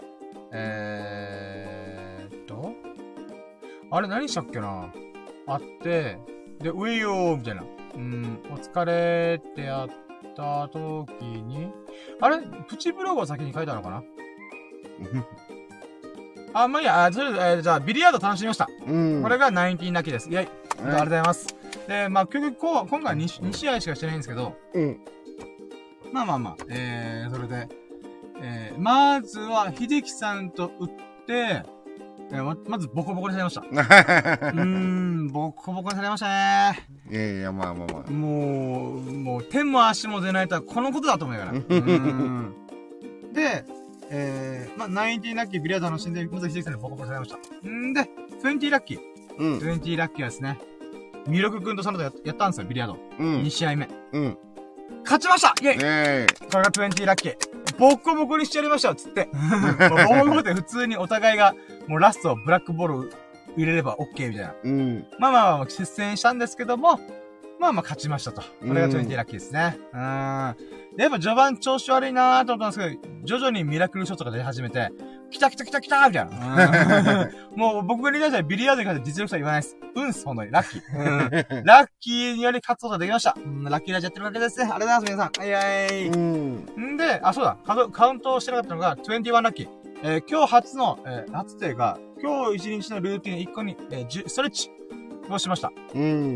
えーっと、あれ何したっけなあって、で、ウィヨーみたいな。うん、お疲れってやった時に、あれプチブログを先に書いたのかなあ、まあいいや、あ、それで、えー、じゃあ、ビリヤード楽しみました。うん。これがナインティーンラッキーです。イェイ。ありがとうございます。で、まあ、結局、こう、今回 2, に試合しかしてないんですけど、うん。まあまあまあ、えー、それで、えー、まずは、秀樹さんと打って、えー、ま、まずボコボコにされました。うーん、ボコボコにされましたね。 いやいや、まあまあまあ。 もう、もう、手も足も出ないとはこのことだと思うから。うーんで、えー、まあ、ナインティーンラッキービリヤード楽しんで、まず秀樹さんにボコボコされました。んで、トゥエンティーラッキー。うん。トゥエンティーラッキーはですね、ミルク君とサラダ や, やったんですよ、ビリヤード。うん。に試合目。うん。勝ちましたイェイイェイこれがトゥエンティーラッキー。ボッコボコにしてやりましたよ、つって。ボコボコって普通にお互いが、もうラスト、ブラックボール入れれば OK みたいな。うん。まあまあまあ、接戦したんですけども、まあまあ勝ちましたと。これがトゥエンティーラッキーですね。うん。やっぱ序盤調子悪いなーと思ったんですけど、徐々にミラクルショットが出始めて、来た来た来た来たーみたいな。もう僕に対してはビリヤードに関して実力とは言わないです。うんす、ほんとに。ラッキー。うん、ラッキーにより勝つことができました。うん、ラッキーラジやってるわけですね。ありがとうございます、皆さん。はいはい。うん。んで、あ、そうだ。カウントをしてなかったのが、にじゅういちラッキー。えー、今日初の、えー、初というか、今日一日のルーティンいっこに、えー、じゅストレッチをしました。うん。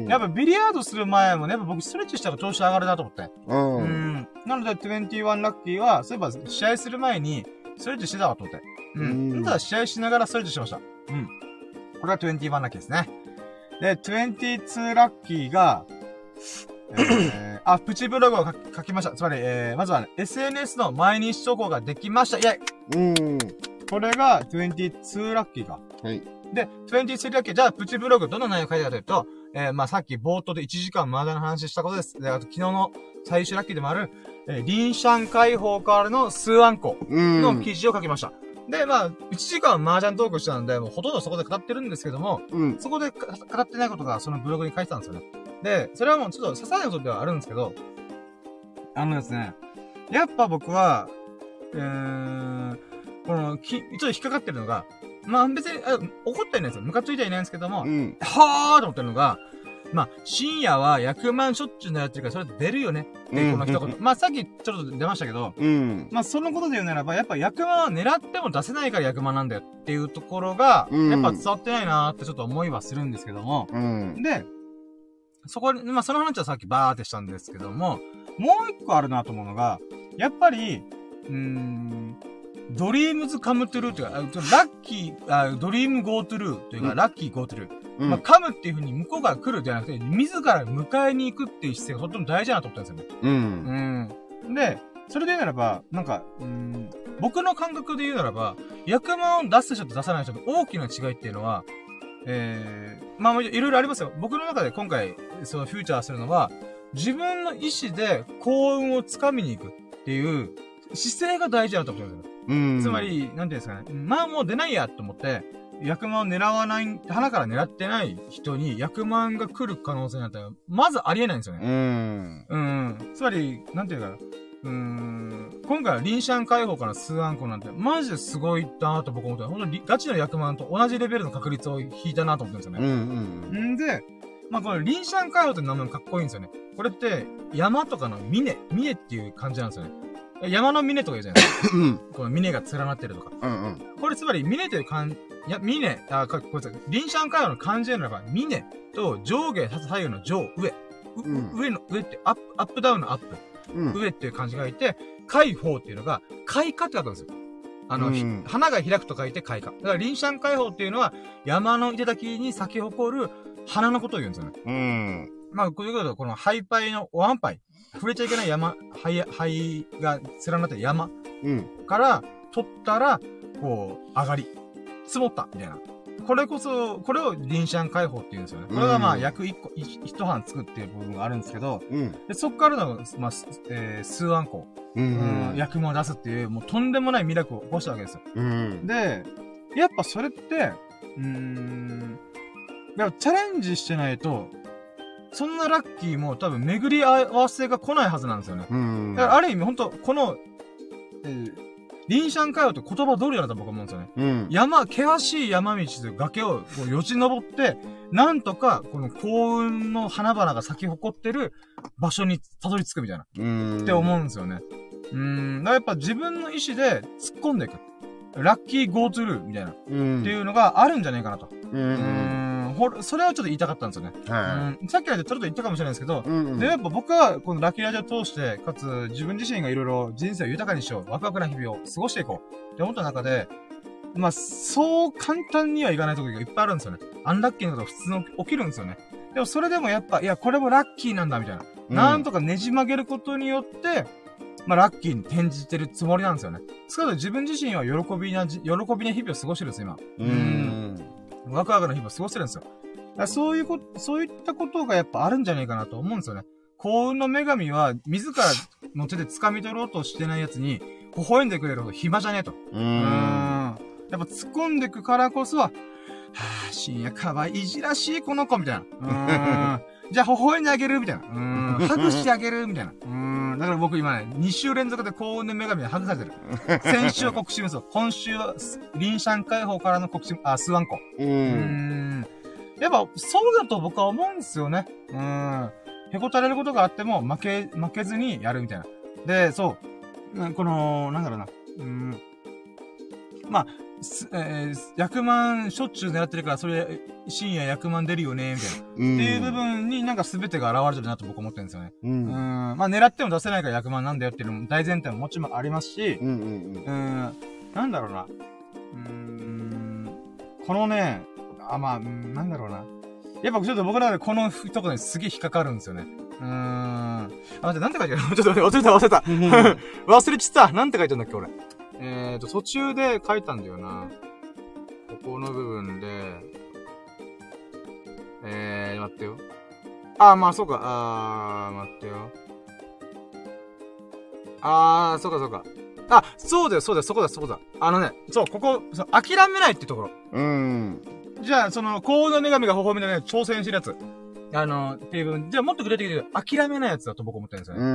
やっぱビリヤードする前もね、やっぱ僕ストレッチしたら調子上がるなと思って。うん。うん。なので、にじゅういちラッキーは、そういえば試合する前に、ストレッチしてたわと思って。うん。ただ試合しながらストレッチしました。うん。これがにじゅういちラッキーですね。で、にじゅうにラッキーが、えー、あ、プチブログを書きました。つまり、えー、まずは、ね、エスエヌエス の毎日投稿ができました。イェイうん。これがにじゅうにラッキーが。はい。で、にじゅうさんラッキー、じゃあ、プチブログどの内容書いてあるかというと、えー、まあ、さっき冒頭でいちじかんマーダーの話したことです。で、あと昨日の最終ラッキーでもある、えー、リンシャン解放からの数アンコの記事を書きました。で、まあ、いちじかん麻雀トークしたんで、もうほとんどそこで語ってるんですけども、うん、そこで語ってないことがそのブログに書いてたんですよね。で、それはもうちょっと些細なことではあるんですけど、あのですね、やっぱ僕は、えー、この、き、ちょっと引っかかってるのが、まあ別に、あ怒ってないんですよ。ムカついてはいないんですけども、うん、はーと思ってるのが、まあ、深夜はひゃくまんしょっちゅう狙ってるから、それ出るよね。っていうこの一言。まあ、さっきちょっと出ましたけど、うん、まあ、そのことで言うならば、やっぱひゃくまんは狙っても出せないからひゃくまんなんだよっていうところが、うん、やっぱ伝わってないなーってちょっと思いはするんですけども、うん、で、そこに、まあ、その話はさっきバーってしたんですけども、もう一個あるなと思うのが、やっぱり、うーん、ドリームズカムトゥルーっていうか、ラッキー、あドリームゴートゥルーというか、うん、ラッキーゴートゥルー。うん、まあ、カムっていう風に向こうから来るじゃなくて、自ら迎えに行くっていう姿勢がとっても大事だなと思ったんですよね。うん。うん。で、それで言うならば、なんか、うーん、僕の感覚で言うならば、ひゃくまんを出す人と出さない人の大きな違いっていうのは、えー、まあ、いろいろありますよ。僕の中で今回、そのフューチャーするのは、自分の意思で幸運をつかみに行くっていう姿勢が大事だと思ってるんですよ。うん。つまり、なんていうんですかね。まあもう出ないやと思って、ひゃくまんを狙わない、鼻から狙ってない人にひゃくまんが来る可能性なんて、まずありえないんですよね。うん。うん。つまり、なんていうか、うーん。今回はリンシャン解放から数アンコなんて、マジですごいなと僕思った。本当にガチのひゃくまんと同じレベルの確率を引いたなと思ってるんですよね。うんうん。んで、まあこのリンシャン解放って名前もかっこいいんですよね。これって、山とかの峰、峰っていう感じなんですよね。山の峰とか言うじゃないですか。うん。この峰が連なってるとか。うんうん。これつまり峰という漢、いや、峰、あ、これさ、リンシャン解放の漢字でならば、峰と上下左右の上、上。うん、上の、上ってアップ、アップダウンのアップ。うん、上っていう漢字がいて、解放っていうのが、開花って書くんですよ。あの、うん、花が開くと書いて開花。だから、リンシャン解放っていうのは、山の頂に咲き誇る花のことを言うんですよね。うん。まあ、こういうことで、このハイパイのおアンパイ。触れちゃいけない山、灰、灰が連なってる山。うん。から、取ったら、 こう、上がり、積もった、みたいな。これこそ、これをリンシャン解放って言うんですよね。これがまあ、役一個、一班つくっていう部分があるんですけど、うん、でそっからの、まあ、えー、数案個、うんうん、役も出すっていう、もうとんでもないミラクルを起こしたわけですよ。うん、で、やっぱそれって、うーん、やっぱチャレンジしてないと、そんなラッキーも多分巡り合わせが来ないはずなんですよね。うん、だからある意味ほんと、この、えー、リンシャン解放って言葉通りだと僕は思うんですよね。うん、山、険しい山道で崖をこうよじ登って、なんとかこの幸運の花々が咲き誇ってる場所にたどり着くみたいな。うん、って思うんですよね。うーん。だからやっぱ自分の意思で突っ込んでいく。ラッキーゴートゥルーみたいな。うん、っていうのがあるんじゃないかなと。うん。うんほそれはちょっと言いたかったんですよね。はい、うん。さっきまでちょっと言ったかもしれないですけど、うんうん、で、やっぱ僕はこのラッキーラジオを通して、かつ自分自身がいろいろ人生を豊かにしよう、ワクワクな日々を過ごしていこうって思った中で、まあ、そう簡単にはいかない時がいっぱいあるんですよね。アンラッキーなことが普通に起きるんですよね。でもそれでもやっぱ、いや、これもラッキーなんだみたいな。うん、なんとかねじ曲げることによって、まあ、ラッキーに転じてるつもりなんですよね。それで自分自身は喜びな、喜びな日々を過ごしてるんです、今。うん。ワクワクな日々を過ごしてるんですよ。だからそういうこと、そういったことがやっぱあるんじゃないかなと思うんですよね。幸運の女神は、自らの手で掴み取ろうとしてないやつに、微笑んでくれるほど暇じゃねえと。うーん。やっぱ突っ込んでくからこそは、はぁ、深夜かわいいじらしいこの子、みたいな。うーん。じゃあ、微笑んであげるみたいな。うーん。ハグしてあげるみたいな。うーん。だから僕今ね、に週連続で幸運の女神にハグされてる。先週は告知ですよ。今週は、リンシャン解放からの告知、あ、スワンコ。うーん。やっぱ、そうだと僕は思うんですよね。うーん。へこたれることがあっても、負け、負けずにやるみたいな。で、そう。この、なんだろうな。うーん。まあ、えー、役満しょっちゅう狙ってるから、それ、深夜役満出るよね、みたいな。っていう部分になんか全てが現れてるなと僕は思ってるんですよね。うん。うんまあ狙っても出せないから役満なんだよっていうのも大前提ももちろんありますし、うんうんうん。うん。なんだろうな。うーん。このね、あ、まあ、なんだろうな。やっぱちょっと僕らでこのところにすげえ引っかかるんですよね。うーん。あ、待って、なんて書いてあるちょっと忘れた忘れた。忘れちった。なんて書いてあるんだっけ、俺。えーと、途中で書いたんだよな。ここの部分で、えー、待ってよ。あー、まあ、そうか。あー、待ってよ。あー、そうかそうか。あ、そうだよ、そうだよ、そこだ、そこだ。あのね、そう、ここ、そう諦めないってところ。うん。じゃあ、その、幸運の女神が微笑みでね、挑戦してるやつ。あの、っていう部分、じゃあもっと具体的に言うと、諦めないやつだと僕思ってるんですよね。うん。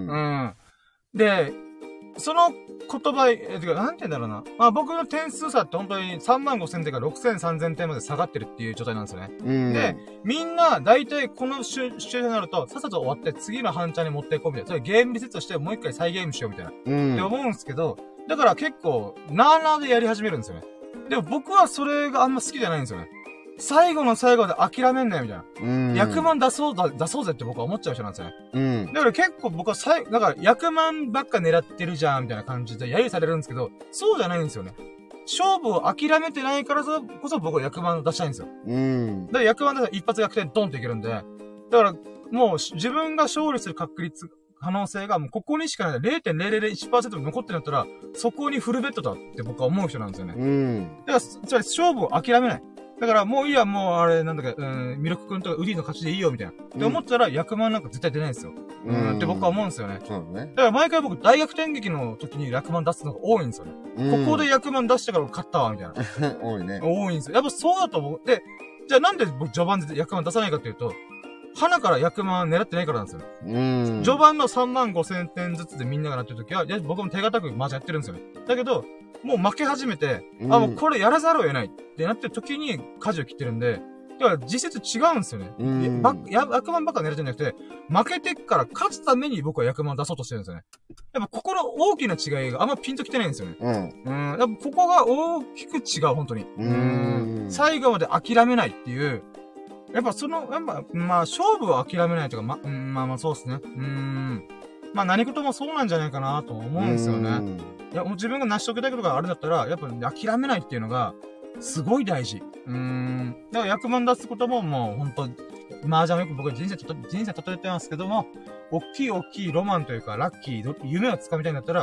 うん。で、その言葉、え、てか、なんて言うんだろうな。まあ僕の点数差って本当にさんまんごせん点からろくせんさんぜん点まで下がってるっていう状態なんですよね。うん、で、みんな、大体このシチュエーションになると、さっさと終わって次の半チャンに持っていこうみたいな。それゲームリセットしてもう一回再ゲームしようみたいな。うん、って思うんですけど、だから結構、なーなーでやり始めるんですよね。でも僕はそれがあんま好きじゃないんですよね。最後の最後で諦めんなよみたいな。うん。役満出そうだ、出そうぜって僕は思っちゃう人なんですよね。うん。だから結構僕は最後、だから役満ばっか狙ってるじゃんみたいな感じで揶揄されるんですけど、そうじゃないんですよね。勝負を諦めてないからこそ僕は役満出したいんですよ。うん。だから役満出したら一発逆転ドンっていけるんで、だからもう自分が勝利する確率、可能性がもうここにしかない。れいてんぜろぜろいちパーセント 残ってるんだったら、そこにフルベットだって僕は思う人なんですよね。うん。だから、つまり勝負を諦めない。だから、もういいや、もう、あれ、なんだか、うん、ミルク君とかウリの勝ちでいいよ、みたいな。うん、って思ったら、役満なんか絶対出ないんですよ。うん、うんって僕は思うんですよね。そうね。だから、毎回僕、大逆転劇の時に役満出すのが多いんですよね。うん、ここで役満出してから勝ったわ、みたいな。多いね。多いんですよ。やっぱそうだと思う。で、じゃあなんで僕、序盤で役満出さないかっていうと、花から役満狙ってないからなんですよ。うん。序盤のさんまんごせん点ずつでみんながなってる時は、いや、僕も手堅くマージャンやってるんですよね。だけど、もう負け始めて、うん、あ、もうこれやらざるを得ないってなってる時に舵を切ってるんで、だから実質違うんですよね。うん、や役満ばっか狙ってんじゃなくて、負けてっから勝つために僕は役満出そうとしてるんですよね。やっぱここの大きな違いがあんまピンときてないんですよね。うん。うん。やっぱここが大きく違う、本当に。うん。最後まで諦めないっていう、やっぱその、やっぱ、まあ勝負を諦めないというか、ま、うん、まあまあそうですね。うん。まあ何事もそうなんじゃないかなと思うんですよね。いや、もう自分が成し遂げたいことがあるんだったら、やっぱ諦めないっていうのが、すごい大事。うーん。だから役満出すことももう、ほんと、麻雀よく僕人生と、人生例えてますけども、大きい大きいロマンというか、ラッキー、夢を掴みたいんだったら、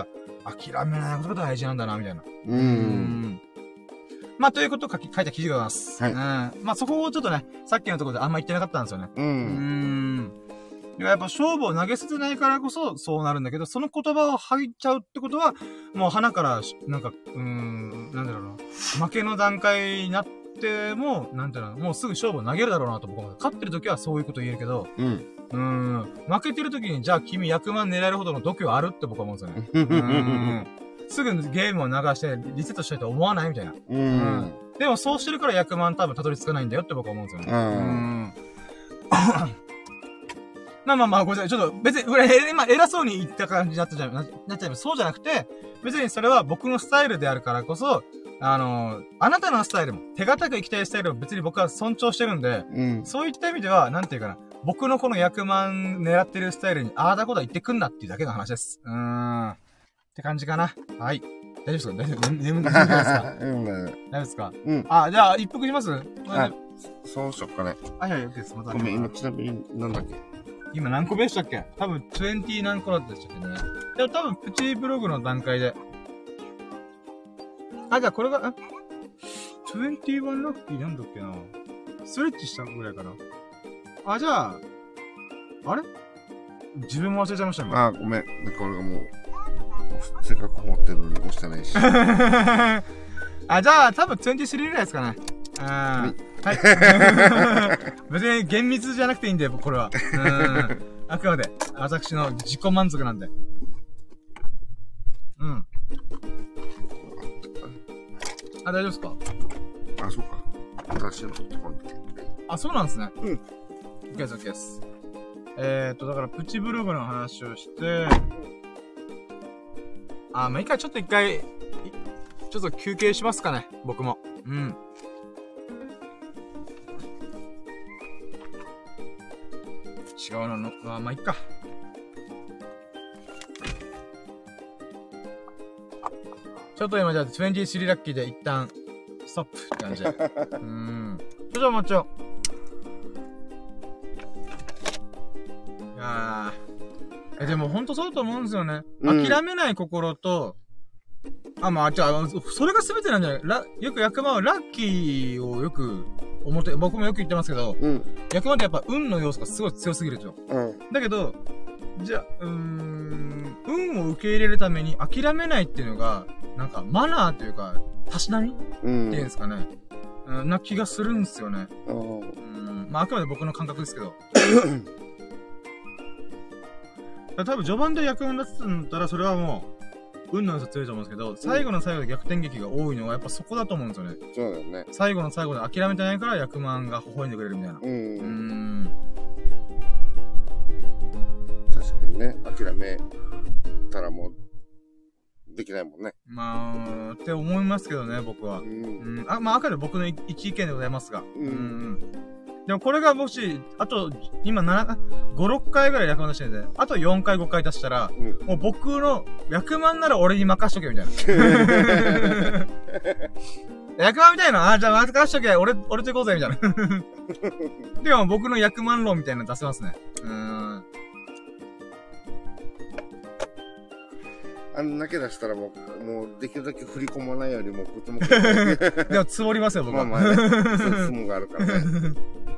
諦めないことが大事なんだな、みたいな。 うん。うんまあ、ということを書き、書いた記事があります。はい。うん。まあ、そこをちょっとね、さっきのところであんま言ってなかったんですよね。うん。うん。やっぱ勝負を投げ捨てないからこそそうなるんだけど、その言葉を吐いちゃうってことは、もう鼻から、なんか、うーん、なんだろうな。負けの段階になっても、なんていうの、もうすぐ勝負を投げるだろうなと僕は。勝ってる時はそういうこと言えるけど、うん。うーん。負けてる時に、じゃあ君ひゃくまん狙えるほどの度胸あるって僕は思うんですよね。うん。すぐゲームを流してリセットしたいと思わないみたいな。うん。うん、でもそうしてるからひゃくまん多分たどり着かないんだよって僕は思うんですよね。うん。うんまあまあまあ、ごめんなさい。ちょっと別に、今偉そうに言った感じになっちゃう、なっちゃう。そうじゃなくて、別にそれは僕のスタイルであるからこそ、あの、あなたのスタイルも、手堅く生きたいスタイルを別に僕は尊重してるんで、うん、そういった意味では、なんていうかな、僕のこのひゃくまん狙ってるスタイルに、ああだこだ言ってくんなっていうだけの話です。うーん。って感じかな。はい。大丈夫ですか？大丈夫、眠くないですか？うん、大丈夫ですか？うん。あ、じゃあ、一服します？ あ、そうしよっかね。 はいはい、OK です。また。 ごめん、今ちなみに、なんだっけ？ 今何個目でしたっけ？多分、にじゅう何個だったでしたっけね。でも多分、プチブログの段階で。あ、じゃあこれが、ん？ にじゅういち ラッキーなんだっけな。ストレッチしたぐらいかな。あ、じゃあ、あれ？自分も忘れちゃいましたね。 あ、ごめん。なんか俺がもう、せっかく持ってるのに押してないし。 あ、じゃあ、多分にじゅうさんぐらいですかね。あー。はい。はい、別に厳密じゃなくていいんで、これは。うん。あくまで、私の自己満足なんで。うん。あ、大丈夫ですか？ あ、そうか。私のところに。 あ、そうなんですね。うん。OK です、OK です。えーっと、だから、プチブログの話をして、あ、まあ、いいか、ちょっと一回、ちょっと休憩しますかね、僕も。うん。違うのの、まあ、まあ、いっか。ちょっと今じゃあ、にじゅうさんラッキーで一旦、ストップって感じで。うーん。ちょっと待ちよ。いやー。え、でもほんとそうだと思うんですよね。うん、諦めない心と、あ、まあ、じゃあ、それが全てなんじゃない？ラよくひゃくまんはラッキーをよく、思って、僕もよく言ってますけど、うん、ひゃくまんってやっぱ運の要素がすごい強すぎるでしょ。うん、だけど、じゃあ、うーん、運を受け入れるために諦めないっていうのが、なんかマナーというか、たしなみ、うん、っていうんですかね。うん、な気がするんですよね。うん、まあ、あくまで僕の感覚ですけど。多分序盤でひゃくまんだったんだったら、それはもう、運の要素強いと思うんですけど、最後の最後で逆転劇が多いのはやっぱそこだと思うんですよね。 そうだよね。 最後の最後で諦めてないからひゃくまんが微笑んでくれるみたいな。うん。うーん。 確かにね、諦めたらもう、できないもんね。 まあ、って思いますけどね、僕は。うん。うん、あ、まあ、あくまで僕の一意見でございますが。うん。うんでもこれがもし、あと、今なな、ご、ろっかいぐらいひゃくまん出してるんで、あとよんかいごかい出したら、うん、もう僕のひゃくまんなら俺に任しとけみたいな。ひゃくまんみたいな、あ、じゃあ任しとけ、俺、俺と行こうぜみたいな。でも僕のひゃくまん論みたいなの出せますね。うーん。 あんだけ出したらもう、もうできるだけ振り込まないよりも、こっちも。 でも積もりますよ、僕は。 まあまあね。積もがあるからね。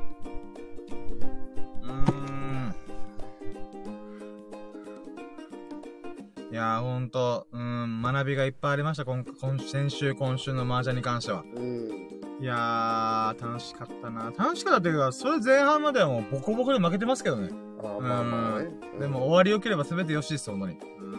いやー、ほんと、うん、学びがいっぱいありました。今、今先週、今週の麻雀に関しては。うん。いやー、楽しかったな。楽しかったっていうか、それ前半まではもうボコボコで負けてますけどね。あまあまあね。うん、でも終わり良ければ全てよしです、ほんとに。うん。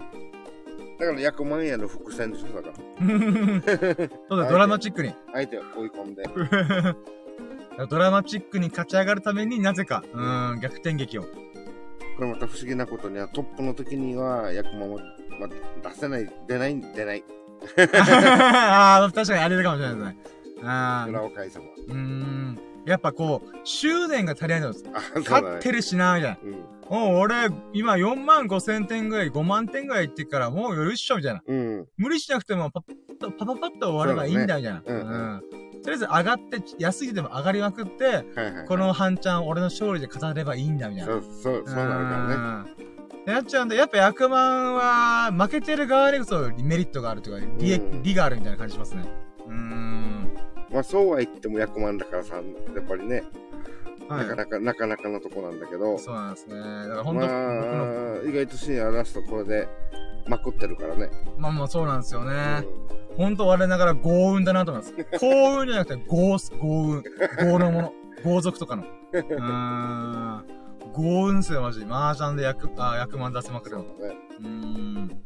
だからひゃくまんえんの伏線でしょ、だから。 そうだ、ドラマチックに。 相手を追い込んで。 ドラマチックに勝ち上がるためになぜか、うん、逆転劇を。 これまた不思議なことには、トップの時にはひゃくまんも、まあ、出せない、出ない、出ない。 ああ、確かにあれかもしれないですね。ああ。裏を返せば。 うーん。やっぱこう、執念が足りないのです。勝ってるしな、みたいな。うん、もう俺、今よんまんごせんてんぐらい、ごまんてんぐらいいってから、もうよろしょ、みたいな。うん、無理しなくてもパパッと、パパパッと終わればいいんだ、みたいな。うんうん。とりあえず上がって、安いでも上がりまくって、はいはいはい、この半チャン俺の勝利で語ればいいんだ、みたいな。 そう、そう、そうなるからね。 なっちゃうんで、やっぱ役満は、負けてる側にこそメリットがあるというか、利益、利があるみたいな感じしますね。うーん。まあそうは言っても役満だからさ、やっぱりね、はい、なかなか、なかなかのとこなんだけど。 そうなんですね。だから本当、 まあ、意外とシニアラストこれで、まくってるからね。 まあまあそうなんですよね。うん、ほんと我ながら豪運だなと思います。幸運じゃなくて豪、豪運。豪のもの。豪族とかの。うーん。豪運っすよ、マジ。麻雀で役、あ、役満出せまくるの。そうね。うーん。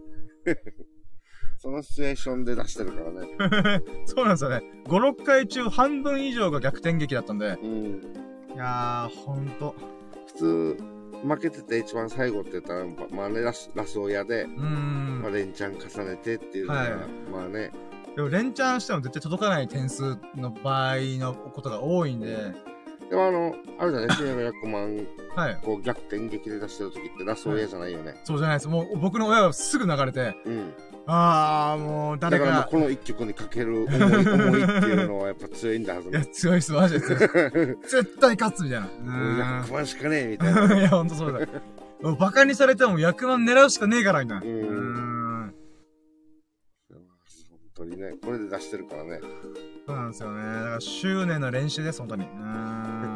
そのシチュエーションで出してるからね。 そうなんですよね。ご、ろっかい中半分以上が逆転劇だったんで。うん。いやー、ほんと。 普通、負けてて一番最後って言ったら、まあね、ラス、ラス親で、うん。まあ、連チャン重ねてっていうのが、はい、まあね。 でも連チャンしても絶対届かない点数の場合のことが多いんで。 でもあの、あるじゃない、シニアの役満、はい。こう逆転劇で出してる時ってラス親じゃないよね、はい。 そうじゃないです。もう僕の親がすぐ流れて、うん。ああ、もう誰か。 だからもうこの一曲にかける思い、思いっていうのはやっぱ強いんだはず。 いや、強いっす、マジで強い。絶対勝つみたいな。 うん。役満しかねえみたいな。 いや、ほんとそうだ。バカにされても役満狙うしかねえからみたいな。うん。うん本当にね、これで出してるからね。 そうなんですよね。だから執念の練習です、本当に。うん。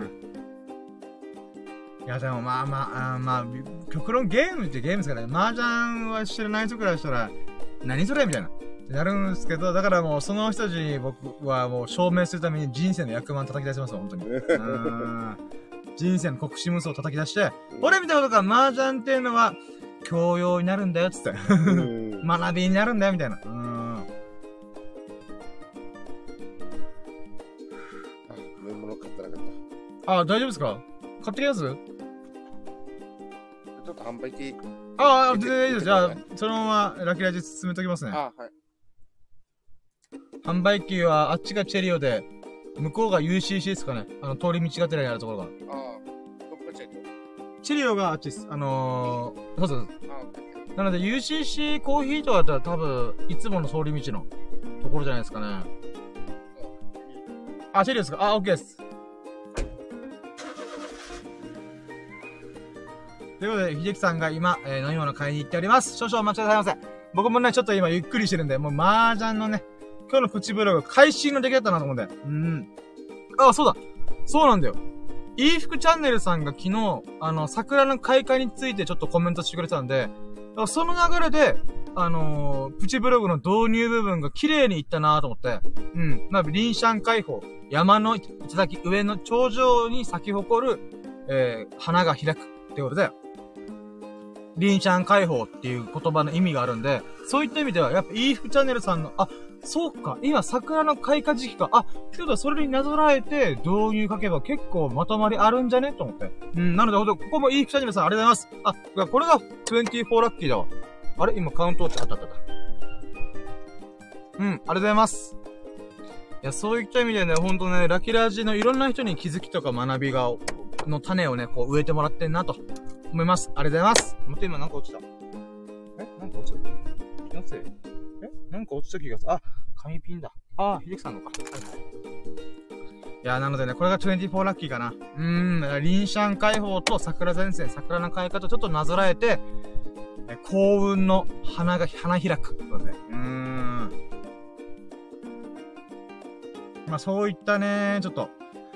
いや、でもまあまあ、あまあ、極論ゲームってゲームですからね。麻雀は知らない人くらいしたら、何それみたいな。ってなるんですけど、だからもうその人たちに僕はもう証明するために人生の役満叩き出しますよ、本当に。うん人生の国士無双を叩き出して、俺みたいなことが麻雀っていうのは、教養になるんだよ、つって。学びになるんだよ、みたいな。うん。あ、 飲み物買ってなかった。 あ、大丈夫ですか？買ってきます？ちょっと販売機。 ああ、全然いいです。じゃあ、そのままラキラジ進めときますね。 あはい。 販売機はあっちがチェリオで、向こうが ユーシーシー ですかね。あの、通り道がてらにあるところが。ああ、 どこがチェリオ？チェリオがあっちです。あのー、そうそうそう。あなので ユーシーシー コーヒーとかだったら多分、いつもの通り道のところじゃないですかね。あ、チェリオですか？あ、オッケーです。ということで、秀樹さんが今、えー、飲み物買いに行っております。少々お待ちくださいませ。僕もね、ちょっと今ゆっくりしてるんで、もう麻雀のね、今日のプチブログ、会心の出来だったなと思うんで。うん。あ、そうだ。そうなんだよ。いい服チャンネルさんが昨日、あの、桜の開花についてちょっとコメントしてくれてたんで、その流れで、あのー、プチブログの導入部分が綺麗にいったなと思って。うん。まあ、臨シャン開放。山の頂上の頂上に咲き誇る、えー、花が開くってことで、臨シャン開放っていう言葉の意味があるんで、そういった意味では、やっぱいい服チャンネルさんの、あ、そうか、今桜の開花時期か、あ、ってことはそれになぞらえて導入書けば結構まとまりあるんじゃねと思って。うん、なのでほんと、ここもいい服チャンネルさんありがとうございます。あ、これがにじゅうよんラッキーだわ。あれ今カウント落ちあったあったあった。うん、ありがとうございます。いや、そういった意味でね、ほんとね、ラキラジのいろんな人に気づきとか学びが、の種をね、こう植えてもらってんなと思います。ありがとうございます。待って、今なんか落ちた。えなんか落ちた気のせいえなんか落ちた気がする。あ、紙ピンだ。あー、秀樹さんのか。はいはい。いや、なのでね、これがにじゅうよんラッキーかな。うーん、臨シャン開放と桜前線、桜の開花とちょっとなぞらえて、え幸運の花が、花開く。うーん。まあ、そういったね、ちょっと、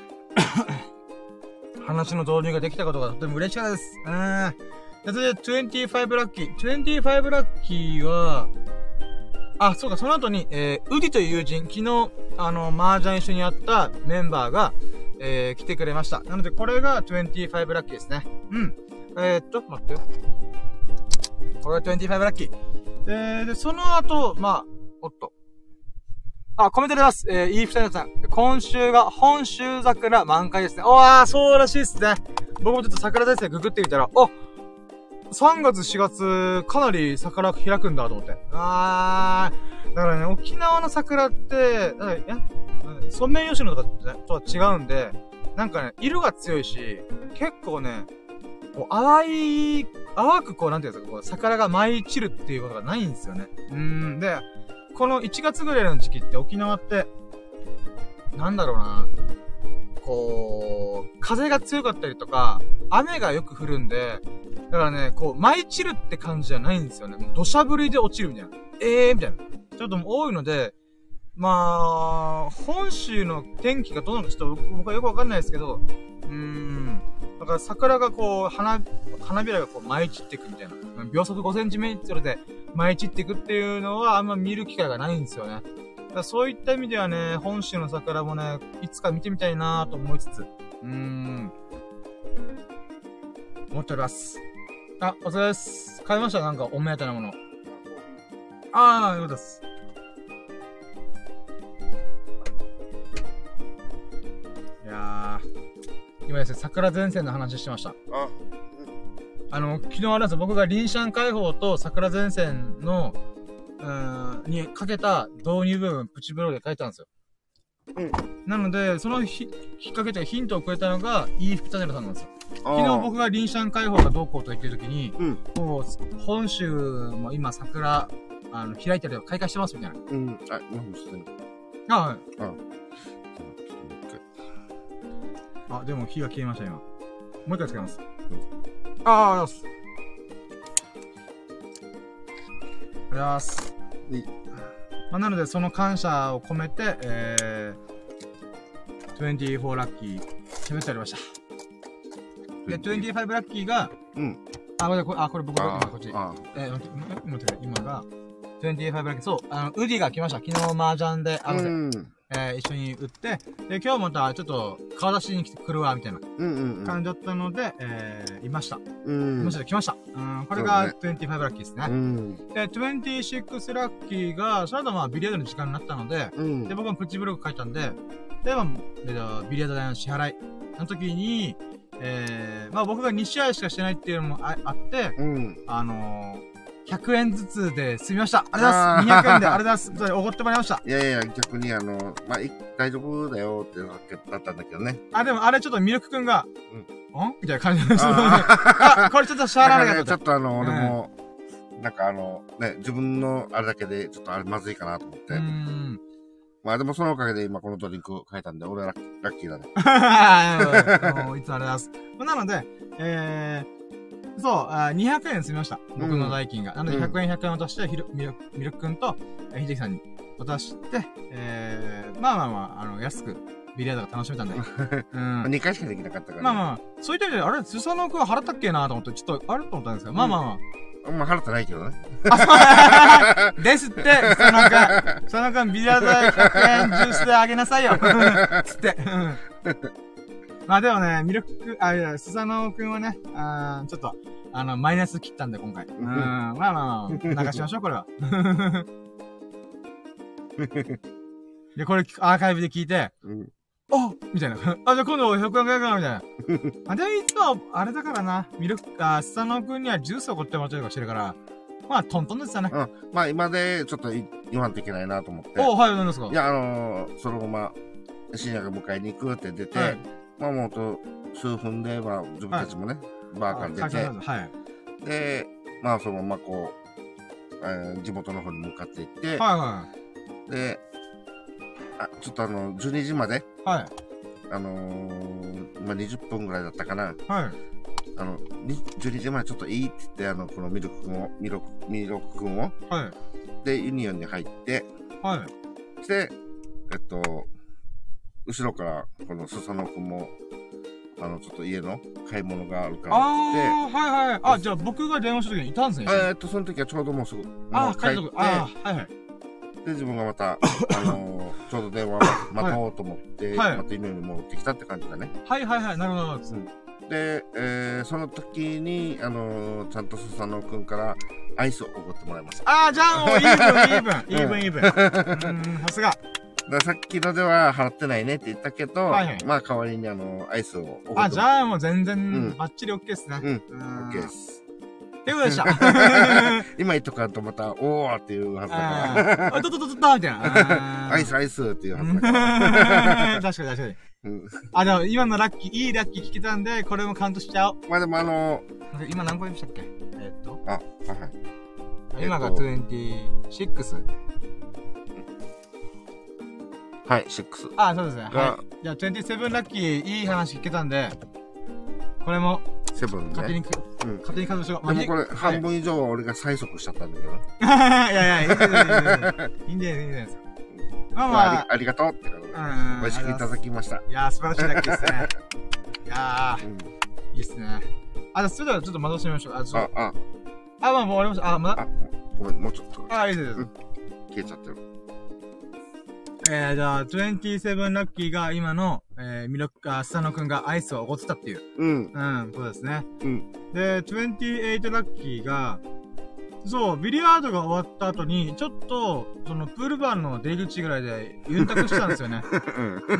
話の導入ができたことがとても嬉しかったです。うーん。それで、にじゅうごラッキー。にじゅうごラッキーは、あ、そうか、その後に、えー、ウディという友人、昨日、あの、麻雀一緒にやったメンバーが、えー、来てくれました。なので、これがにじゅうごラッキーですね。うん。えー、っと、待ってよ。これがにじゅうごラッキー。えー、で、その後、まあ、おっと。あ、コメントでます。えー、いいふたりさん。今週が本州桜満開ですね。おー、そうらしいですね。僕もちょっと桜前線ググってみたら、おさんがつしがつ、かなり桜開くんだと思って。あー、だからね、沖縄の桜って、だからやソメイヨシノとかとは違うんで、なんかね、色が強いし、結構ね、こう淡い、淡くこう、なんていうんですか、こう、桜が舞い散るっていうことがないんですよね。うーん、で、このいちがつぐらいの時期って沖縄って、なんだろうな、こう、風が強かったりとか、雨がよく降るんで、 だからね、こう、舞い散るって感じじゃないんですよね。もう土砂降りで落ちるみたいな。ええー、みたいな。ちょっと多いので、まあ、本州の天気がどうなのかちょっと僕はよくわかんないですけど、うーん。だから桜がこう、花、花びらがこう舞い散っていくみたいな。秒速ごセンチメートルで舞い散っていくっていうのはあんま見る機会がないんですよね。だからそういった意味ではね、本州の桜もね、いつか見てみたいなぁと思いつつ、うーん。思っております。あ、お疲れです。買いましたなんかお目当てなもの。あー、よかったです。いやー、今ですね、桜前線の話してました。あ、あの、昨日あれなんですよ、僕がリンシャン解放と桜前線の、うーん、にかけた導入部分、プチブログで書いたんですよ。うん。なので、そのひ、きっかけというかヒントをくれたのが、イーフチャンネルさんなんですよ。昨日僕がリンシャン解放がどうこうと言ってる時に、うん、もう、本州も今桜、あの、開いてるよ、開花してますみたいな。うん。あ、何もしてない。あ、はい。あ、あ、でも火が消えました、今。もう一回つけます。うん、ああ、ありがとうございます。ありがとうございます。いい。まあ、なので、その感謝を込めて、えー、にじゅうよんラッキー、喋っておりました。で、にじゅうごラッキーが、うん。あ、これ、あ、これ僕が今こっち。あえー、待って、待って、今が、にじゅうごラッキー、そう、あの、ウディが来ました。昨日麻雀で、あの、うん、えー、一緒に打って、で、今日またちょっと顔出しに来てくるわ、みたいな感じだったので、えー、いました。うん。いました、来ました。うん、これがにじゅうごラッキーですね。うん。で、にじゅうろくラッキーが、その後まあ、ビリヤードの時間になったので、うん。で、僕もプチブログ書いたんで、で、まあ、で、ビリヤード代の支払いの時に、えー、まあ僕がに試合しかしてないっていうのも あ, あって、うん。あのー、ひゃくえんずつで済みました。ありがとうございます。にひゃくえんで、ありがとうございます。それ、おごってもらいました。いやいや、逆にあの、まあ、大丈夫だよってだったんだけどね。 あ、でもあれちょっとミルクくんが、うん。んみたいな感じで。あ、これちょっとしゃあらなかった。 ちょっとあの、俺も、なんかあの、ね、自分のあれだけで、ちょっとあれまずいかなと思って。うん。まあでもそのおかげで今このドリンクを変えたんで、俺はラッキーだね。 いつもありがとうございます。なので、えー、そう、にひゃくえん済みました。僕の代金が。うん、なのでひゃくえんひゃくえん渡して、ひろ、みる、みるくんと、ひできさんに渡して、えー、まあまあまあ、あの、安く、ビリヤードが楽しめたんで。 うん。にかいしかできなかったから、ね。 まあまあ、そういった意味で、あれ、スサノくん払ったっけなと思って、ちょっと、あれと思ったんですけど、まあまあまあ。 まあ、払ってないけどね。 あ、そうですって、その間、その間、ビリヤードひゃくえんジュースであげなさいよ。つって。まあでもね、ミルク、あ、いや、スサノくんはね、あちょっと、あの、マイナス切ったんで、今回。うん、まあまあまあ、流しましょう、これは。で、これ、アーカイブで聞いて、うんあみたいな。あ、じゃあ今度ひゃくえんくれるかなみたいな。あ、でもいつも、あれだからな。ミルク、あ、スサノくんにはジュースを送ってもらったりとかしてるから、まあ、トントンですよね。うん。 まあ、今で、ちょっと言わんといけないなと思って。 おはい、何ですかいや、あのー、そのまま、深夜が迎えに行くって出て、はい、まあ、もうと、数分で、まあ、自分たちもね、はい、バーから出て、はい。で、まあ、そのままこう、えー、地元の方に向かって行って、はいはい。で、あ、ちょっとあの、じゅうにじまで、はい。あのー、まあ、にじゅっぷんぐらいだったかな。はい。あの、じゅうにじまでちょっといいって言って、あの、このミルクくんを、ミルク、ミルクくんを、はい。で、ユニオンに入って、はい。して、えっと、後ろから、このスサノくんも、あの、ちょっと家の買い物があるからって。ああ、はいはい。あ、じゃあ僕が電話した時にいたんですね。 えっと、その時はちょうどもうすぐ、 ああ、帰って、ああ、はいはい。 で、自分がまた、あのー、ちょうど電話を待とうと思って、はい、また犬に戻ってきたって感じだね。 はいはいはい、なるほど、なるほど。 で、えー、その時に、あのー、ちゃんとスサノくんからアイスをおごってもらいました。 ああ、じゃあもうイーブン、イーブン、イーブン、イーブン。うん、さすが。 ださっきのでは払ってないねって言ったけど、はいはい、まあ代わりにあの、アイスをおごってもらあ、じゃあもう全然、うん、バッチリ OK ですね。 うん、OK です。 っていうことでした。 今言っとかんとまた、おーっていうはずだから。あ、とととととみたいな。 アイスアイスっていうはずだから。 確かに確かに。うん、あ、でも今のラッキー、いいラッキー聞けたんで、これもカウントしちゃおう。 まあでもあのー、今何個でしたっけえー、っと。 あ、はいはい。 今がにじゅうろく。 はい、ろく。 あ、そうですね。はい。じゃあにじゅうななラッキー、いい話聞けたんで、これもセブンね。 勝手に、うん、勝手に稼働しよう。 でもこれ、半分以上は俺が催促しちゃったんだけど。 いやいや、いいんじゃないいいんじゃないいいんじゃないですか。まあまあ。 ありがとうってことで。美味しくいただきました。 いやー、素晴らしいだけですね。いやー、いいっすね。あ、じゃあ、それではちょっと戻してみましょう。あ、ちょっと。あ、あ。あ、まあ、もう終わりました。あ、まだ。あ、 ごめん、もうちょっと。 あ、いいです。 消えちゃってる。 えー、じゃあ、にじゅうななラッキーが今の、えー、ミロあ、スタノくんがアイスをおごってたっていう。 うん。 うん、そうですね。 うん。 で、にじゅうはちラッキーが、そう、ビリヤードが終わった後に、ちょっと、その、プールバーの出口ぐらいで、ユンタクしたんですよね。うん。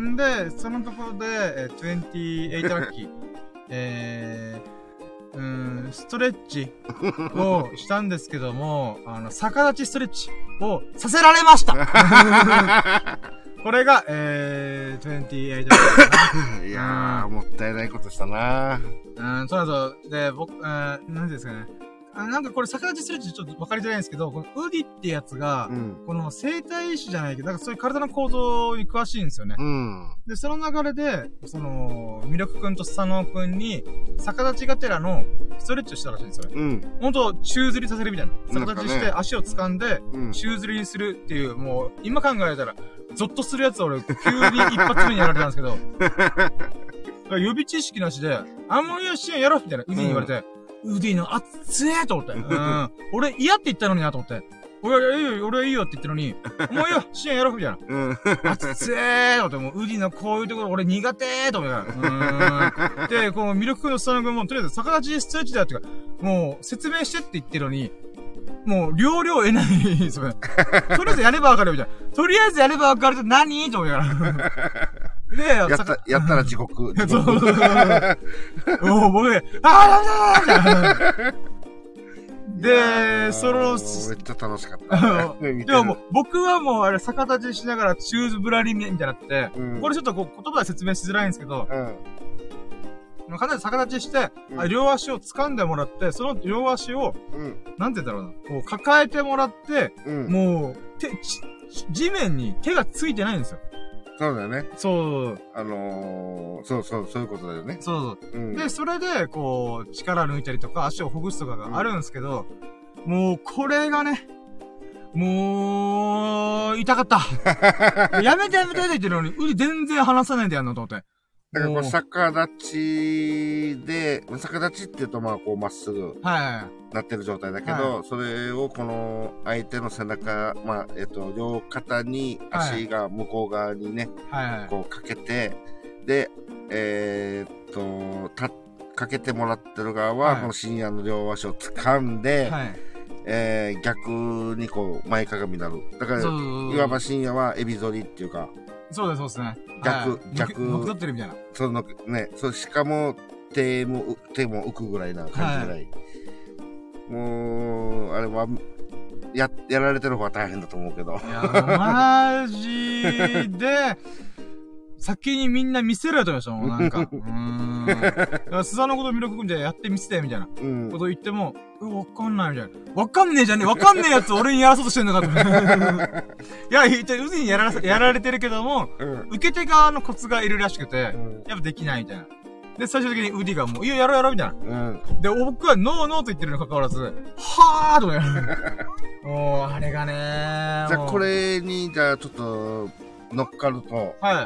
んで、そのところで、えー、にじゅうはちラッキー、えー、うーん、ストレッチをしたんですけども、あの、逆立ちストレッチをさせられましたこれが、えー、にじゅうはちラッキーかな。 いやー、もったいないことしたなー。うん、そうなんですよ。で、僕、えー、なんですかね。あなんかこれ逆立ちストレッチちょっと分かりづらいんですけど、このウディってやつが、うん、この生体師じゃないけど、なんかそういう体の構造に詳しいんですよね。 うん、 で、その流れで、その、ミルクくんとスサノーくんに、逆立ちがてらのストレッチをしたらしいんですよね。 うん。 ほんと、宙吊りさせるみたいな。逆立ちして足を掴んで、宙吊りにするっていう、もう、今考えたら、ゾッとするやつを俺、急に一発目にやられたんですけど、予備知識なしで、あんまり支援やろうみたいな、ウディに言われて、うんウディの熱えと思って。うん。俺嫌って言ったのになと思って。俺いいよ、俺いいよって言ったのに、もういいよ、支援やろうみたいな。うん。熱えと思って、もうウディのこういうところ俺苦手ーと思って。うん。で、このミルク君のスタノ君もとりあえず逆立ちストレッチだよってか、もう説明してって言ってるのに、もう両々得ないですよね。とりあえずやればわかるみたいな。とりあえずやればわかるって何と思いながら。で、 やった、やったら地獄。 そうそうそう。もう僕、あーダメだーで、その、 めっちゃ楽しかった。 でももう、僕はもうあれ逆立ちしながらシューズブラリみたいになって、うん、これちょっとこう言葉で説明しづらいんですけど、うん、かなり逆立ちして、うん、両足を掴んでもらって、その両足を、うん、なんて言うんだろうな、こう抱えてもらって、うん、もう、手、地面に手がついてないんですよ。 そうだよね。 そう。 あのー、そうそう、そういうことだよね。 そうそう。うん、で、それで、こう、力抜いたりとか、足をほぐすとかがあるんですけど、うん、もう、これがね、もう、痛かった。やめてやめてって言ってるのに、うり全然離さないでやんのと思って。 だからこれ逆立ちで、逆立ちって言うとまあこうまっすぐなってる状態だけど、はい、それをこの相手の背中、まあえっと両肩に足が向こう側にね、はい、こうかけて、で、えー、っと、た、かけてもらってる側は、はい、この深夜の両足を掴んで、はい、えー、逆にこう前かがみになる。だから、いわば深夜はエビ反りっていうか、 そうです、そうですね。 逆、はい、逆。 乗っ取ってるみたいな。 その、ね、そう、しかも、手も、手も浮くぐらいな感じぐらい。はい、もう、あれは、や、やられてる方は大変だと思うけど。 いや、マジで、先にみんな見せろよと思いましたもん、なんか。うーん。スザのこと魅力くんじゃやってみせて、みたいなこと言っても、うん、わかんないみたいな。わかんねえじゃねえ、わかんねえやつ俺にやらそうとしてんのかと。いや、言って、うずにやら、やられてるけども、うん、受け手側のコツがいるらしくて、うん、やっぱできないみたいな。で、最終的にウディがもう、いや、やろうやろうみたいな。うん、で、僕はノーノーと言ってるにもかかわらず、はーと思いながら。もう、あれがねー。 じゃあ、これに、じゃあ、ちょっと、乗っかると、 はい。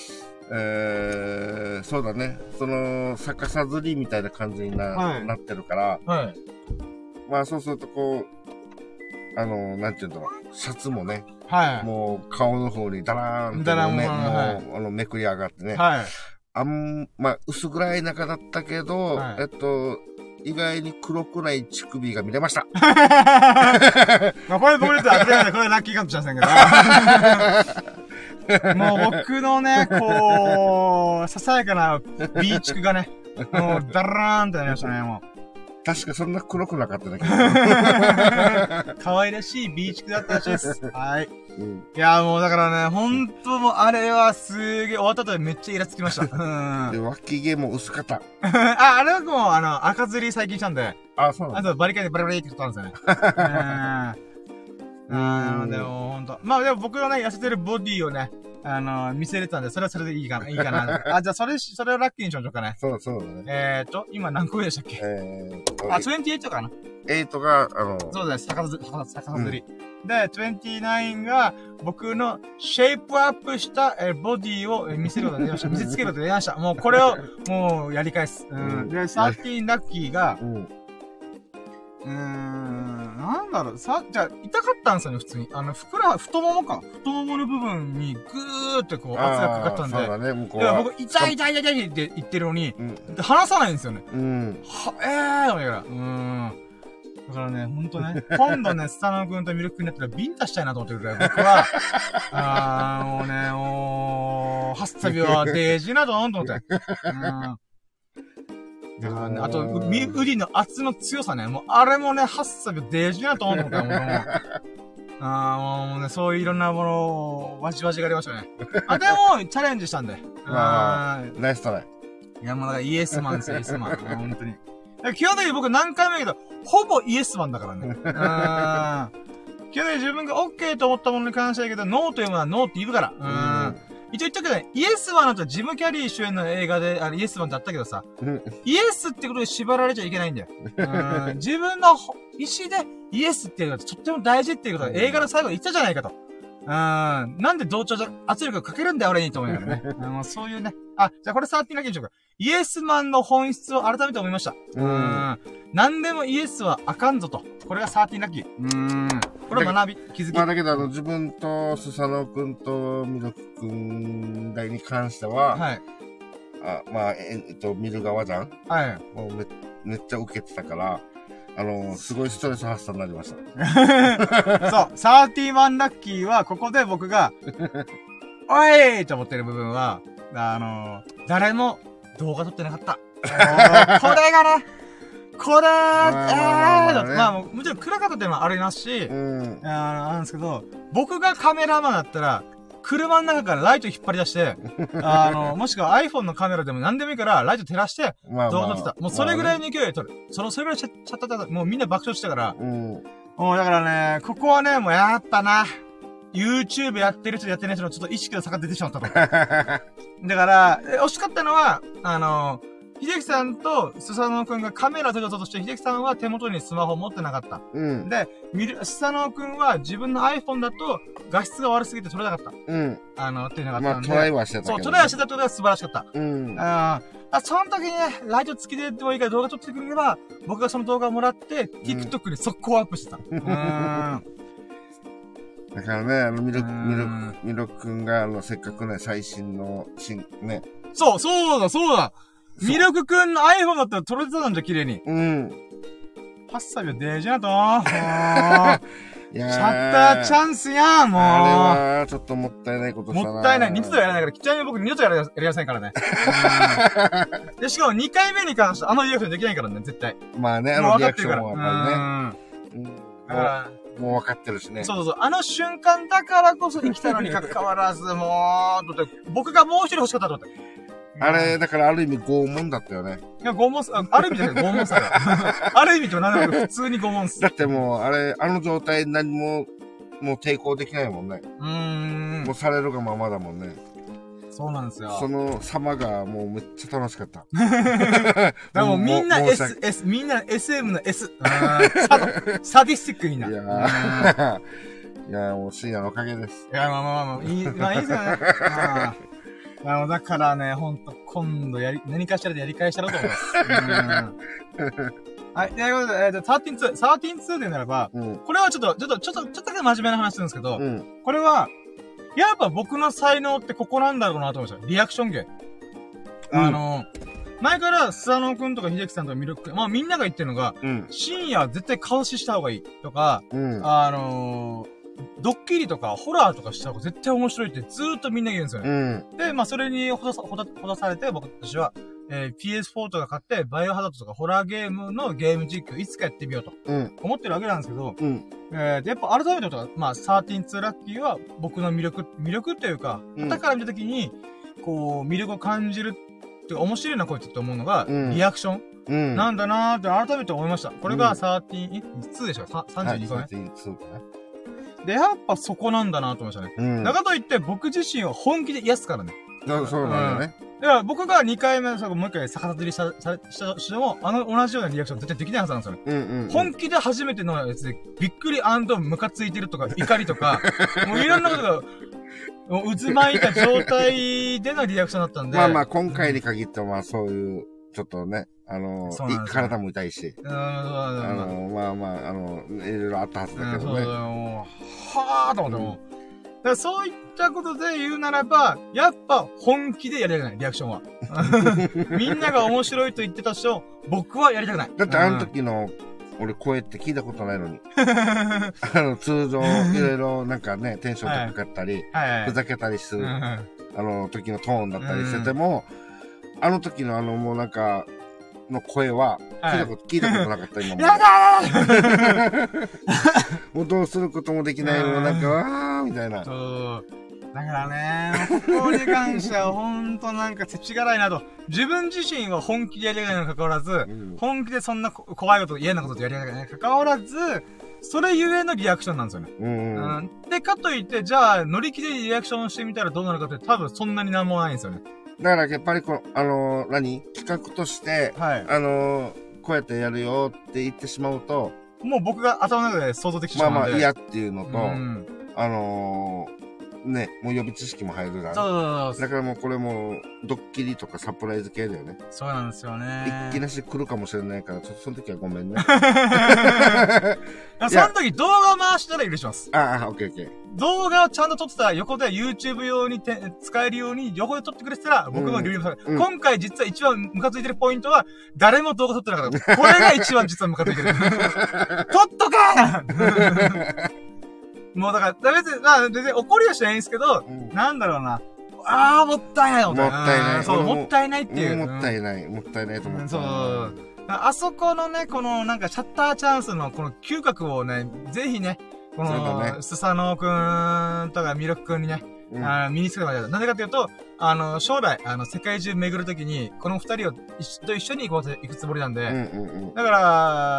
えー、そうだね。その、逆さずりみたいな感じにな、はい、なってるから、 はい。 まあそうするとこう、あの、なんていうんだろう、シャツもね、 はい。 もう顔の方にダラーンって、 ダラーン、 ね、もう、 はい、 あの、めくり上がってね。 はい。 あん、まあ、薄暗い中だったけど、はい、えっと、意外に黒くない乳首が見れました。 まあこれ僕にとっては当てないこれラッキーカウントしませんけど。もう僕のね、こう、ささやかなビーチクがね、もうダラーンってなりましたね、もう。 確かそんな黒くなかっただけど。可愛らしいビーチクだったらしいです。はい。うん、いやもうだからね、ほんともうあれはすげえ、終わった後でめっちゃイラつきました。うん。 で、脇毛も薄かった。 あ、あれはもうあの、赤ずり最近したんで。 あ、そうなんだ。あとバリカンでバリバリってことあるんですよね。うん。うん、でもほんと。まあでも僕がね、痩せてるボディをね、 あのー、見せれたんで、それはそれでいいかな、いいかな。あ、じゃあそれ、それをラッキーにしましょうかね。 そう、そうだね。 えーと、今何個目でしたっけ？えーと。あ、にじゅうはちかな。 はちが、あのー、 そうです、逆ず、逆ずり。うん、で、にじゅうきゅうが、僕のシェイプアップした、えー、ボディを見せることができました。見せつけることができました。もうこれを、もうやり返す。うん。で、じゅうさんラッキーが、うん。うーん、なんだろう、さ、じゃあ、痛かったんですよね、普通に。あの、ふくら、太ももか。太ももの部分にぐーってこう、圧がかかったんで。そうだね、向こうは。僕、痛い痛い痛い痛いって言ってるのに、うん、離さないんですよね。うん。は、えー、だから、うーん。だからね、ほんとね、今度ね、スタノ君とミルク君になったらビンタしたいなと思ってるぐらい、僕は、あー、もうね、もう、ハッサビはデージなと思って。うんだからね、あと、ウディの圧の強さね。もう、あれもね、ハッサビデージだと思うんだもん。ああ、もうね、そういういろんなものを、わじわじがありましたね。あ、でも、チャレンジしたんで。 ああ、ナイストライ。 いや、もうだからイエスマンですよ、イエスマン。本当に。基本的に僕何回も言うけど、ほぼイエスマンだからね。あ基本的に自分が OK と思ったものに関してだけど、ノーというものはノーって言うから。うん。一応言ったけどね、イエスマンだとジム・キャリー主演の映画で、あれイエスマンってあったけどさ、イエスってことで縛られちゃいけないんだよ。うん、自分の意思でイエスっていうのはとっても大事っていうことは映画の最後で言ったじゃないかと。うん、なんで同調圧力をかけるんだよ俺にと思いながらね。うん、そういうね。あ、じゃあこれ触ってみなきゃいけないでしょうか。イエスマンの本質を改めて思いました。うん。何でもイエスはあかんぞと。これがサーティーラッキー。うーん。これは学び、気づき。 まあだけどあの、自分とスサノオくんとミルクくんだいに関しては、はい。あ、まあ、えっと、見る側じゃんはい。もうめ、めっちゃ受けてたから、あの、すごいストレス発散になりました。 そう、サーティワンラッキーは、ここで僕が、おいーと思ってる部分は、あの、誰も動画撮ってなかった。これがね、これ、えー、まあ、もちろん暗かったっていうのはありますし、うん、あるんですけど、僕がカメラマンだったら、車の中からライト引っ張り出して、あの、もしくは iPhone のカメラでも何でもいいから、ライト照らして、動画撮ってた。もうそれぐらいの勢いで撮る。その、それぐらいシャッター、もうみんな爆笑したから、うん、もうだからね、ここはね、もうやっぱな、YouTube やってる人やってない人のちょっと意識の差が出てしまったと。だから、惜しかったのは、あの、秀樹さんとスサノオくんがカメラ撮るとして、秀樹さんは手元にスマホ持ってなかった。うん。で、見る、スサノオくんは自分の iPhone だと画質が悪すぎて撮れなかった。うん。あの、っていうのがあったんで。 まあ、トライはしてたけど、 ね。そう、トライはしてたってことが素晴らしかった。うん。ああ、その時にね、ライト付きででもいいから動画撮ってくれれば、僕がその動画をもらって、TikTok に速攻アップしてた。うん。うんだからね、あの、ミルク、ミルク、ミルクくんが、あの、せっかくね、最新の、新、ね。 そう、そうだ、そうだミルクくんの iPhone だったら撮れてたんじゃ、綺麗に。うん。はっさいはデージだと。いやシャッターチャンスやん、もう。 あれは、ちょっともったいないことしたな。 もったいない。二度とやらないから、ちなみに僕二度とやら、やりませんからね。で、しかも二回目に関して、あのリアクションできないからね、絶対。 まあね、あのリアクションはやっぱりね。うん。だから、もう分かってるしね。 そうそうそう。あの瞬間だからこそ生きたのに関わらず、もう、だって僕がもう一人欲しかったと思って。 あれ、だからある意味拷問だったよね。 いや、拷問す、ある意味じゃない拷問さだ。ある意味って何だろう、普通に拷問す。 だってもう、あれ、あの状態何も、もう抵抗できないもんね。うーん。もうされるがままだもんね。 そうなんですよ。 その様がもうめっちゃ楽しかった。 でもみんな S、S、みんな エスエム の S。サディスティックみんな。いやー。 いやー、もう深夜のおかげです。 いや、まあまあまあ、いい、まあいいですよね。あの、だからね、ほんと、今度やり、何かしらでやり返したらと思います。はい。ということで、えっと、じゅうさん、じゅうさんでならば、うん、これはちょっと、ちょっと、ちょっと、ちょっとだけ真面目な話するんですけど、うん、これは、やっぱ僕の才能ってここなんだろうなと思いました。リアクション芸。うん、あの、前からスサノオくんとか秀樹さんとかミルクくん、まあみんなが言ってるのが、うん、深夜絶対顔しした方がいいとか、うん、あのー、ドッキリとかホラーとかした方が絶対面白いってずーっとみんな言うんですよね。うん、で、まあそれにほださ、ほだ、ほだされて僕たちは、えー、ピーエスフォー とか買って、バイオハザードとかホラーゲームのゲーム実況いつかやってみようと、思ってるわけなんですけど、うん、えー、で、やっぱ改めてとか、まあ、じゅうさんにラッキーは僕の魅力、魅力っていうか、旗から見たときに、こう、魅力を感じるっていうか、面白いなこいつって思うのが、うん、リアクション、うん、なんだなーって改めて思いました。これがじゅうさん、いつでしょ ?さんじゅうに 個目。 はい、さんじゅうにかな。 で、やっぱそこなんだなと思いましたね。うん。だからといって、僕自身は本気で癒すからね。 そう、そうなんだよね。 うん、だから僕がにかいめの、もう一回逆立ちした、したしても、あの同じようなリアクション絶対できないはずなんですよね。うんうん、うん。本気で初めてのやつで、びっくり&ムカついてるとか、怒りとか、もういろんなことが、もう渦巻いた状態でのリアクションだったんで。 まあまあ、今回に限ってはまあそういう、ちょっとね、あの、体も痛いし。うん、あの、まあまあ、あの、いろいろあったはずだけどね。そうだよ。 はぁーと思っても。うん、だからそういったことで言うならば、やっぱ本気でやりたくない、リアクションは。みんなが面白いと言ってた人を、僕はやりたくない。 だってあの時の、俺声って聞いたことないのに。あの、通常、いろいろなんかね、テンション高かったり、はいはいはい、ふざけたりする、あの、時のトーンだったりしてても、あの時のあの、もうなんか、の声は、聞いたこと、はい、聞いたことなかった、今も。やだーもうどうすることもできない、もうなんか、わーみたいな。そうだからね、ここに関してはほんとなんか世知辛いなと。自分自身は本気でやりたくないに関わらず、うん、本気でそんな怖いこと、嫌なことやりたくないに関わらず、それゆえのリアクションなんですよね。うん、うん。で、かといって、じゃあ、乗り気でリアクションしてみたらどうなるかって多分そんなになんもないんですよね。 だからやっぱりこう、あのー、何企画として、はい、あのー、こうやってやるよって言ってしまうと、 もう僕が頭の中で想像できてしまうんで。 まあまあ嫌っていうのと、うん、あのー、ね、もう予備知識も入るから。そうそうそう。だからもうこれも、ドッキリとかサプライズ系だよね。 そうなんですよね。 一気なし来るかもしれないから、ちょっとその時はごめんね。 その時動画回したら許します。 ああ、オッケーオッケー。 動画をちゃんと撮ってたら、横で YouTube 用にて使えるように、横で撮ってくれてたら、僕の流量さ、うん、今回実は一番ムカついてるポイントは、誰も動画撮ってなかった。これが一番実はムカついてる。撮っとかもうだから、別に、まあ、全然怒りはしないんですけど、うん、なんだろうな。ああ、もったいないもったいない。 そう、もったいないっていう。 もったいない。もったいないと思って。うん、 そう。あそこのね、このなんかシャッターチャンスのこの嗅覚をね、ぜひね、この、ね、スサノオくんとかミロクくんにね、うん、あ身につけてもらいたい。なぜかというと、あの、将来、あの、世界中巡るときに、この二人をと一緒に行こうと行くつもりなんで、うんうんうん、だから、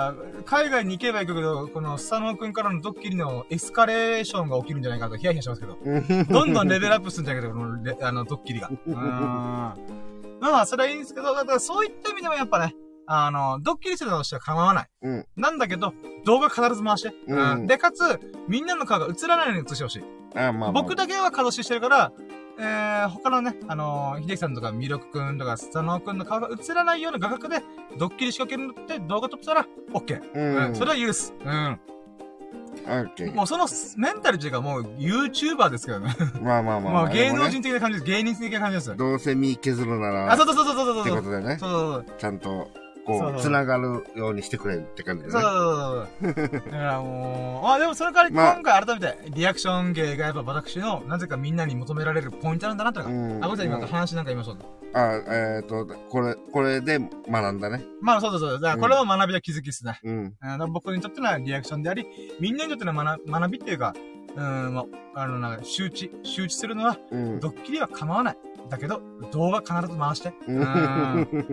海外に行けば行くけど、このスサノオくんからのドッキリのエスカレーションが起きるんじゃないかとヒヤヒヤしますけど、どんどんレベルアップするんじゃないかと、このレ、あの、ドッキリが。うんまあ、それはいいんですけど、だからそういった意味でもやっぱね、あの、ドッキリするのとしては構わない。うん。なんだけど、動画必ず回して。うん。うん、で、かつ、みんなの顔が映らないように映してほしい。あまあまあ、僕だけは顔出ししてるから、えー、他のね、あのー、秀樹さんとか、ミロクくんとか、スサノオくんの顔が映らないような画角で、ドッキリ仕掛けるって動画撮ってたら、オッケー。うん。うん、それは許す。うん。 オッケー。 もうそのメンタルというかもう YouTuber ですけどね。 まあまあまあ、まあ。 まあ芸能人的な感じです。芸人的な感じです。 どうせ身削るなら。 あ、そうそうそうそうそうそう。 ってことだよね。そうそうそう。ちゃんと。こう、繋がるようにしてくれるって感じだね。そうそうそう。だからもう、あ、でもそれから今回改めて、リアクション芸がやっぱ私の、なぜかみんなに求められるポイントなんだなとか。うん、あ、ごめんなさい、今話なんか言いましょう。 あ、えっ、ー、と、これ、これで学んだね。 まあそうそうそう。だからこれは学びは気づきっすね。うん。あ僕にとってのリアクションであり、みんなにとっての学学びっていうか、うん、まあ、あの、なんか、周知、周知するのは、うん、ドッキリは構わない。だけど、動画必ず回して。うん。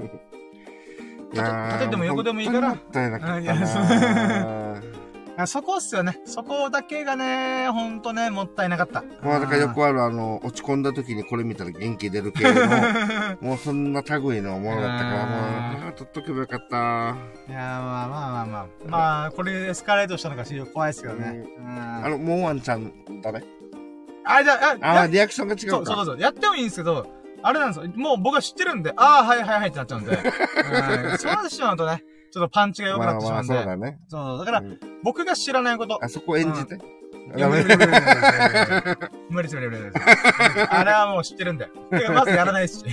縦でも横でもいいから。もったいなかったなそこっすよね。そこだけがね、ほんとね、もったいなかった。 まあ、だからよくある、あの、落ち込んだ時にこれ見たら元気出る系の、もうそんな類のものだったから、もう、取っとけばよかった。いや、まあまあまあまあ。まあ、これエスカレートしたのが非常に怖いですけどね。 うん、あの、モンワンちゃんだね。 あ、じゃあ、 あ、あリアクションが違うか。 そうそうそう。やってもいいんですけど、あれなんですよ。もう僕は知ってるんで、ああ、はいはいはいってなっちゃうんで。うん、そうなってしまうとね、ちょっとパンチが良くなってしまうんで。まあまあそうだね。そう。だから、うん、僕が知らないこと。 あそこ演じて。 うん、いや、無理無理無理無理無理無理無理無理。あれはもう知ってるんで。まずやらないし。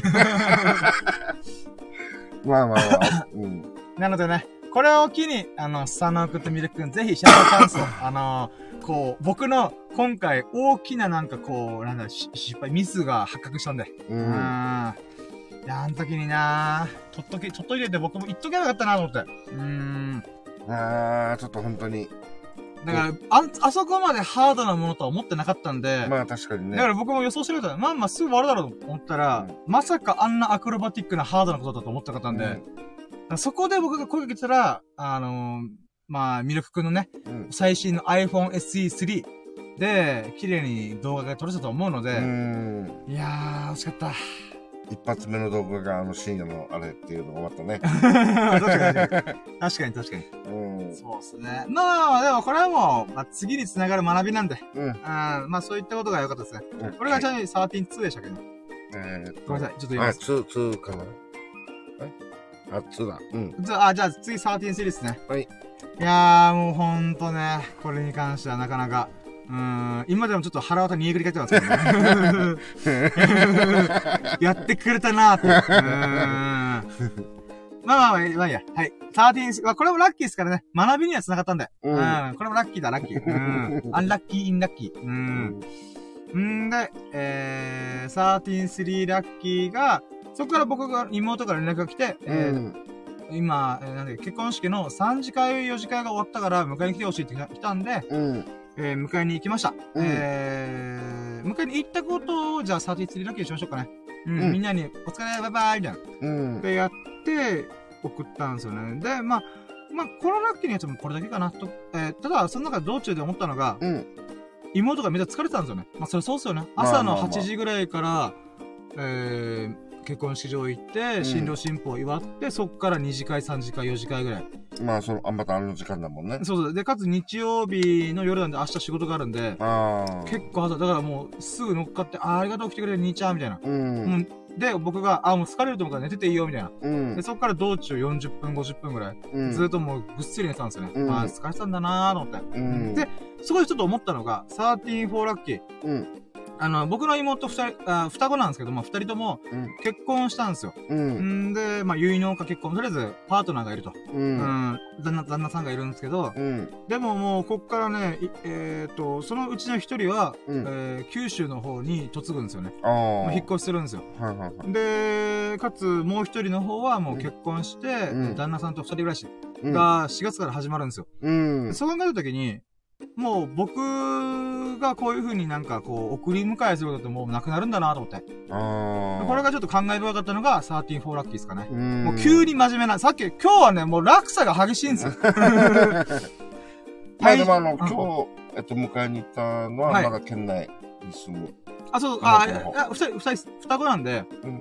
まあまあまあ。うん。 なのでね、これを機に、あの、スサノオくんとミルクくん、ぜひシャドウチャンスを、あのー、こう、僕の、今回、大きななんかこう、なんだ、失敗、ミスが発覚したんで。うん。うん。いや、あの時になぁ、とっとけ、とっといてて僕も言っとけばよかったなと思って。うーん。 あー、ちょっと本当に。 だから、あ、あそこまでハードなものとは思ってなかったんで。 まあ確かにね。 だから僕も予想してるから、まあまあすぐ終わるだろうと思ったら、うん、まさかあんなアクロバティックなハードなことだと思ってなかったんで、うん、そこで僕が声かけてたら、あのー、まあ、ミルクくんのね、うん、最新の iPhone エスイースリー、 で、綺麗に動画が撮れたと思うので、いやー、惜しかった。 一発目の動画があの深夜のあれっていうのが終わったね。 確かに。確かに確かに。うん。そうっすね。まあ、でもこれはもう、まあ、次に繋がる学びなんで。うん。あまあそういったことが良かったですね。うん、これがちなみにじゅうさんにでしたっけど、ね。えー、ごめんなさい、ちょっと言います。 あ、に、にかなえあ、にだ。うん。 じゃあ、じゃあ次じゅうさんですね。 はい。 いやー、もうほんとね、これに関してはなかなか、うーん、今でもちょっと腹渡にえぐり返ってますけどね。やってくれたなーって。うーん。まあまあまあ、まあいいや。はい。じゅうさん、まあこれもラッキーですからね。学びには繋がったんで。うん。うん、これもラッキーだ、ラッキー。うん。アンラッキー、インラッキー。うん。んで、えー、じゅうさんラッキーが、そこから僕が、妹から連絡が来て、うん、えー、今、えー、なんで、結婚式のさん次会、よん次会が終わったから、迎えに来てほしいって来たんで、うん、えー、迎えに行きました。うん、えー、迎えに行ったことを、じゃあじゅうさんラッキーにしましょうかね。うん、うん、みんなに、お疲れ、バイバイみたいな。うん。で、やって、送ったんですよね。で、まあ、まあ、このラッキーのやつもこれだけかな、と。えー、ただ、その中で道中で思ったのが、うん、妹がめっちゃ疲れてたんですよね。まあ、それそうっすよね。朝のはちじぐらいから、えー、結婚式場行って、新郎新婦を祝って、うん、そっからに次会、さん次会、よん次会ぐらい。 まあ、その、あ、またあの時間だもんね。 そうそう。で、かつ日曜日の夜なんで明日仕事があるんで、あ結構朝、だからもうすぐ乗っかって、あ、ありがとう来てくれる兄ちゃん、みたいな。うん。うん、で、僕が、あ、もう疲れると思うから寝てていいよ、みたいな。うん。で、そっから道中よんじゅっぷん、ごじゅっぷんぐらい。うん。ずっともうぐっすり寝てたんですよね。うん。あ、疲れてたんだなーと思って。うん。で、そこでちょっと思ったのが、じゅうさんラッキー。うん。あの、僕の妹二人、あ、双子なんですけども、二人とも、結婚したんですよ。うん。んで、まあ、結納か結婚、とりあえず、パートナーがいると。うん。うん。旦那、旦那さんがいるんですけど、うん。でももう、こっからね、えっ、ー、と、そのうちの一人は、うん、えー、九州の方に嫁ぐんですよね。ああ。もう引っ越しするんですよ。はいはいはい。で、かつ、もう一人の方はもう結婚して、うん、旦那さんと二人暮らしがしがつから始まるんですよ。うん。そう考えたときに、もう僕がこういう風になんかこう送り迎えすることってもうなくなるんだなと思って。あこれがちょっと感慨深かったのがじゅうさんラッキーですかね。もう急に真面目な、さっき、今日はね、もう落差が激しいんですよ。 まあでもあの、今日、えっと、迎えに行ったのはまだ県内に住む。はい、 あ、そう、あ、いや、二人、二人、双子なんで、うん、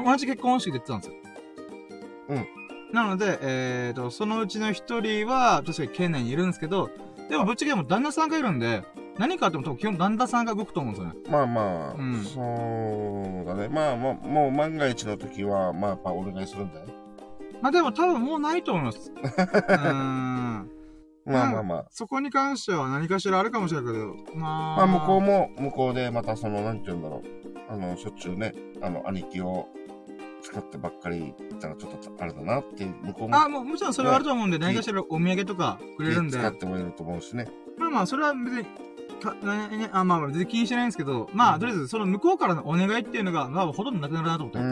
同じ結婚式で行ってたんですよ。うん。なので、えーと、そのうちの一人は、確かに県内にいるんですけど、でもぶっちゃけも旦那さんがいるんで、何かあっても多分基本旦那さんが動くと思うんですよね。 まあまあ、うん、そうだね。まあまあ、もう万が一の時は、まあやっぱお願いするんだよ。 まあでも多分もうないと思います。うーん。 まあまあまあ。 そこに関しては何かしらあるかもしれないけど、まあ。 まあ向こうも、向こうでまたその、なんて言うんだろう。あの、しょっちゅうね、あの、兄貴を、使ってばっかり言ったらちょっとあれだなっていう向こうも。 あ、もうもちろんそれはあると思うんで、何かしらお土産とかくれるんで。 使ってもいると思うしね。 まあまあ、それは別に、か、ね、あ、まあまあ、全然気にしてないんですけど、まあ、とりあえずその向こうからのお願いっていうのが、まあ、ほとんどなくなるなと思って。うん。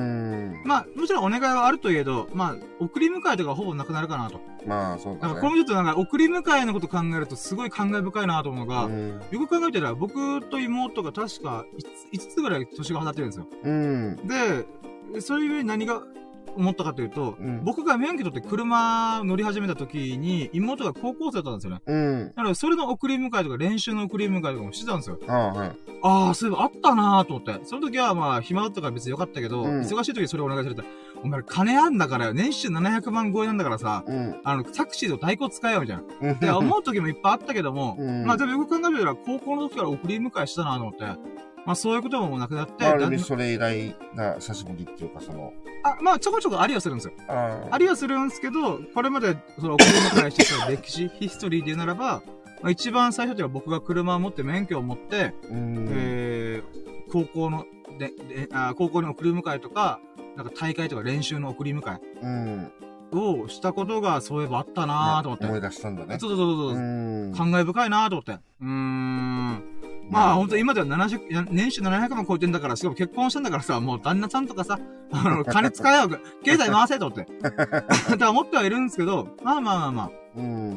まあ、もちろんお願いはあるといえど、まあ、送り迎えとかほぼなくなるかなと。 まあ、そうだね。だからこれもちょっとなんか、送り迎えのこと考えるとすごい感慨深いなと思うのが、よく考えたら、僕と妹が確かいつつぐらい年が離れてるんですよ。うん。で、そういう上に何が、思ったかというと、うん、僕が免許取って車乗り始めた時に、妹が高校生だったんですよね。うん。なので、それの送り迎えとか練習の送り迎えとかもしてたんですよ。ああ、はい。ああ、そういえばあったなぁと思って。その時はまあ、暇だったから別によかったけど、うん、忙しい時にそれをお願いされたら、お前金あんだからよ、年収ななひゃくまん超えなんだからさ、うん、あの、タクシーと代行使えよ、みたいな。で、思う時もいっぱいあったけども、うん、まあ、でもよく考えたら、高校の時から送り迎えしたなと思って、まあそういうこともなくなって。 ある意味それ以来が久しぶりっていうかその。 あ、まあちょこちょこありはするんですよ。あありはするんですけど、これまでその送り迎えしてきた歴史、ヒストリーで言うならば、まあ、一番最初では僕が車を持って免許を持って、えー、高校の、で、であ、高校に送り迎えとか、なんか大会とか練習の送り迎え。うん。をしたことがそういえばあったなぁと思って、 ね。思い出したんだね。 そうそうそうそう。感慨深いなぁと思って。うーん。まあ、ほんと今ではななじゅう、年収ななひゃくまん超えてんだから、しかも結婚したんだからさ、もう旦那さんとかさ、あの、金使えよ、経済回せと思って。と思ってはいるんですけど、まあまあまあまあ。うん。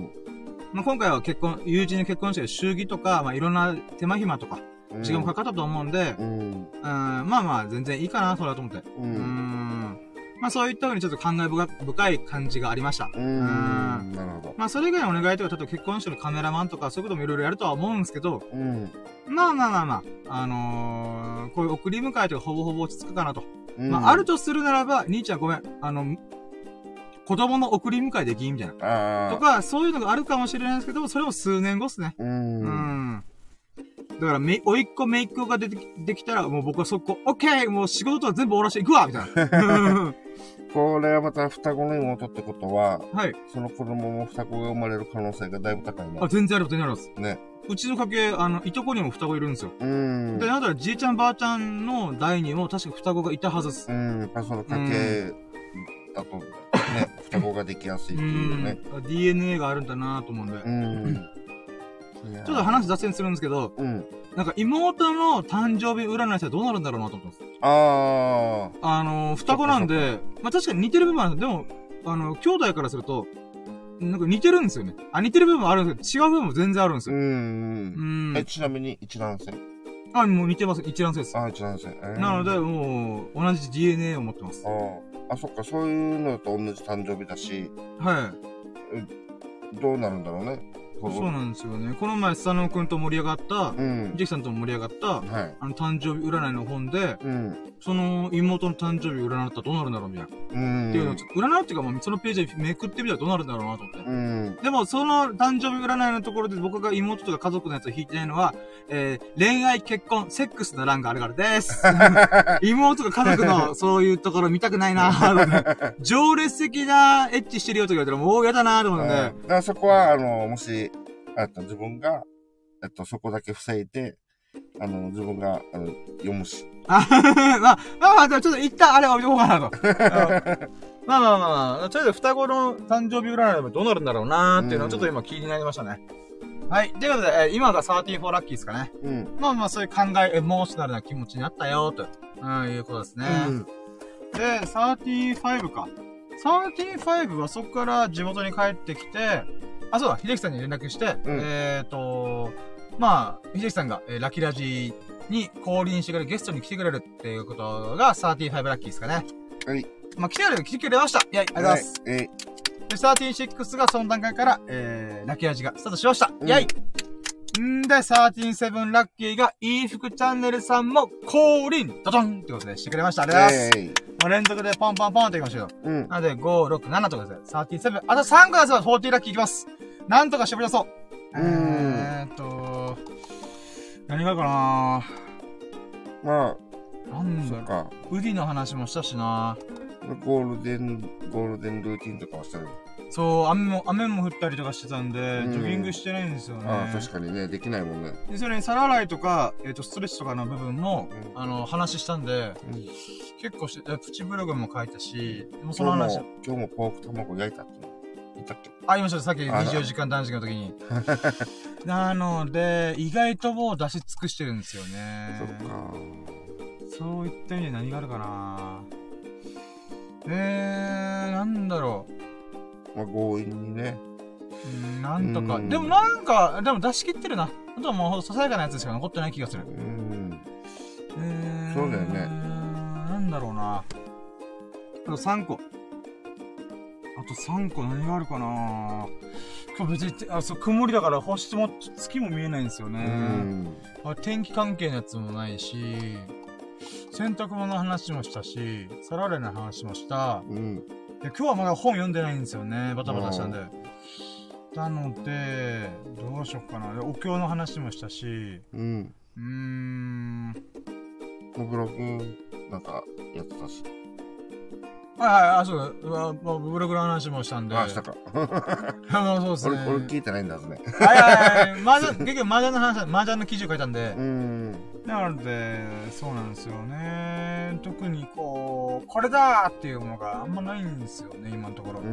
まあ今回は結婚、友人に結婚して祝儀とか、まあいろんな手間暇とか、時間もかかったと思うんで、うん。うん、まあまあ全然いいかな、それはと思って。うん。うんまあそういった風にちょっと感慨深い感じがありました。うーん。なるほど。ままあ、それ以外のお願いとか、ちょっと結婚してるカメラマンとか、そういうこともいろいろやるとは思うんですけど、うん。まあまあまあまあ、あのー、こういう送り迎えとかほぼほぼ落ち着くかなと。うん、まあ、あるとするならば、兄ちゃんごめん、あの、子供の送り迎えできんみたいな。とか、そういうのがあるかもしれないですけど、それも数年後っすね。うん。うん。だから、め、おいっ子めいっ子が出てき、できたら、もう僕はそこ、オッケーもう仕事とか全部終わらしていくわみたいな。 これはまた双子の妹ってことは、はい。その子供も双子が生まれる可能性がだいぶ高いね。 あ、全然ある、全然あるんです。ね。うちの家系、あの、いとこにも双子いるんですよ。うん。で、なんだらじいちゃんばあちゃんの代にも確か双子がいたはずです。 うん。やっぱその家系だと、ね、双子ができやすいっていうね。 うん。ディーエヌエー があるんだなと思うんで。うん。ちょっと話脱線するんですけど、うん。なんか妹の誕生日占いしたらどうなるんだろうなと思ってます。ああ。あのー、双子なんで、まあ確かに似てる部分あるんですけど、でも、あの、兄弟からすると、なんか似てるんですよね。あ、似てる部分もあるんですけど、違う部分も全然あるんですよ。うん。 うん。え、ちなみに一卵性？ あ、もう似てます。一卵性です。 あ、一卵性。えー、 なので、もう、同じ ディーエヌエー を持ってます。 ああ、そっか、そういうのと同じ誕生日だし。はい。どうなるんだろうね。 そうなんですよね。この前、スサノオくんと盛り上がった、うん、ジェキさんとも盛り上がった、はい、あの、誕生日占いの本で、うん、その妹の誕生日占ったらどうなるんだろうみたいな。うん、っていうのを、占うっていうか、まあ、そのページでめくってみたらどうなるんだろうなと思って。うん、でも、その誕生日占いのところで僕が妹とか家族のやつを引いてないのは、えー、恋愛、結婚、セックスの欄があるからです。妹とか家族のそういうところ見たくないなぁ。情熱的なエッチしてるよとか言われたらもう嫌だなぁと思うので。だからそこは、あの、もし、あと自分が、えっと、そこだけ防いで、あの、自分が、あの、読むし。 あまあ、まあまあ、ちょっと一旦あれは置いとこうかなと。まあまあまあ、とりあえず双子の誕生日占いでどうなるんだろうなーっていうのはちょっと今気になりましたね。はい。ということで、えー、今がさんじゅうよんラッキーですかね。うん。まあまあ、そういう考え、エモーショナルな気持ちになったよ、と、うん、いうことですね。うん。で、さんじゅうごか。さんじゅうごはそこから地元に帰ってきて、あ、そうだ、秀樹さんに連絡して、うん、えーと、まあ、秀樹さんが、えー、ラッキーラジに降臨してくれる、ゲストに来てくれるっていうことがさんじゅうごラッキーですかね。はい。まあ、来てくれる、来てくれました。イェイ、ありがとうございます。はい。で、さんじゅうろくがその段階から、えー、ラッキーラジがスタートしました。うん、イェイ。んで、さんじゅうななラッキーが、いい服チャンネルさんも降臨ドドンってことでしてくれました。ありがとうございます。まあ、連続でポンポンポンっていきましたよ。うん。なので、ご、ろく、ななとかですね。さんじゅうなな、あとさん個出せばよんじゅうラッキーいきます。なんとか絞り出そう。うーん。えーっと、何があるかなぁ。まあ、なんだろう。ウディの話もしたしなゴールデン、ゴールデンルーティンとかはしたの？ そう、雨も、雨も降ったりとかしてたんで、うん、ジョギングしてないんですよね。 ああ、確かにね、できないもんね。 で、それに皿洗いとか、えっ、ー、と、ストレッチとかの部分も、うん、あの、話したんで、うん、結構して、プチブログも書いたし、でもその話。 今日もポーク卵焼いたって言ったっけ？ あ、言いました。さっきにじゅうよじかん断食の時に。なので、意外ともう出し尽くしてるんですよね。そっか。そういった意味で何があるかなえー、なんだろう。まあ、強引にね。 うん、なんとか。でもなんか、でも出し切ってるな。あとはもう、ささやかなやつしか残ってない気がする。うん。 えー、そうだよね。 なんだろうな。あとさんこ。あとさんこ何があるかな今日別に、あ、そう、曇りだから星も、月も見えないんですよね。うん。天気関係のやつもないし、洗濯物の話もしたし、皿洗いの話もした。うん。で、今日はまだ本読んでないんですよね。バタバタしたんで。なので、どうしよっかな。お経の話もしたし。うん。うーん。 ブログ、なんか、やってたし。 はいはい、あ、そうだ。まあ、ブログの話もしたんで。 あ、したか。 まあ、そうですね。 俺、俺聞いてないんだぜね。 はいはいはい。麻雀、結局麻雀の話、麻雀の記事を書いたんで。うん。なので、そうなんですよね。特にこう、これだーっていうものがあんまないんですよね、今のところ。うん。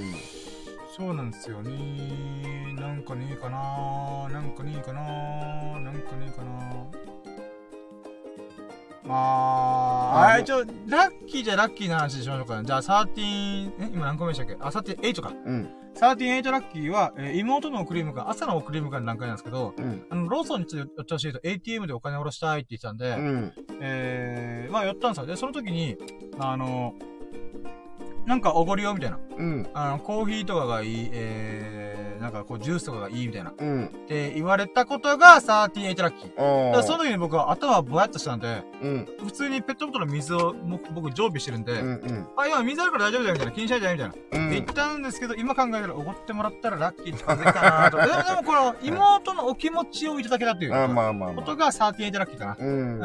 そうなんですよね。なんかねえかなー。なんかねえかなー。なんかねえかなー。まあ、あ、一応、ラッキーじゃラッキーな話しましょうかね。じゃあ、さんじゅう、え、今何個目でしたっけ？あ、さんじゅうはちか。うん。さんじゅうはちラッキーは、えー、妹の送り迎え、朝の送り迎えの段階なんですけど、うん、あの、ローソンにちょっと寄ってほしいと エーティーエム でお金下ろしたいって言ってたんで、うん、えー、まあ寄ったんですよ。で、その時に、あの、なんかおごりよみたいな。うん。あの、コーヒーとかがいい、えなんかこうジュースとかがいいみたいな。うん。って言われたことがさんじゅうはちラッキー。だからその時に僕は頭ぼやっとしたんで、うん。普通にペットボトルの水を僕常備してるんで、うんうん。あ、今水あるから大丈夫だよみたいな。気にしないじゃないみたいな。うん。言ったんですけど、今考えたらおごってもらったらラッキーって感じかなと。でも、でもこの妹のお気持ちをいただけたっていう。あ、まあまあまあ。ことがさんじゅうはちラッキーかな。うん。うん。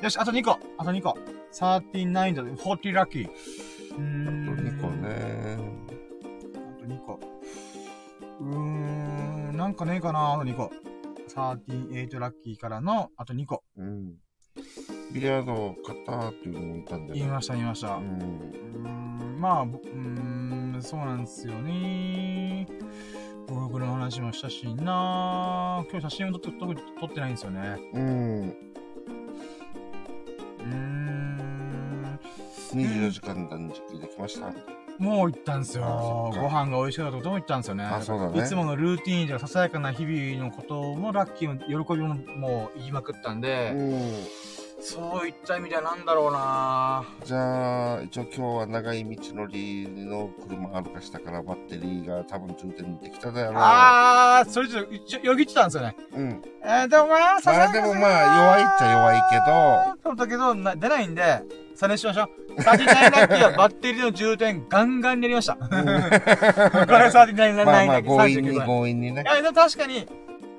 よし、あとにこ。あとにこ。さんじゅうきゅうだ、よんじゅうラッキー。うーん。あとにこね。あとにこ。うーん。なんかねえかな、あとにこ。さんじゅうはちラッキーからの、あとにこ。うん。 ビリヤード買ったっていうのも言ったんだよね。 言いました、言いました。うん。うーん。まあ、うーん、そうなんですよね。ブログの話もしたしなぁ。今日写真を撮って、撮ってないんですよね。うん。うーん。にじゅうよじかん断食できました？ もう行ったんですよ。ご飯が美味しかったことも行ったんですよね。あ、そうだね。いつものルーティーンでささやかな日々のこともラッキーも喜びももう言いまくったんで、うん、そういった意味ではなんだろうなぁ。 じゃあ、一応今日は長い道のりの車歩かしたからバッテリーが多分充電できただよな。 あー、それちょっと一応よぎってたんですよね。うん。えー、でもまあ、 ささやかな。まあでもまあ、弱いっちゃ弱いけど。そうだけど、な出ないんで、それにしましょう。さんじゅうきゅうラッキーはバッテリーの充電ガンガンにやりました。これさんじゅうきゅうラッキー。まあまあ、強引に強引にね。いや、でも確かに、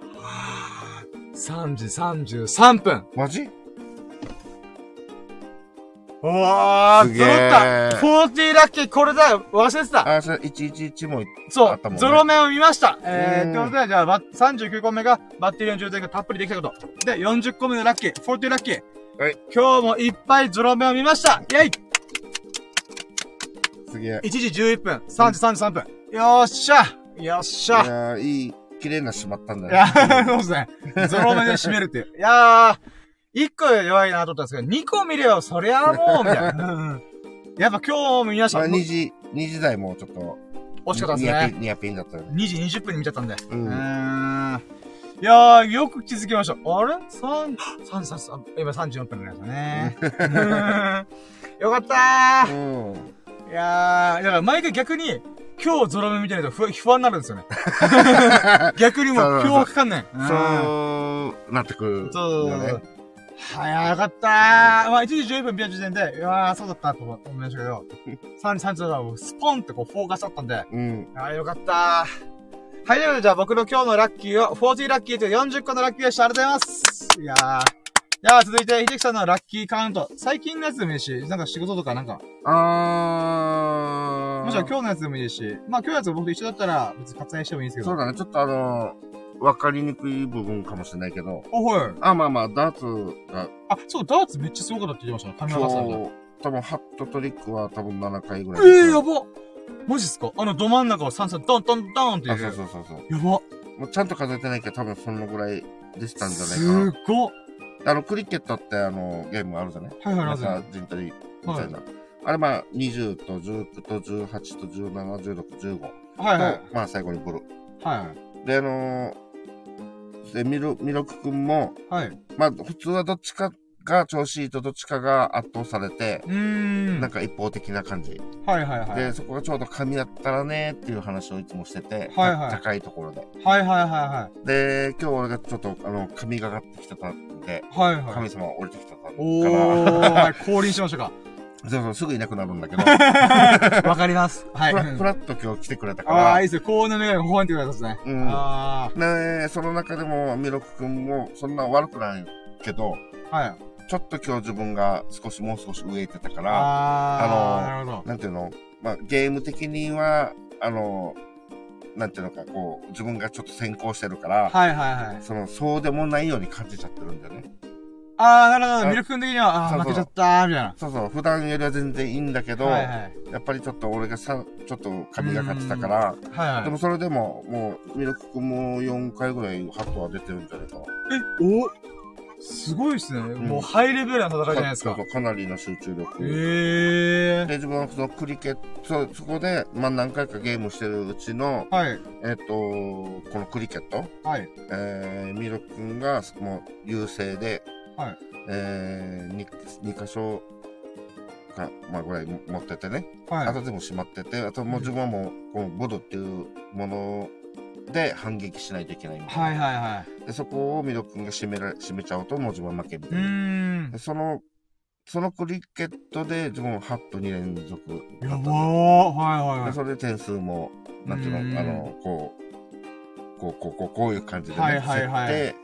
さんじさんじゅうさんぷん。 マジ？ うわー、揃った。よんじゅうラッキー、これだよ。忘れてた。 あ、それ、いちいちいちもあったもんね。そう、ゾロ目を見ました。えー、ということで、じゃあ、さんじゅうきゅうこめが、バッテリーの充電がたっぷりできたこと。で、よんじゅっこめのラッキー、よんじゅうラッキー。はい。今日もいっぱいゾロ目を見ました。イェイ！ すげえ。 いちじじゅういっぷん、さんじさんじゅうさんぷん。よーっしゃよっしゃいやー、いい、綺麗な閉まったんだよ。 いやー、そうですね。ゾロ目で閉めるっていう。いやー、いっこ弱いなと思ったんですけど、にこ見ればそりゃあもう、みたいな。やっぱ今日見ました。まあ、 にじ、にじ台もちょっと。 惜しかったですね。 ニアピンだったよね。 にじにじゅっぷんに見ちゃったんで。うん。うーん。いやー、よく気づきました。あれ ?さん、さん、さん、さん、今さんじゅうよんぷんになりましたね。よかったー。うん。いやー、だから毎回逆に、今日ゾロ目見てないと不安になるんですよね。逆にもう今日かかんない。 そう、なってくる。そう。 はい、よかったー。まあ、いちじじゅういっぷん見た時点で、いやー、そうだったと思いましたけど、さんじさんじゅうはスポンってこう、フォーカスだったんで、うん。あー、よかったー。はい、ということで、じゃあ僕の今日のラッキーを、よんじゅうラッキーというよんじゅっこのラッキーでした。ありがとうございます。いやー。いやー、続いて、秀樹さんのラッキーカウント。最近のやつでもいいし、なんか仕事とかなんか。あー。もちろん今日のやつでもいいし、まあ今日のやつ僕と一緒だったら、別に割愛してもいいんですけど。 そうだね、ちょっとあのー、わかりにくい部分かもしれないけど。 あ、はい。 あ、まあまあ、ダーツが。 あ、そう、ダーツめっちゃすごかったって言ってましたね。神村さんが。 多分、ハットトリックは多分ななかいぐらい。ええー、やばマジっすか？あの、ど真ん中をさんさん、ドンドンドンって言う。 あ、そうそうそうそう。 やばもうちゃんと数えてないけど、多分そのぐらいでしたんじゃないかな。 すごっ。 あの、クリケットってあの、ゲームあるじゃない？ はいはいはい。 なんか、陣取りみたいな。はい、あれまあ、にじゅうとじゅうきゅうとじゅうはちとじゅうなな、じゅうろく、じゅうご。はいはい。まあ、最後にブル。はいはい。で、あのー、で、ミロ、ミロク君も、はい。まあ、普通はどっちかが調子いいとどっちかが圧倒されて、うん。なんか一方的な感じ。はいはいはい。で、そこがちょうど噛み合ったらねっていう話をいつもしてて、はいはい。高いところで。はいはいはいはい。で、今日俺がちょっと、あの、神がかってきてたんで、はいはい。神様が降りてきてたから。おー、降臨しましたか。 そうそう、すぐいなくなるんだけど。 わかります。はい。 フラッと今日来てくれたから。 ああ、いいですよ。こうの願いが微笑んでくれたんですね。うん。ああ。ねその中でも、ミロク君もそんな悪くないけど、はい。ちょっと今日自分が少しもう少し上行ってたから、ああの、なるほど。なんていうの、まあ、ゲーム的には、あの、なんていうのか、こう、自分がちょっと先行してるから、はいはいはい。その、そうでもないように感じちゃってるんだよね。 ああ、なるほど。ミルク君的には、ああ、負けちゃったー、みたいな。 そうそう。普段よりは全然いいんだけど、はいはい、やっぱりちょっと俺がさ、ちょっと神がかってたから、はいはい、でもそれでも、もう、ミルク君もよんかいぐらいハットは出てるんじゃないかな。 え、おすごいっすね、うん。もうハイレベルな戦いじゃないですか。 そうそう、かなりの集中力。へえー。で、自分はそのクリケット、そこで、まあ何回かゲームしてるうちの、はい。えっと、このクリケット。はい。えー、ミルク君が、もう、優勢で、はい。えー、に、に箇所か、まあぐらい持っててね。はい。あとでも閉まってて、あともう自分はもう、このボドっていうもので反撃しないといけないみたいな。 はいはいはい。 で、そこをミド君が締めら、締めちゃうともう自分は負けみたいな。で、その、そのクリケットで自分はハットに連続だったんで。 やばー。はいはいはい。 で、それで点数も、なんていうの、あの、こう、こう、こう、こう、こういう感じでね、はいはいはい、競って、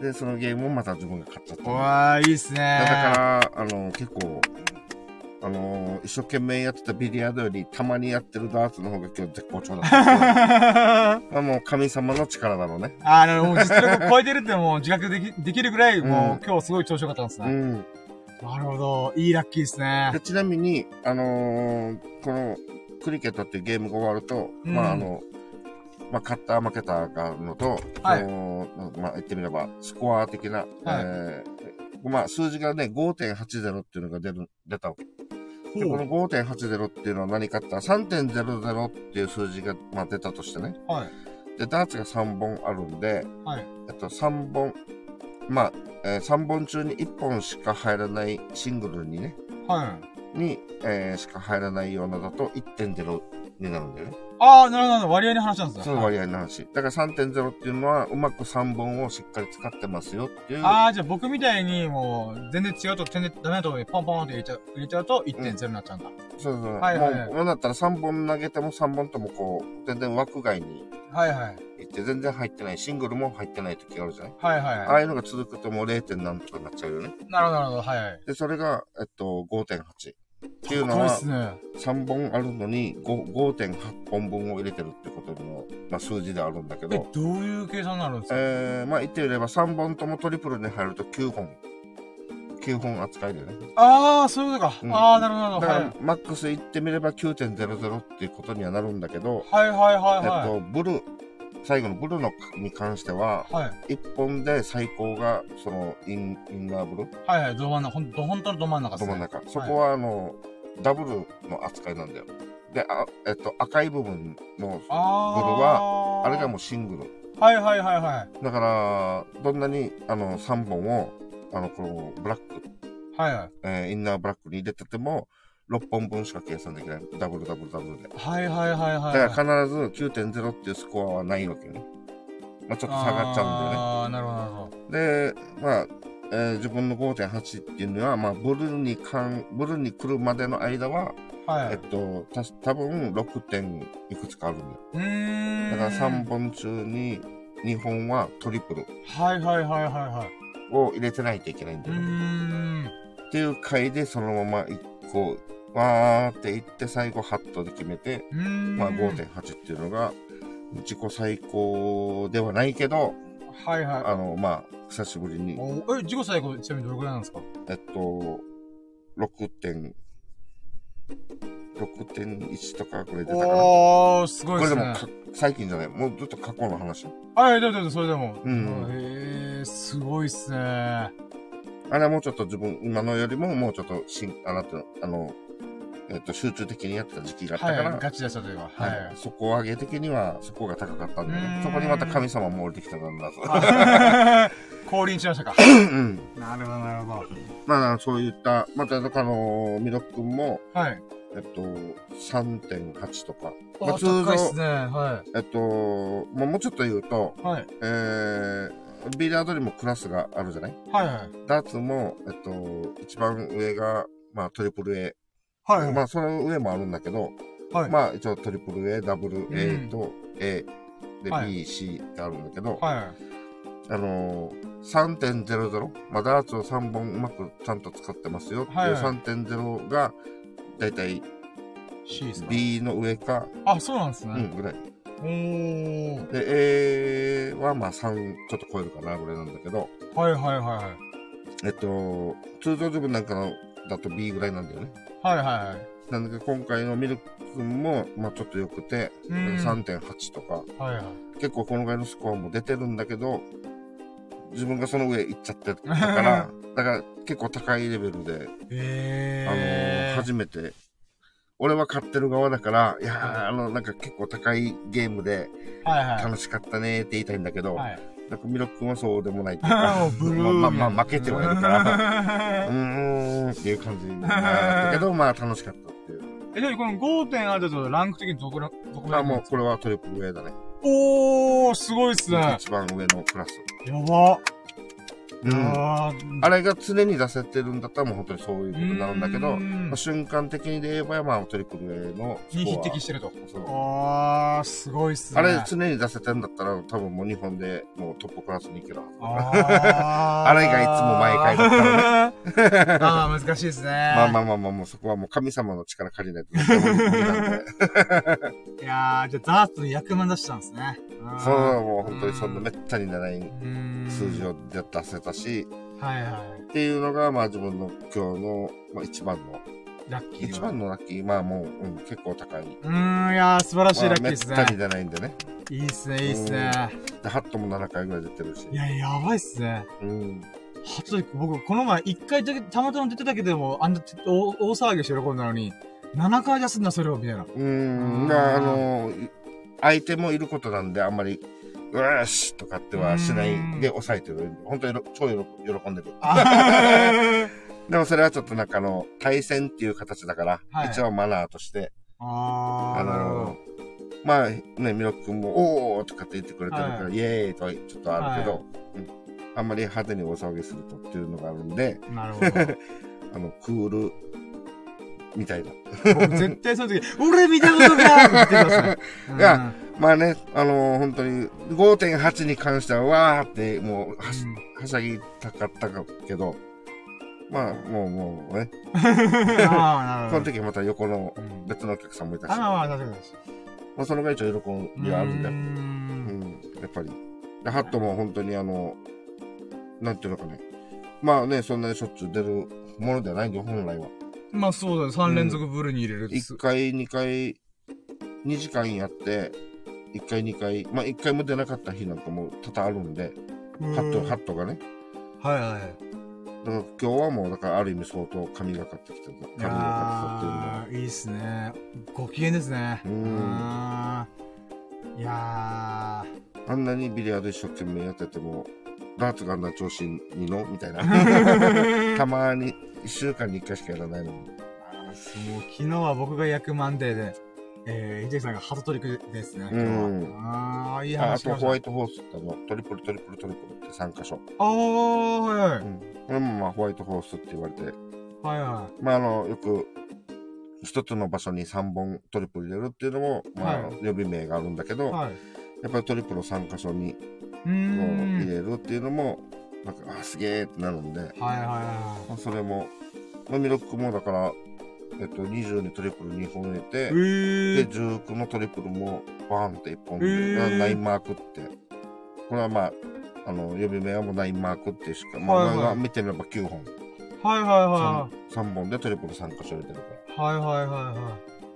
で、そのゲームをまた自分が勝っちゃった。 わー、いいっすね。 だから、あの、結構、あのー、一生懸命やってたビリヤードよりたまにやってるダーツの方が今日絶好調だったんですよ。もう神様の力だろうね。 ああ、なるほど。実力を超えてるってもう自覚でき、できるぐらい、もう、うん、今日すごい調子良かったんですね。うん。なるほど。いいラッキーですね。 でちなみに、あのー、このクリケットっていうゲームが終わると、うん、まああの、まあ、勝った負けたがあるのと、はい、まあ言ってみれば、スコア的な、はい、えー、まあ数字がね、ごてんはちゼロ っていうのが出る、出たわけ。で、この ごてんはちゼロ っていうのは何かって言ったら さんてんゼロゼロ っていう数字が、まあ、出たとしてね。はい。で、ダーツがさんぼんあるんで、はい。えっと、さんぼん、まあ、えー、さんぼん中にいっぽんしか入らないシングルにね。はい。に、えー、しか入らないようなだと いってんゼロ になるんだよね。 ああ、なるほど。割合の話なんですね。 そう、割合の話。だから さんてんゼロ っていうのは、うまくさんぼんをしっかり使ってますよっていう。 ああ、じゃあ僕みたいにもう、全然違うと全然ダメなところにポンポンって入れちゃう、入れちゃうと いってんゼロ になっちゃうんだ。 うん、そうそう。はいはい、はい。もう、もうだったらさんぼん投げてもさんぼんともこう、全然枠外に。はいはい。いって全然入ってない。シングルも入ってない時があるじゃない。はいはい、はい。ああいうのが続くともう れい. 点何とかになっちゃうよね。 なるほどなるほど。はいはい。 で、それが、えっと、ごてんはち。っていうのは、さんぼんあるのに ごてんはち 本分を入れてるってことの、まあ、数字であるんだけど。 え、どういう計算になるんですか？ えー、まあ言ってみればさんぼんともトリプルに入るときゅうほん。きゅうほん扱いだよね。 ああ、そういうことか。うん、ああ、なるほど。 だから、はい、マックス言ってみれば きゅうてんゼロゼロ っていうことにはなるんだけど。 はいはいはいはい。 えっと、ブルー、最後のブルーのに関しては、はい、いっぽんで最高が、その、イン、インナーブル。 はいはい、ど真ん中、ほんと、ほんとのど真ん中ですね。 ど真ん中。そこは、あの、はい、ダブルの扱いなんだよ。で、あ、えっと、赤い部分のブルは、あれがもうシングル。 はいはいはいはい。 だから、どんなに、あの、さんぼんを、あの、この、ブラック。はいはい。えー、インナーブラックに入れてても、ろっぽんぶんしか計算できない。ダブルダブルダブルで。 はいはいはいはい。 だから必ず きゅうてんゼロ っていうスコアはないわけよね。まあ、ちょっと下がっちゃうんだよね。 ああ、なるほどなるほど。 で、まあ、えー、自分の ごてんはち っていうのは、まあ、ブルーにかん、ブルーに来るまでの間は、はい、えっと、た、多分ろくてんいくつかあるんだよ。うーん。だからさんぼん中ににほんはトリプル。 はいはいはいはいはい。 を入れてないといけないんだよね。うーん。っていう回でそのまま一個、わーっていって最後ハットで決めて、まあ ごてんはち っていうのが自己最高ではないけど、はいはい。あの、まあ、久しぶりに。 え、自己最高ちなみにどれくらいなんですか？ えっと、ろくてん、ろくてんいち とかこれ出たかな。 おー、すごいですね。 これでも最近じゃない。もうずっと過去の話。 はい、どうぞどうぞ、それでも。うん。へー、すごいっすね。あれはもうちょっと自分、今のよりももうちょっとしん、あなた、あの、えっと、集中的にやってた時期があったから。 はい、ガチでしたというか。 はい。そこ上げ的には、そこが高かったんでね。そこにまた神様も降りてきたんだと。 降臨しましたか。うん。なるほど、なるほど。 まあ、そういった、また、あの、ミロ君も、はい。えっと、さんてんはち とか。 まあ、通常、高いっすね。はい。えっと、まあ、もうちょっと言うと、はい。えー、ビリヤードにもクラスがあるじゃない？はいはい。ダーツも、えっと、一番上が、まあ、トリプル A。はい、はい。まあ、その上もあるんだけど、はい。まあ、一応トリプル A、ダブル A と A で、はい、B、C ってあるんだけど、はい。あのー、さんてんゼロゼロ。まあ、ダーツをさんぼんうまくちゃんと使ってますよっていう、はいはい、さんてんゼロ が、だいたい B の上か。 あ、そうなんですね。 うん、ぐらい。おー。で、A はまあさんちょっと超えるかなぐらいなんだけど。はいはいはいはい。えっと、通常自分なんかのだと B ぐらいなんだよね。はいはいはい。なんだけど今回のミルク君も、まあちょっと良くて、さんてんはち とか。はいはい。結構このぐらいのスコアも出てるんだけど、自分がその上行っちゃってたから、だから結構高いレベルで、あのー、初めて、俺は買ってる側だから、いやー、あの、なんか結構高いゲームで、楽しかったねーって言いたいんだけど、はいはい、なんかミロ君はそうでもないっていうか、まあまあ、まあ、負けてはいるから、うーんっていう感じになったけど、まあ楽しかったっていう。 え、でもこの ごてんあるとランク的にどこら、どこらあ、もうこれはトリプル A だね。 おー、すごいっすね。 一番上のクラス。 やば。 うん、あれが常に出せてるんだったらもう本当にそういうことになるんだけど、まあ、瞬間的にで言えば、まあ、トリプル A のに匹敵してると。あー、すごいっすね。 あれ常に出せてるんだったら、多分もう日本でもうトップクラスに行けるはず。あ, あれがいつも毎回だったらね。 ああ、難しいですね。 まあまあまあまあ、もうそこはもう神様の力借りないと。 いやー、じゃあザーツの役満出したんですね。 そう、もう本当にそんなめったにない数字を出せたし、 はいはい。 っていうのが、まあ自分の今日の、まあ、一番の、 ラッキー。 一番のラッキー、まあもう、うん、結構高い。 うーん、いやー、素晴らしいラッキーですね。 めったに出ないんでね。 いいっすね、いいっすね。 で、ハットもななかいぐらい出てるし。 いや、やばいっすね。 うん。 ハット、僕、この前いっかいだけ、たまたま出てたけども、あんな、大騒ぎして喜んだのに、ななかい出すんだ、それを、みたいな。うーん、まあ、あの、相手もいることなんで、あんまり、うわーしとかってはしないで抑えてる。本当に超喜んでる。でもそれはちょっとなんかあの、対戦っていう形だから、はい、一応マナーとして、あ, あのー、まあね、ミロックも、おーとかって言ってくれてるから、はい、イエーイとはちょっとあるけど、はい、うん、あんまり派手に大騒ぎするとっていうのがあるんで、 なるほど。 あの、クール、みたいな。 僕絶対その時、俺見たことがって言ってください。 いや、まあね、あのー、本当に ごてんはち に関しては、わーって、もうはし、うん、はしゃぎたかったけど、まあ、もう、もうね。ああ、この時また横の別のお客さんもいたし。 ああ、確かに。 まあ、そのが一応喜びはあるんだよ。うん。やっぱり。で、ハットも本当にあの、なんていうのかね。まあね、そんなにしょっちゅう出るものではないんで、本来は。 まあそうだね。さん連続ブルに入れる。 いっかい、にかい、にじかんやって、いっかい、にかい、まあいっかいも出なかった日なんかも多々あるんで、ハット、ハットがね。 はいはい。 だから今日はもう、だからある意味相当神がかってきてる。神がかってきてるんで。 いいっすね。ご機嫌ですね。うん。いやー。あんなにビリヤード一生懸命やってても、ダーツがあんな調子いいのみたいな。たまに、一週間に一回しかやらないのに。 あー、もう昨日は僕が役満デーで、えー、ヒデさんがハトトリックですね。今日は。うん、ああ、いい話。 あとホワイトホースってあの、トリプルトリプルトリプルってさん箇所。 ああ、はいはい。うん。 これもまあホワイトホースって言われて。 はいはい。 まああの、よく、一つの場所にさんぼんトリプル入れるっていうのも、まあ、はい、予備名があるんだけど、はい、やっぱりトリプルをさん箇所に、入れるっていうのも、なんか、あ、すげーってなるんで、はいはいはい。 まあ、それも、まあ、ミロックもだから、えっと、にじゅうにトリプルにほん入れて、えー、で、じゅうきゅうのトリプルもバーンっていっぽんで、えー、ナインマークって、これはまあ、あの、予備名はもうナインマークっていうしか、まあ、はいはい、見てみればきゅうほん。 はいはいはい。 さんぼんでトリプルさん箇所入れてるから。はいはいはいはい。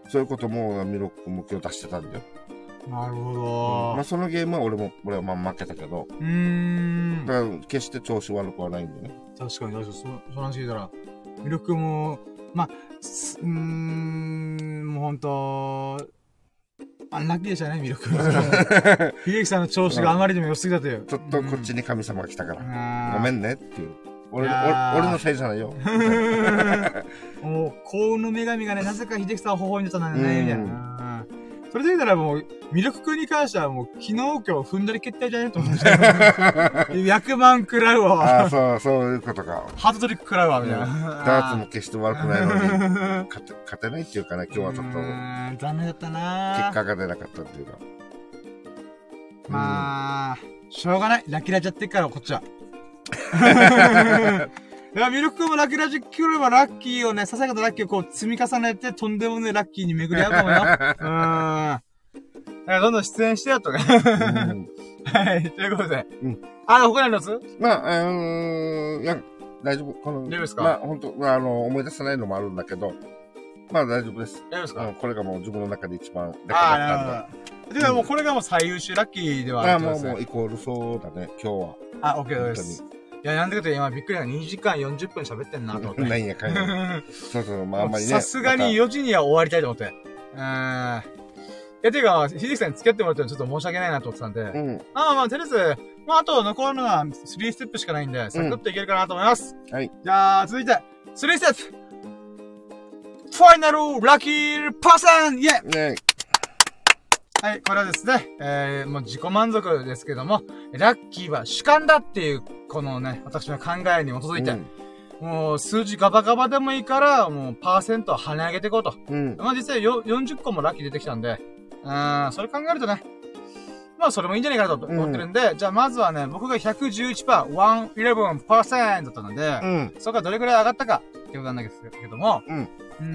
そういうこともミロックも今日出してたんだよ。 なるほど、 うん。まあそのゲームは俺も、俺はまあ負けたけど。うーん。だから決して調子悪くはないんだよね。 確かに確かに。そ、その話聞いたら、ミロックも、まあ、うーん、もうほんと、アンラッキーでしたね、ミロック。秀樹さんの調子があまりにも良すぎたという。 ちょっとこっちに神様が来たから。ごめんねっていう。俺の、俺のせいじゃないよ。 もう、幸運の女神がね、なぜか秀樹さんを微笑んでたんだね、みたいな。それで言ったらもう、ミルク君に関してはもう、昨日今日踏んだり決定じゃねえと思うんですよ。役満食らうわ。 ああ、そう、そういうことか。 ハートトリック食らうわ、みたいな。 ダーツも決して悪くないのに、勝て、勝てないっていうかね、今日はちょっと。 残念だったな結果が出なかったっていうか。 まあ、しょうがない。ラッキーラジやってっから、こっちは。いや、ミルク君もラッキーラジ来ればラッキーをね、ささやかなラッキーをこう積み重ねて、とんでもねラッキーに巡り合うかもよ。うん。だからどんどん出演してよとか。はい、ということで。うん。あ、他にあります？ まあ、あのー、いや、大丈夫。この、 大丈夫ですか？ まあ、ほんと、まあ、あの、思い出せないのもあるんだけど、まあ大丈夫です。 大丈夫ですか？ うん、これがもう自分の中で一番でかかったんで。てかもうこれがもう最優秀ラッキーではあるんですね。あ、もう、もうイコールそうだね、今日は。 あ、オッケーです。いや、なんでかというと今びっくりなにじかんよんじゅっぷん喋ってんなと思って。 なんやかんや。そうそう、まああんまりね。 さすがによじには終わりたいと思って。うーん。いや、ていうか、ひじきさんに付き合ってもらったのちょっと申し訳ないなと思ってたんで。うん。まあまあ、とりあえず、まああと残るのはスリーステップしかないんで、サクッといけるかなと思います。 うん、はい。 じゃあ、続いて、スリーステップファイナルラッキーパーセンイェイ、 ねはい、これはですね、えー、もう自己満足ですけども、ラッキーは主観だっていう、このね、私の考えに基づいて、うんもう、数字ガバガバでもいいから、もう、パーセントを跳ね上げていこうと。うん。まあ、実際よ、よんじゅっこもラッキー出てきたんで、うん、それ考えるとね、まあ、それもいいんじゃないかなと思ってるんで、うん、じゃあ、まずはね、僕が ひゃくじゅういちパーセント、ひゃくじゅういちパーセント だったので、うん、そこがどれくらい上がったかってことなんですけども、うん。うん、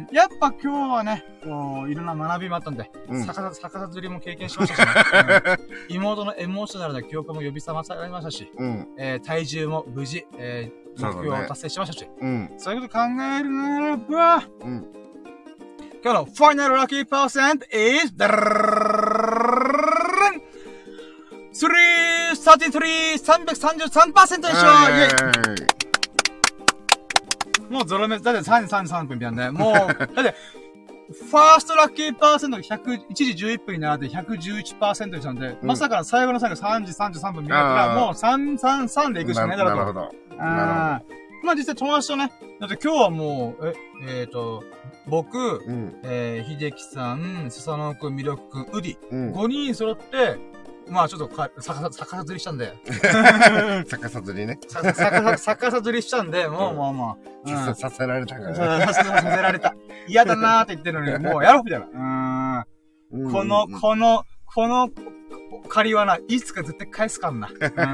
やっぱ今日はね、こう、いろんな学びもあったんで、うん、逆さ、逆さ釣りも経験しましたし、ねうん、妹のエモーショナルな記憶も呼び覚まされましたし、うん、えー、体重も無事、えー、目標を達成しましたし、そう、ねうん、そういうこと考えるならば、うん、今日のファイナルラッキーパーセント is、ダララララン スリーサーティースリー、さんびゃくさんじゅうさんパーセント でしょイェイもうゾロ目、だってさんじさんじゅうさんぷんみたいなね。もう、だって、ファーストラッキーパーセントがひゃく、いちじじゅういっぷんになってひゃくじゅういちパーセントにしたんで、うん、まさかの最後の最後さんじさんじゅうさんぷん見ながら、もうさんさんさんでいくしかないだろうと。なるほど。ああ。まあ実際友達とね、だって今日はもう、え、えっ、ー、と、僕、うん、えー、秀樹さん、スサノオくん、ミロくん、ウディ、うん、ごにん揃って、まあちょっとか、逆さ、逆さ釣りしたんで。 逆さ釣りね。 逆さ、逆さ釣りしたんで、もう、もう、もう。させ、させられたからね。させられた。嫌だなーって言ってるのに、もうやろうみたいな。うーん。この、この、この、借りはな、いつか絶対返すかんな。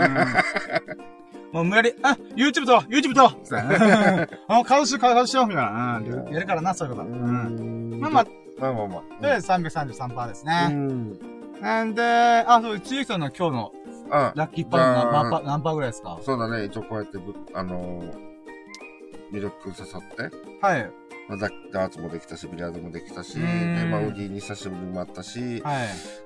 もう無理やり、あ、YouTube と !YouTube ともう買うし、買うしようみたいな。やるからな、そういうこと。うん。まあまあ。 まあまあまあ。 で、さんびゃくさんじゅうさんパーセント ですね。うん。なんで、あ、そう、ちゆきさんの今日の、ラッキーパー何パー、何パーぐらいですか？ そうだね、一応こうやってぶ、あのー、魅力刺さって。 はい。 まあ、ダーツもできたし、ビリヤードもできたし、で、まあ、ウディに久しぶりにもあったし、はい。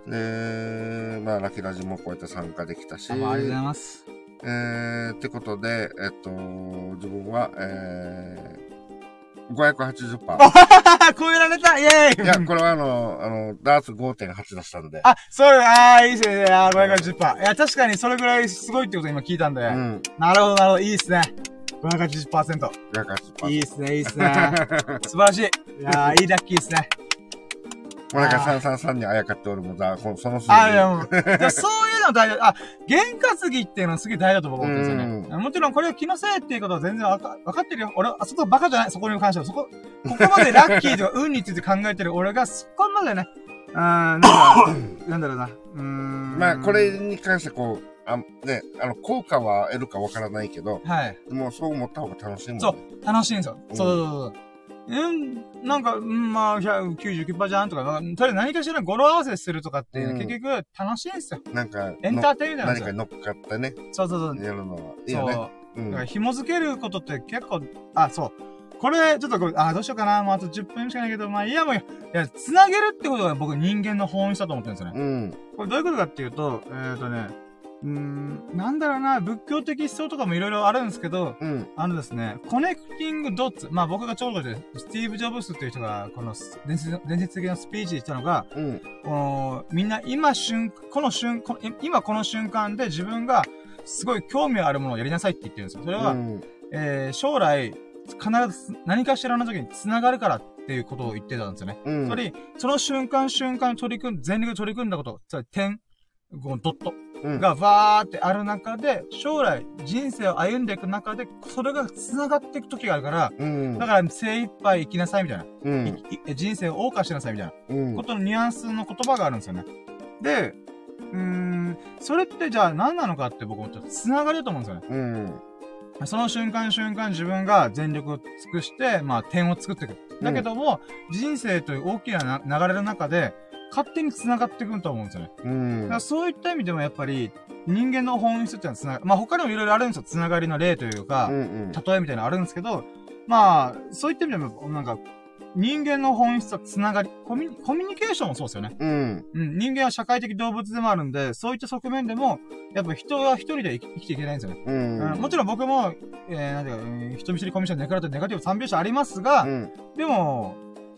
で、まあ、ラキラジもこうやって参加できたし、 あ、まあ、ありがとうございます。 えー、ってことで、えっと、自分は、えー、ごひゃくはちじゅっパーセント。超えられたイェーイいや、これはあの、あの、ダーツ ごてんはち 出したんで。 あ、そう、あー、いいっすね。あー、ごひゃくはちじゅっパーセント。いや、確かにそれぐらいすごいってこと今聞いたんで。うん。なるほど、なるほど、いいっすね。ごひゃくはちじゅっパーセント。 ごひゃくはちじゅっパーセント。 いいっすね、いいっすね。素晴らしい。いやー、いいラッキーっすね。 もうなんかさんさんさんにあやかっておるもんだ、その数字。 あ、いやもう。そういうの大事。あ、験担ぎっていうのはすげえ大事だと僕思ってるんですよね。もちろんこれは気のせいっていうことは全然わか、わかってるよ。俺、あそこバカじゃない。そこに関しては。そこ、ここまでラッキーとか運について考えてる俺がそこまでね、うーん、なんか、なんだろうな。うーん。 まあ、これに関してこう、あ、ね、あの、効果は得るかわからないけど、はい。でもそう思った方が楽しいもんね。 そう、楽しいんですよ。そうそうそう。うん、なんか、うん、まあ、きゅうじゅうきゅうパーセントじゃんとか、とりあえず何かしら語呂合わせするとかって、うん、結局楽しいんですよ。 なんか、 エンターテインメントなんですよ。 何か乗っかってね。 そうそうそう。 やるのは。いいよね。そう。うん、 だから紐付けることって結構、あ、そう。これ、ちょっとこれ、あ、どうしようかな。もうあとじゅっぷんしかないけど、まあいいやもういや、繋げるってことが僕人間の本質だと思ってるんですよね。うん。これどういうことかっていうと、えーとね、うーん、なんだろうな、仏教的思想とかもいろいろあるんですけど、うん、あのですね、コネクティングドッツ、まあ僕がちょうどで、スティーブ・ジョブスっていう人が、この伝説伝説的なスピーチで言ったのが、うん、こみんな今瞬、この瞬、この今この瞬間で自分がすごい興味あるものをやりなさいって言ってるんですよ。それは、うん、えー、将来、必ず何かしらの時に繋がるからっていうことを言ってたんですよね。うん、つまり、その瞬間瞬間に取り組ん、全力で取り組んだこと、つまり点、このドット。がバーってある中で、将来人生を歩んでいく中で、それが繋がっていく時があるから、うん、だから精一杯生きなさいみたいな。うん、人生を謳歌しなさいみたいな、うん、ことのニュアンスの言葉があるんですよね。で、うーん、それってじゃあ何なのかって僕思ったら繋がりだと思うんですよね。うん、その瞬間瞬間自分が全力を尽くして、まあ点を作っていく。だけども、うん、人生という大きな流れの中で、勝手に繋がってくると思うんですよね。うん。だからそういった意味でもやっぱり、人間の本質っていうのは繋がり、まあ他にもいろいろあるんですよ。繋がりの例というか、うんうん、例えみたいなのあるんですけど、まあ、そういった意味でも、なんか、人間の本質は繋がり、コミュニ、コミュニケーションもそうですよね。うん。うん。人間は社会的動物でもあるんで、そういった側面でも、やっぱ人は一人で生き、生きていけないんですよね。うん、うん。もちろん僕も、えー、なんていうか、人見知りコミュ障ネクラとネガティブさん拍子ありますが、うん、でも、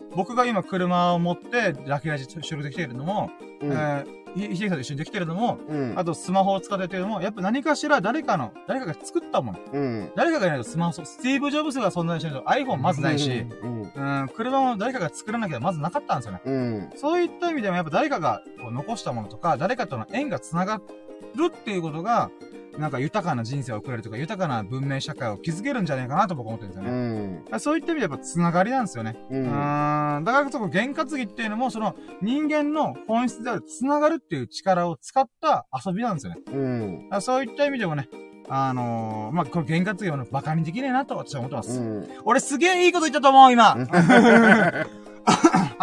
僕が今車を持って、ラッキーラジ収録できているのも、うん、えー、ひ、ひできさんと一緒にできてるのも、うん、あとスマホを使っててるのも、やっぱ何かしら誰かの、誰かが作ったもの。うん、誰かがいないとスマホ、スティーブ・ジョブズがそんなにしてると iPhone まずないし、うん、うん、車も誰かが作らなきゃまずなかったんですよね。うん、そういった意味でもやっぱ誰かがこう残したものとか、誰かとの縁が繋がるっていうことが、なんか豊かな人生を送れるとか、豊かな文明社会を築けるんじゃないかなと僕は思ってるんですよね。うん、そういった意味でやっぱ繋がりなんですよね。うん。うんだからそこ、験担ぎっていうのも、その人間の本質である繋がるっていう力を使った遊びなんですよね。うん。そういった意味でもね、あのー、まあ、これ験担ぎはね、バカにできねえなと私は思ってます。うん、俺すげえいいこと言ったと思う、今。はい、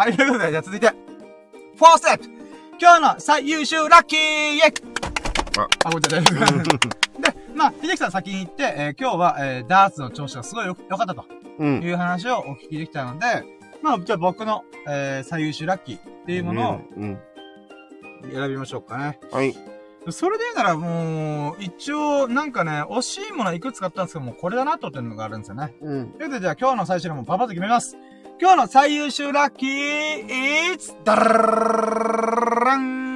ということで、じゃあ続いて、フォーステップ今日の最優秀ラッキーイェイあ、あ、ごめんなさい。で、まあ、秀樹さん先に行って、えー、今日は、えー、ダーツの調子がすごい良かったと、いう話をお聞きできたので、まあ、じゃあ僕の、えー、最優秀ラッキーっていうものを、うん、選びましょうかね。はい。それで言うならもう、一応、なんかね、惜しいものいくつかあったんですけども、これだなとっていうのがあるんですよね。うん。ということで、じゃあ今日の最終のもパパッと決めます。今日の最優秀ラッキー、is、ダラン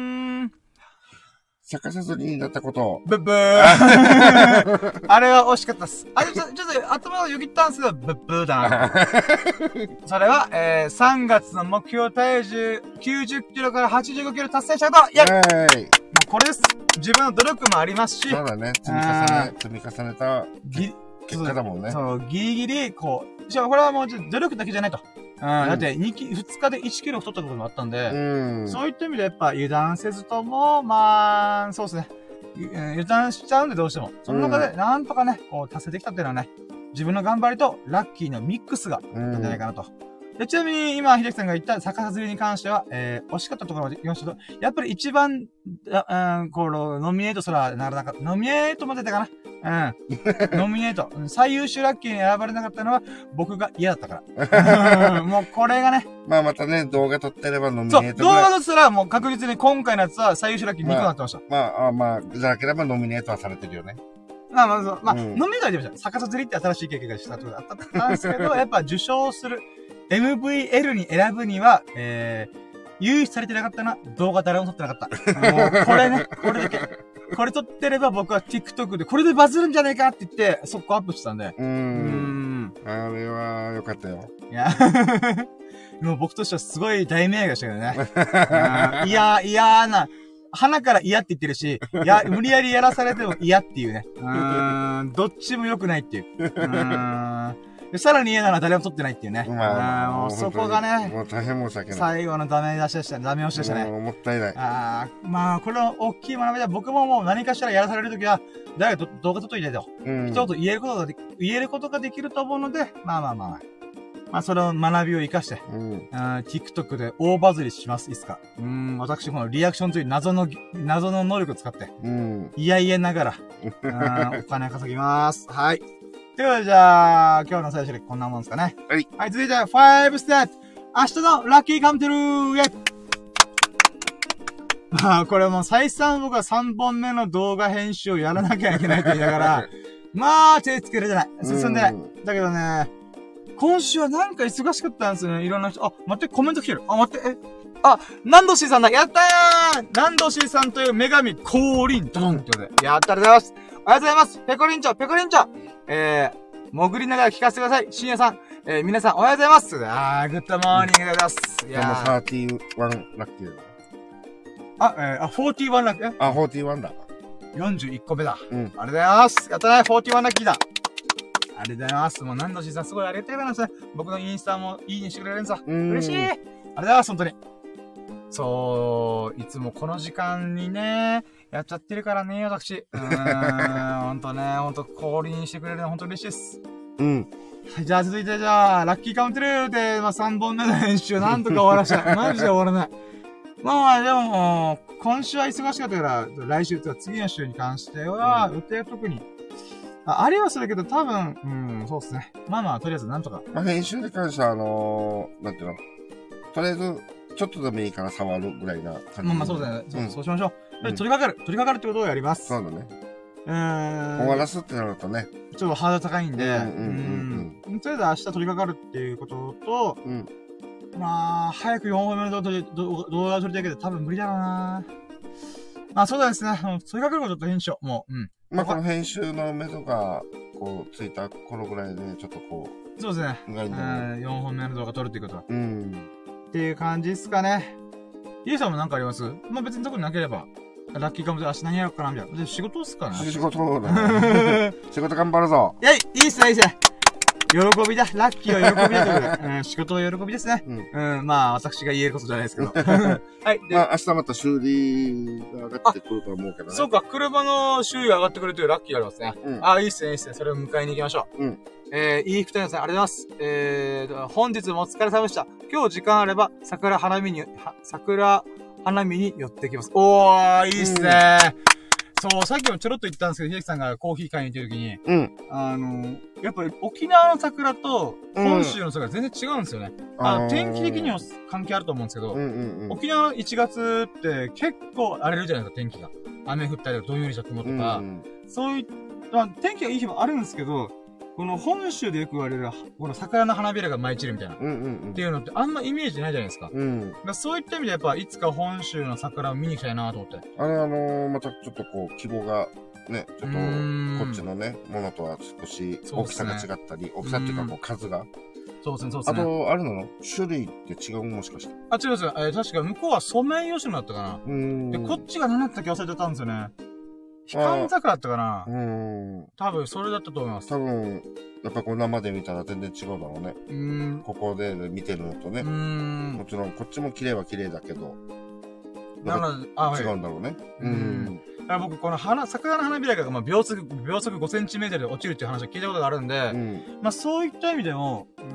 逆さずりになったこと。 ブッブーあれは惜しかったっす。あれ、ちょ、ちょっと頭をよぎったんですけど、ブッブーだな。それは、えー、さんがつの目標体重きゅうじゅっキロからはちじゅうごキロ達成したことイェイもうこれです。自分の努力もありますし。 そうだね。積み重ね、積み重ねた結果だもんね。 そう、ギリギリ、こう、しかもこれはもう努力だけじゃないと。うん、だってにき、ふつかでいちキロ太ったこともあったんで、うん、そういった意味でやっぱ油断せずとも、まあ、そうですね。油断しちゃうんでどうしても。その中でなんとかね、こう達成できたっていうのはね、自分の頑張りとラッキーのミックスがあったんじゃないかなと。うん、でちなみに今、秀樹さんが言った逆さずりに関しては、えー、惜しかったところまで言いましたと、やっぱり一番、うん、この、ノミネートすらならなかった。ノミネートまでだかなうん。ノミネート。最優秀ラッキーに選ばれなかったのは、僕が嫌だったから。もうこれがね。 まあまたね、動画撮ってればノミネート。 そう、動画撮ったらもう確実に今回のやつは最優秀ラッキーにこになってました。 まあ、まあ、あまあ、じゃなければノミネートはされてるよね。 まあまあ、そうまあ、うん、ノミネートは出ました。逆さずりって新しい経験がしたってことだったんですけど、やっぱ受賞する、エムブイエル に選ぶには、えー、優秀されてなかったな、動画誰も撮ってなかった。もう、これね、これだけ。これ撮ってれば僕は TikTok でこれでバズるんじゃないかって言って、速攻アップしてたんで。うーん。 あれは良かったよ。 いや、もう僕としてはすごい大迷惑したけどね。いや、嫌な、鼻から嫌って言ってるし、いや、無理やりやらされても嫌っていうね。うーん、どっちも良くないっていう。うーん。で、さらに嫌なのは誰も撮ってないっていうね。まあ、もうそこがね。 もう大変申し訳ない。 最後のダメ出しでしたね。ダメ押しでしたね。 もったいない。 ああ、まあ、これは大きい学びで、僕ももう何かしらやらされるときは、誰か動画撮っといてと。うん。一言言えることができ、言えることができると思うので、まあまあまあ。まあ、それを学びを活かして、うん。TikTok で大バズりします、いつか。うん、私、このリアクションという謎の、謎の能力を使って、うん。いやいやながら、お金稼ぎます。はい。ということで、じゃあ、今日の最初でこんなもんですかね。はい。はい、続いては、ファイブステップ明日のラッキーカムトゥルーイェイまあ、これもう再三僕はさんぼんめの動画編集をやらなきゃいけないと言いながら、まあ、手つけれてない。進んでない。だけどね、今週はなんか忙しかったんですよね。いろんな人。あ、待って、コメント来てる。あ、待って、え、あ、ナンドシーさんだ。やったーナンドシーさんという女神降臨。ドンってことで。やった、ありがとうございます。ありがとうございます。ペコリンチョ、ペコリンチョ。えー、潜りながら聞かせてください。深夜さん。えー、皆さんおはようございます。あー、グッドモーニングでございます。 いやー。さんじゅういちラッキーだ。 あ、えー、あ、よんじゅういちラッキー。 あ、よんじゅういちだ。 よんじゅういっこめだ。うん。ありがとうございます。やったね、よんじゅういちラッキーだ。ありがとうございます。もう何度しさんすごいありがたい話だ。僕のインスタもいいにしてくれるんさ。嬉しい。ありがとうございます、本当に。そう、いつもこの時間にね、やっちゃってるからね、私。うーん、ほんとね、ほんと降臨してくれるのほんと嬉しいです。うん。はい、じゃあ続いてじゃあ、ラッキーカウントルーで、まあさんぼんめの編集なんとか終わらした。マジで終わらない。まあまあ、でも、今週は忙しかったから、来週とか次の週に関しては、予定は特に、あ、ありはするけど、多分、うん、そうっすね。まあまあ、とりあえずなんとか。 まあ、編集に関しては、あのー、なんていうの、とりあえず、ちょっとでもいいから触るぐらいな感じ。 まあまあ、そうだね。そう、うん、そうしましょう。うん、取り掛かる。取り掛かるってことをやります。 そうだね。 うーん。 終わらすってなるとね。 ちょっとハードル高いんで、うん、うん、うん。とりあえず明日取り掛かるっていうことと、うん。 まあ、早くよんほんめの動画を撮りたいけど多分無理だろうな。まあそうですね。それが来ることちょっと編集を、もう、うん。 まあこの編集の目処が、こう、ついた頃ぐらいで、ちょっとこう。そうですね。うん、よんほんめの動画撮るっていうことは。 うん。 っていう感じですかね。イエさんも何かあります？まあ別に特になければ。ラッキーかもしれない。明日何やろうかなみたいな。で、仕事っすかね？ 仕事だね。仕事頑張るぞ。 いやいいっすね、いいっすね。喜びだ。ラッキーは喜びだということで、うん。仕事の喜びですね。うん。うん、まあ、私が言えることじゃないですけど。はい。 まあ、明日また修理が上がってくると思うけどね。 そうか、車の修理が上がってくるというラッキーがありますね。うん。あ、いいっすね、いいっすね。それを迎えに行きましょう。うん。えー、いい二人さん、ありがとうございます。えー、本日もお疲れ様でした。今日時間あれば、桜花見に、桜花見に寄ってきます。おー、いいっすね。うんそう、さっきもちょろっと言ったんですけど、秀樹さんがコーヒー買いに行ってる時に、うん。あの、やっぱり沖縄の桜と本州の桜全然違うんですよね。うん、あの、天気的にも関係あると思うんですけど、うんうんうん、沖縄いちがつって結構荒れるじゃないですか、天気が。雨降ったりとか、どんよりした雲とか、うんうん、そういった、まあ、天気がいい日もあるんですけど、この本州でよく言われる、この桜の花びらが舞い散るみたいな、うんうんうん。っていうのってあんまイメージないじゃないですか。うん。だそういった意味でやっぱいつか本州の桜を見に行きたいなと思って。 あれあのー、またちょっとこう、規模が、ね、ちょっと、こっちのね、ものとは少し大きさが違ったり、ね、大きさっていうかこう数が。 そうですね、そうですね。 あと、あるの種類って違うもしかして。 あ、違います。えー、確か向こうはソメイヨシノだったかな。うん。で、こっちが何だったっけ忘れてたんですよね。ヒカンザクラだったかな。うん。多分それだったと思います。 多分、やっぱこう生で見たら全然違うだろうね。うん。ここで見てるのとね。うん。もちろんこっちも綺麗は綺麗だけど。なので、あ、違うんだろうね。うん。 だから僕、この花、桜の花びらが、まあ、秒速、秒速ごセンチメートルで落ちるっていう話を聞いたことがあるんで、うん、まあ、そういった意味でも、うん、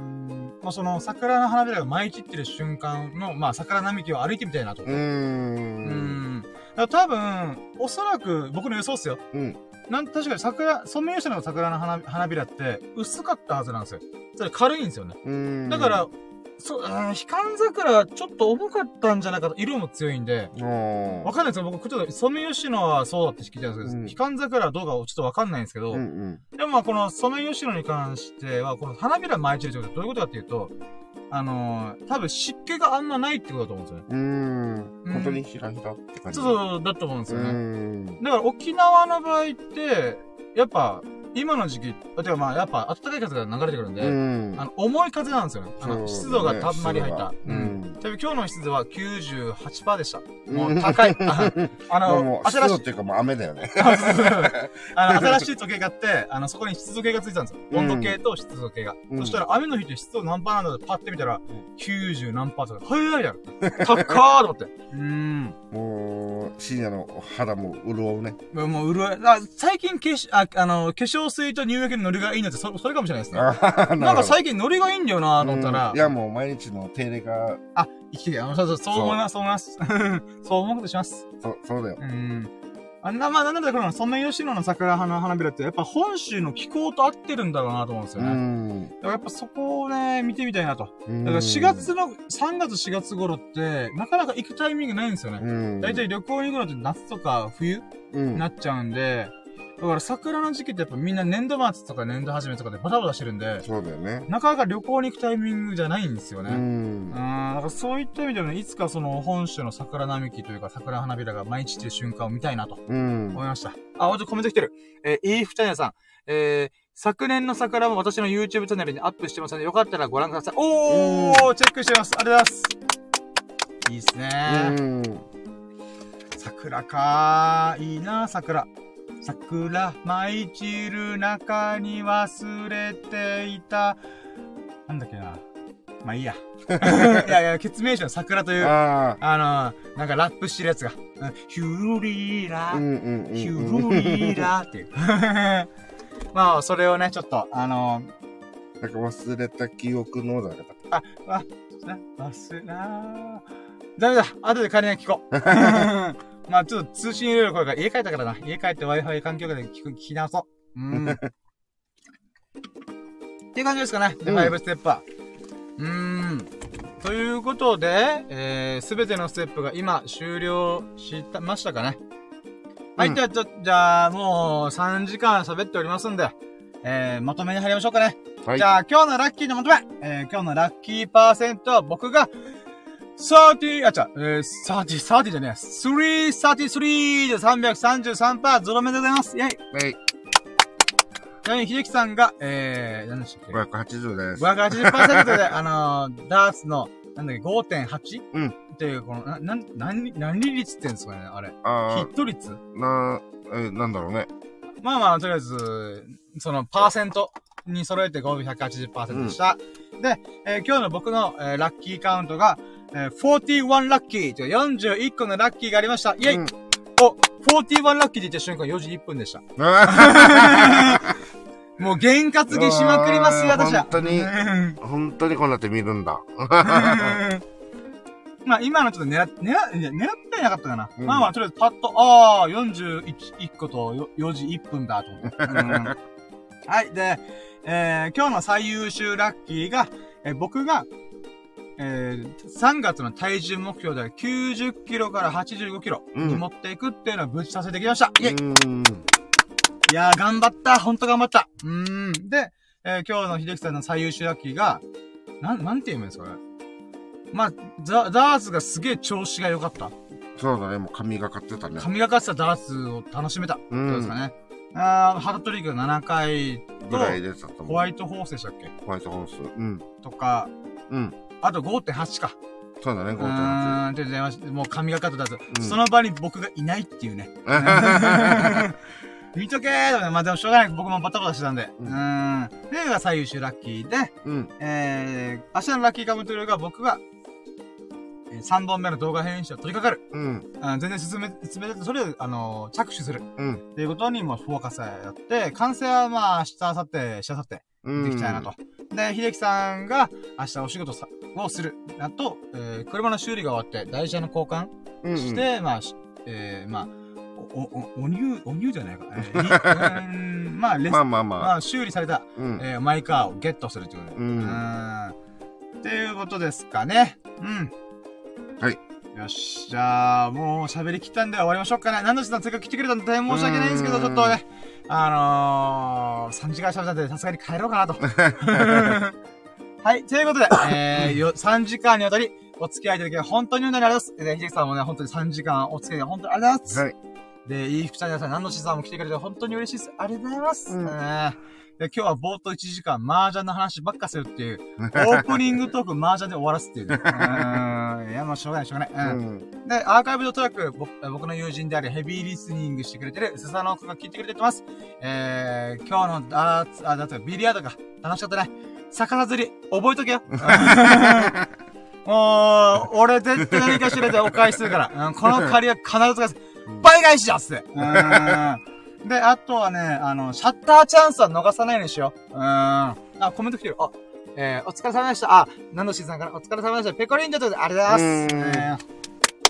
まあ、その、桜の花びらが舞い散ってる瞬間の、まあ、桜並木を歩いてみたいなと。うん。うんだから多分、おそらく、僕の予想っすよ。うん。なん、確かに桜、ソメイヨシノの桜の花、花びらって、薄かったはずなんですよ。それ軽いんですよね。うん。だから、そう、あヒカンザクラちょっと重かったんじゃないかと、色も強いんで。わかんないですよ。僕、ちょっと、ソメイヨシノはそうだって聞いたんですけど、うん、ヒカンザクラはどうかちょっとわかんないんですけど、うんうん、でもまあ、このソメイヨシノに関しては、この花びら舞い散るってことはどういうことかっていうと、あのー、多分湿気があんまないってことだと思うんですよね。うーん。本当にひらひらって感じ。 そうそう、だと思うんですよね。だから沖縄の場合って、やっぱ、今の時期、てかまあ、やっぱ暖かい風が流れてくるんで、うん、あの、重い風なんですよね。あの、湿度がたんまり入った。うん。多分今日の湿度は きゅうじゅうはちパーセント でした。もう高い。 あの、もう湿度っていうかもう雨だよね。 あの、新しい時計があって、あの、そこに湿度計がついてたんですよ。温度計と湿度計が。うん、そしたら雨の日って湿度何パーなんだってパッて見たら、きゅうじゅう何パーとか、早いやん。高ーと思って。うん。 もう、深夜の肌も潤うね。 もう潤い。最近化粧、あ、あの、化粧水と乳液のノリがいいのってそ、それかもしれないですね。なんか最近ノリがいいんだよなと思ったら。 いや、もう毎日の手入れが。 あ、生きてる。そうそう、そう思います、そう思います。そう思うことします。 そう、そうだよ。うん。 あんな、まあ、なんだかこのソメイヨシノの桜花花びらって、やっぱ本州の気候と合ってるんだろうなと思うんですよね。うん。だからやっぱそこをね、見てみたいなと。だからしがつの、さんがつしがつ頃って、なかなか行くタイミングないんですよね。うん。だいたい旅行に行くのって夏とか冬、うん、なっちゃうんで、だから桜の時期ってやっぱみんな年度末とか年度始めとかでバタバタしてるんで。 そうだよね。 なかなか旅行に行くタイミングじゃないんですよね。うん。うん。だからそういった意味でもね、いつかその本州の桜並木というか桜花びらが舞い散ってる瞬間を見たいなと。うん。思いました。あ、おちょコメント来てる。えー、いいふたにゃさん。えー、昨年の桜も私の YouTube チャンネルにアップしてますので、よかったらご覧ください。おー、チェックしてます。ありがとうございます。いいっすね。うん。桜かー。いいな、桜。桜舞い散る中に忘れていた。なんだっけな。まあいいや。いやいや、決名詞の桜という、あ, あの、なんかラップしてるやつが。ヒューリーラー、うんうんうん、ヒューリーラーっていう。まあ、それをね、ちょっと、あのー、なんか忘れた記憶のだから。 あ、あ、忘れなダメだ。後で帰りな聞こう。まあちょっと通信入れる声が家帰ったからな。家帰って Wi-Fi 環境下で聞く、聞き直そう。うん。っていう感じですかね。で、ファイブステップは。うーん。ということで、えー、すべてのステップが今終了したましたかね。はい、うん、じゃあ、じゃあ、もうさんじかん喋っておりますんで、 えー、まとめに入りましょうかね。 はい。 じゃあ、今日のラッキーのまとめ。えー、今日のラッキーパーセントは僕が、さんじゅう、あ、ちゃ、えー、さんじゅう、さんじゅうじゃねえ、さんびゃくさんじゅうさんでさんびゃくさんじゅうさんパーセント、ゾロ目でございます。イェイ。 はい。 ちなみに、秀樹さんが、えー、何でしたっけ ?ごひゃくはちじゅうです。 ごひゃくはちじゅっパーセント で、あのー、ダーツの、なんだっけ、ごてんはち? うん。 っていう、この、な、な、何、何率って言うんですかね、あれ。 あヒット率な、え、なんだろうね。 まあまあ、とりあえず、その、パーセントに揃えてごひゃくはちじゅっパーセント でした。うん、で、えー、今日の僕の、えー、ラッキーカウントが、えー、よんじゅういちラッキーというよんじゅういっこのラッキーがありました。イェイ、うん、お、よんじゅういちラッキーって言った瞬間よじいっぷんでした。もう、験担ぎしまくりますよ、私は。 本当に、本当にこうなって見るんだ。 まあ、今のちょっと狙っ、狙、狙ってなかったかな。うん、まあまあ、とりあえずパッと、ああ、よんじゅういっことよじいっぷんだと思って。うん、はい。で、えー、今日の最優秀ラッキーが、えー、僕が、えー、さんがつの体重目標できゅうじゅっキロからはちじゅうごキロに持っていくっていうのをぶちさせてきました。イェイ、いやー、頑張った。ほんと頑張った。うーん。で、えー、今日の秀樹さんの最優秀ラッキーが、なん、なんて言うんですかね。まあ、ザ、ダーツがすげえ調子が良かった。 そうだね、もう神がかってたね。 神がかってたダーツを楽しめた。うん。そうですかね。あー、ハートトリックがななかいと、 ぐらいでしたとホワイトホースでしたっけ？ ホワイトホース。うん。 とか、 うん。 あと ごてんはち か。 そうだね、ごてんはち。 うーん、って言ってもう神がかってたダーツ、うん。その場に僕がいないっていうね。見とけーとね、まあ、でもしょうがない。僕もバタバタしてたんで。うん。うーん。で、が最優秀ラッキーで、うん。えー、明日のラッキーカムトゥルーが僕が、さんぼんめの動画編集を取り掛かる。うん。あ全然進め、進めて、それを、あのー、着手する。うん。っていうことにもフォーカスやって、完成はまあ、明日、明後日、しあさって、できたいなと。で、秀樹さんが明日お仕事をする。あと、えー、車の修理が終わって、台車の交換して、うんうん、まあ、えー、まあ、お、お、お乳、お乳じゃないか。えー、うんまあ、レス、まあまあまあ、まあ、修理された、うん、えー、マイカーをゲットするっていうことで。うん。うん。っていうことですかね。うん。 はい。 よし。じゃあ、もう喋りきったんで終わりましょうかね。何度してせっかく来てくれたんで大変申し訳ないんですけど、ちょっとね、あのー、さんじかん喋ったんでさすがに帰ろうかなと。はい。ということで、えー、よ、さんじかんにわたりお付き合いいただき本当にありがとうございます。で、秀樹さんもね、本当にさんじかんお付き合い本当にありがとうございます。はい。で、いい福ちゃん皆さん、何度しさんも来てくれて本当に嬉しいです。ありがとうございます。うん、で、今日は冒頭いちじかん麻雀の話ばっかするっていう、オープニングトーク麻雀で終わらすっていうね。うーん。いや、もうしょうがない、しょうがない。うん。うん、で、アーカイブドトラック、僕、僕の友人であるヘビーリスニングしてくれてる、スサノオ君が聞いてくれてます。えー、今日のダーツ、あ、だってビリヤードが楽しかったね。逆さ釣り、覚えとけよ。もう、俺絶対何かしらでお返しするから。うん、この借りは必ず返す。倍返しだっつって。うん。で、あとはね、あの、シャッターチャンスは逃さないようにしよう。うーん。あ、コメント来てる。あ、えー、お疲れ様でした。あ、ナンドシーさんからお疲れ様でした。ペコリンジョということで、ありがとうございます。えー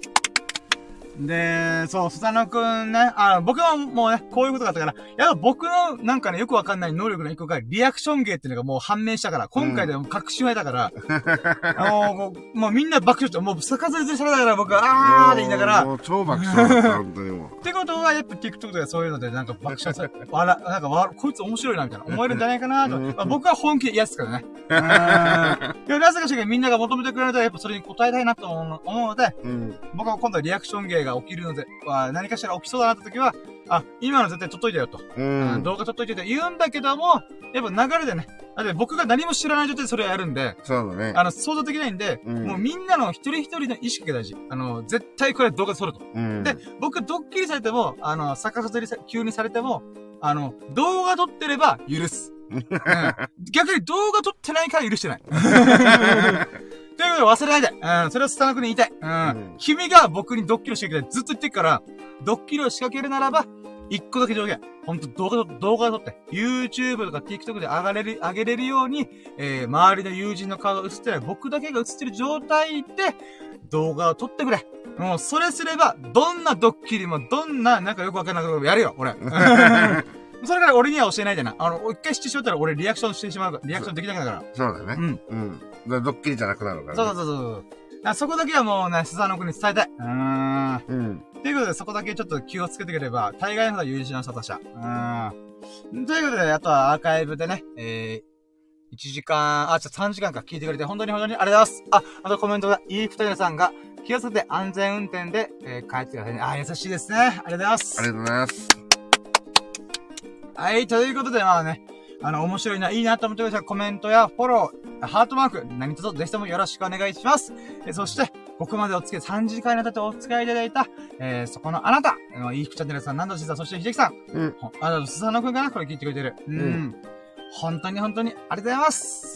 で、そう、スサノくんね、あの、僕はもうね、こういうことがあったから、やっぱ僕のなんかね、よくわかんない能力の一個が、リアクション芸っていうのがもう判明したから、今回でも確信を得たから、うん、あのー、もうみんな爆笑して、もう逆さずりされたから、僕は、あーって言いながら、 もう超爆笑だった、本当にもう。 ってことは、やっぱ TikTok とかそういうので、なんか爆笑されて、笑、なんかわ、こいつ面白いな、みたいな、思えるんじゃないかなと。まあ、僕は本気で嫌ですからね。うん。いや、なぜかしらみんなが求めてくれると、やっぱそれに応えたいなと思うので、うん、僕は今度はリアクション芸が起きるので、何かしら起きそうだなった時は、あ、今の絶対撮っといてよと。うん、動画撮っといてって言うんだけども、やっぱ流れでね、だって僕が何も知らない状態でそれをやるんで、 そうだね。 あの、想像できないんで、うん、もうみんなの一人一人の意識が大事。あの、絶対これ動画撮ると。うん、で、僕ドッキリされても、あの、逆さずり急にされても、あの、動画撮ってれば許す。うん、逆に動画撮ってないから許してない。ということで忘れないで。うん、それをスタノ君に言いたい。うん。うん、君が僕にドッキリを仕掛けてずっと言ってるから、ドッキリを仕掛けるならば、一個だけ条件。ほんと動画、動画を撮って、YouTube とか TikTok で上がれる、上げれるように、えー、周りの友人の顔が映ってない、僕だけが映ってる状態で、動画を撮ってくれ。もう、それすれば、どんなドッキリも、どんな、なんかよくわかんないこともやるよ、俺。それから俺には教えないでな。あの、一回してしまったら俺リアクションしてしまうから、リアクションできなくなるから。 そうだね。うん。うん。だドッキリじゃなくなるから、ね。 そうそうそうそう。あそこだけはもうね、スサノ君に伝えたい。うーん。うん。ということで、そこだけちょっと気をつけてくれば、大概の人は優秀な人とした。うーん。 ということで、あとはアーカイブでね、えー、いちじかん、あ、ちょ、さんじかんか聞いてくれて本当に本当にありがとうございます。あ、あとコメントが、いいふたりさんが、気をつけて安全運転で、えー、帰ってくださいね。あ、優しいですね。ありがとうございます。 ありがとうございます。 はい、ということで、まあね、あの、面白いな、いいなと思ってください。コメントやフォロー、ハートマーク、何卒ぜひともよろしくお願いします。えそして、ここまでお付き合いさんじかんにわたってお付き合いいただいた、えー、そこのあなた、いいふチャンネルさん、南藤しさん、そして秀樹さん。うん。あの、すさのくんかなこれ聞いてくれてる。うん。うん、本当に本当にありがとうございます。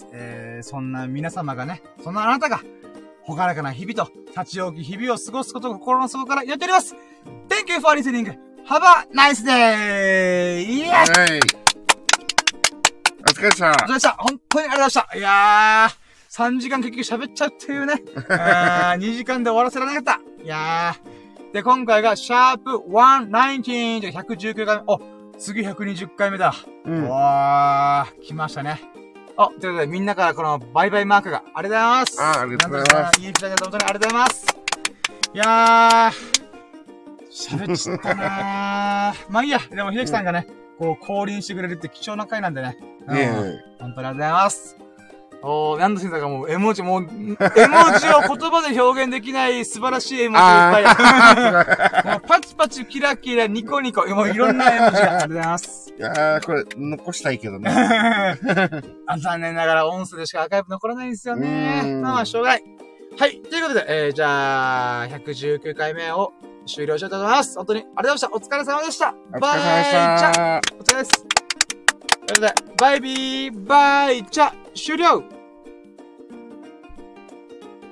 えー、そんな皆様がね、そんなあなたが、ほがらかな日々と、立ち置き日々を過ごすことを心の底からやっております。Thank you for listening. Have a nice day! イエーイ！ お疲れ様。 お疲れ様でした。本当にありがとうございました。いやー、さんじかん結局喋っちゃうっていうね。あーにじかんで終わらせられなかった。いやー。で、今回がシャープひゃくじゅうきゅう、ひゃくじゅうきゅうかいめ。お、次ひゃくにじゅっかいめだ。うん。わー、来ましたね。あ、ということでみんなからこのバイバイマークがありがとうございます。 あ、ありがとうございます。 いい人だけど本当にありがとうございます。いやー、喋っちゃったなー。まあいいや。でも秀樹さんがね、うん、こう降臨してくれるって貴重な回なんでね。うん。本当にありがとうございます。おー、ヤンド先生がもう絵文字、もう、絵文字を言葉で表現できない素晴らしい絵文字がいっぱいある。もうパチパチキラキラニコニコ、もういろんな絵文字がありがとうございます。 いやー、これ残したいけどね。 あ、残念ながら音声でしかアーカイブ残らないんですよね。まあ、しょうがない。はい。ということで、えー、じゃあ、ひゃくじゅうきゅうかいめを終了したいと思います。本当にありがとうございました。お疲れ様でした。バイチャお疲れです。ということで、バイビー、バイチャ終了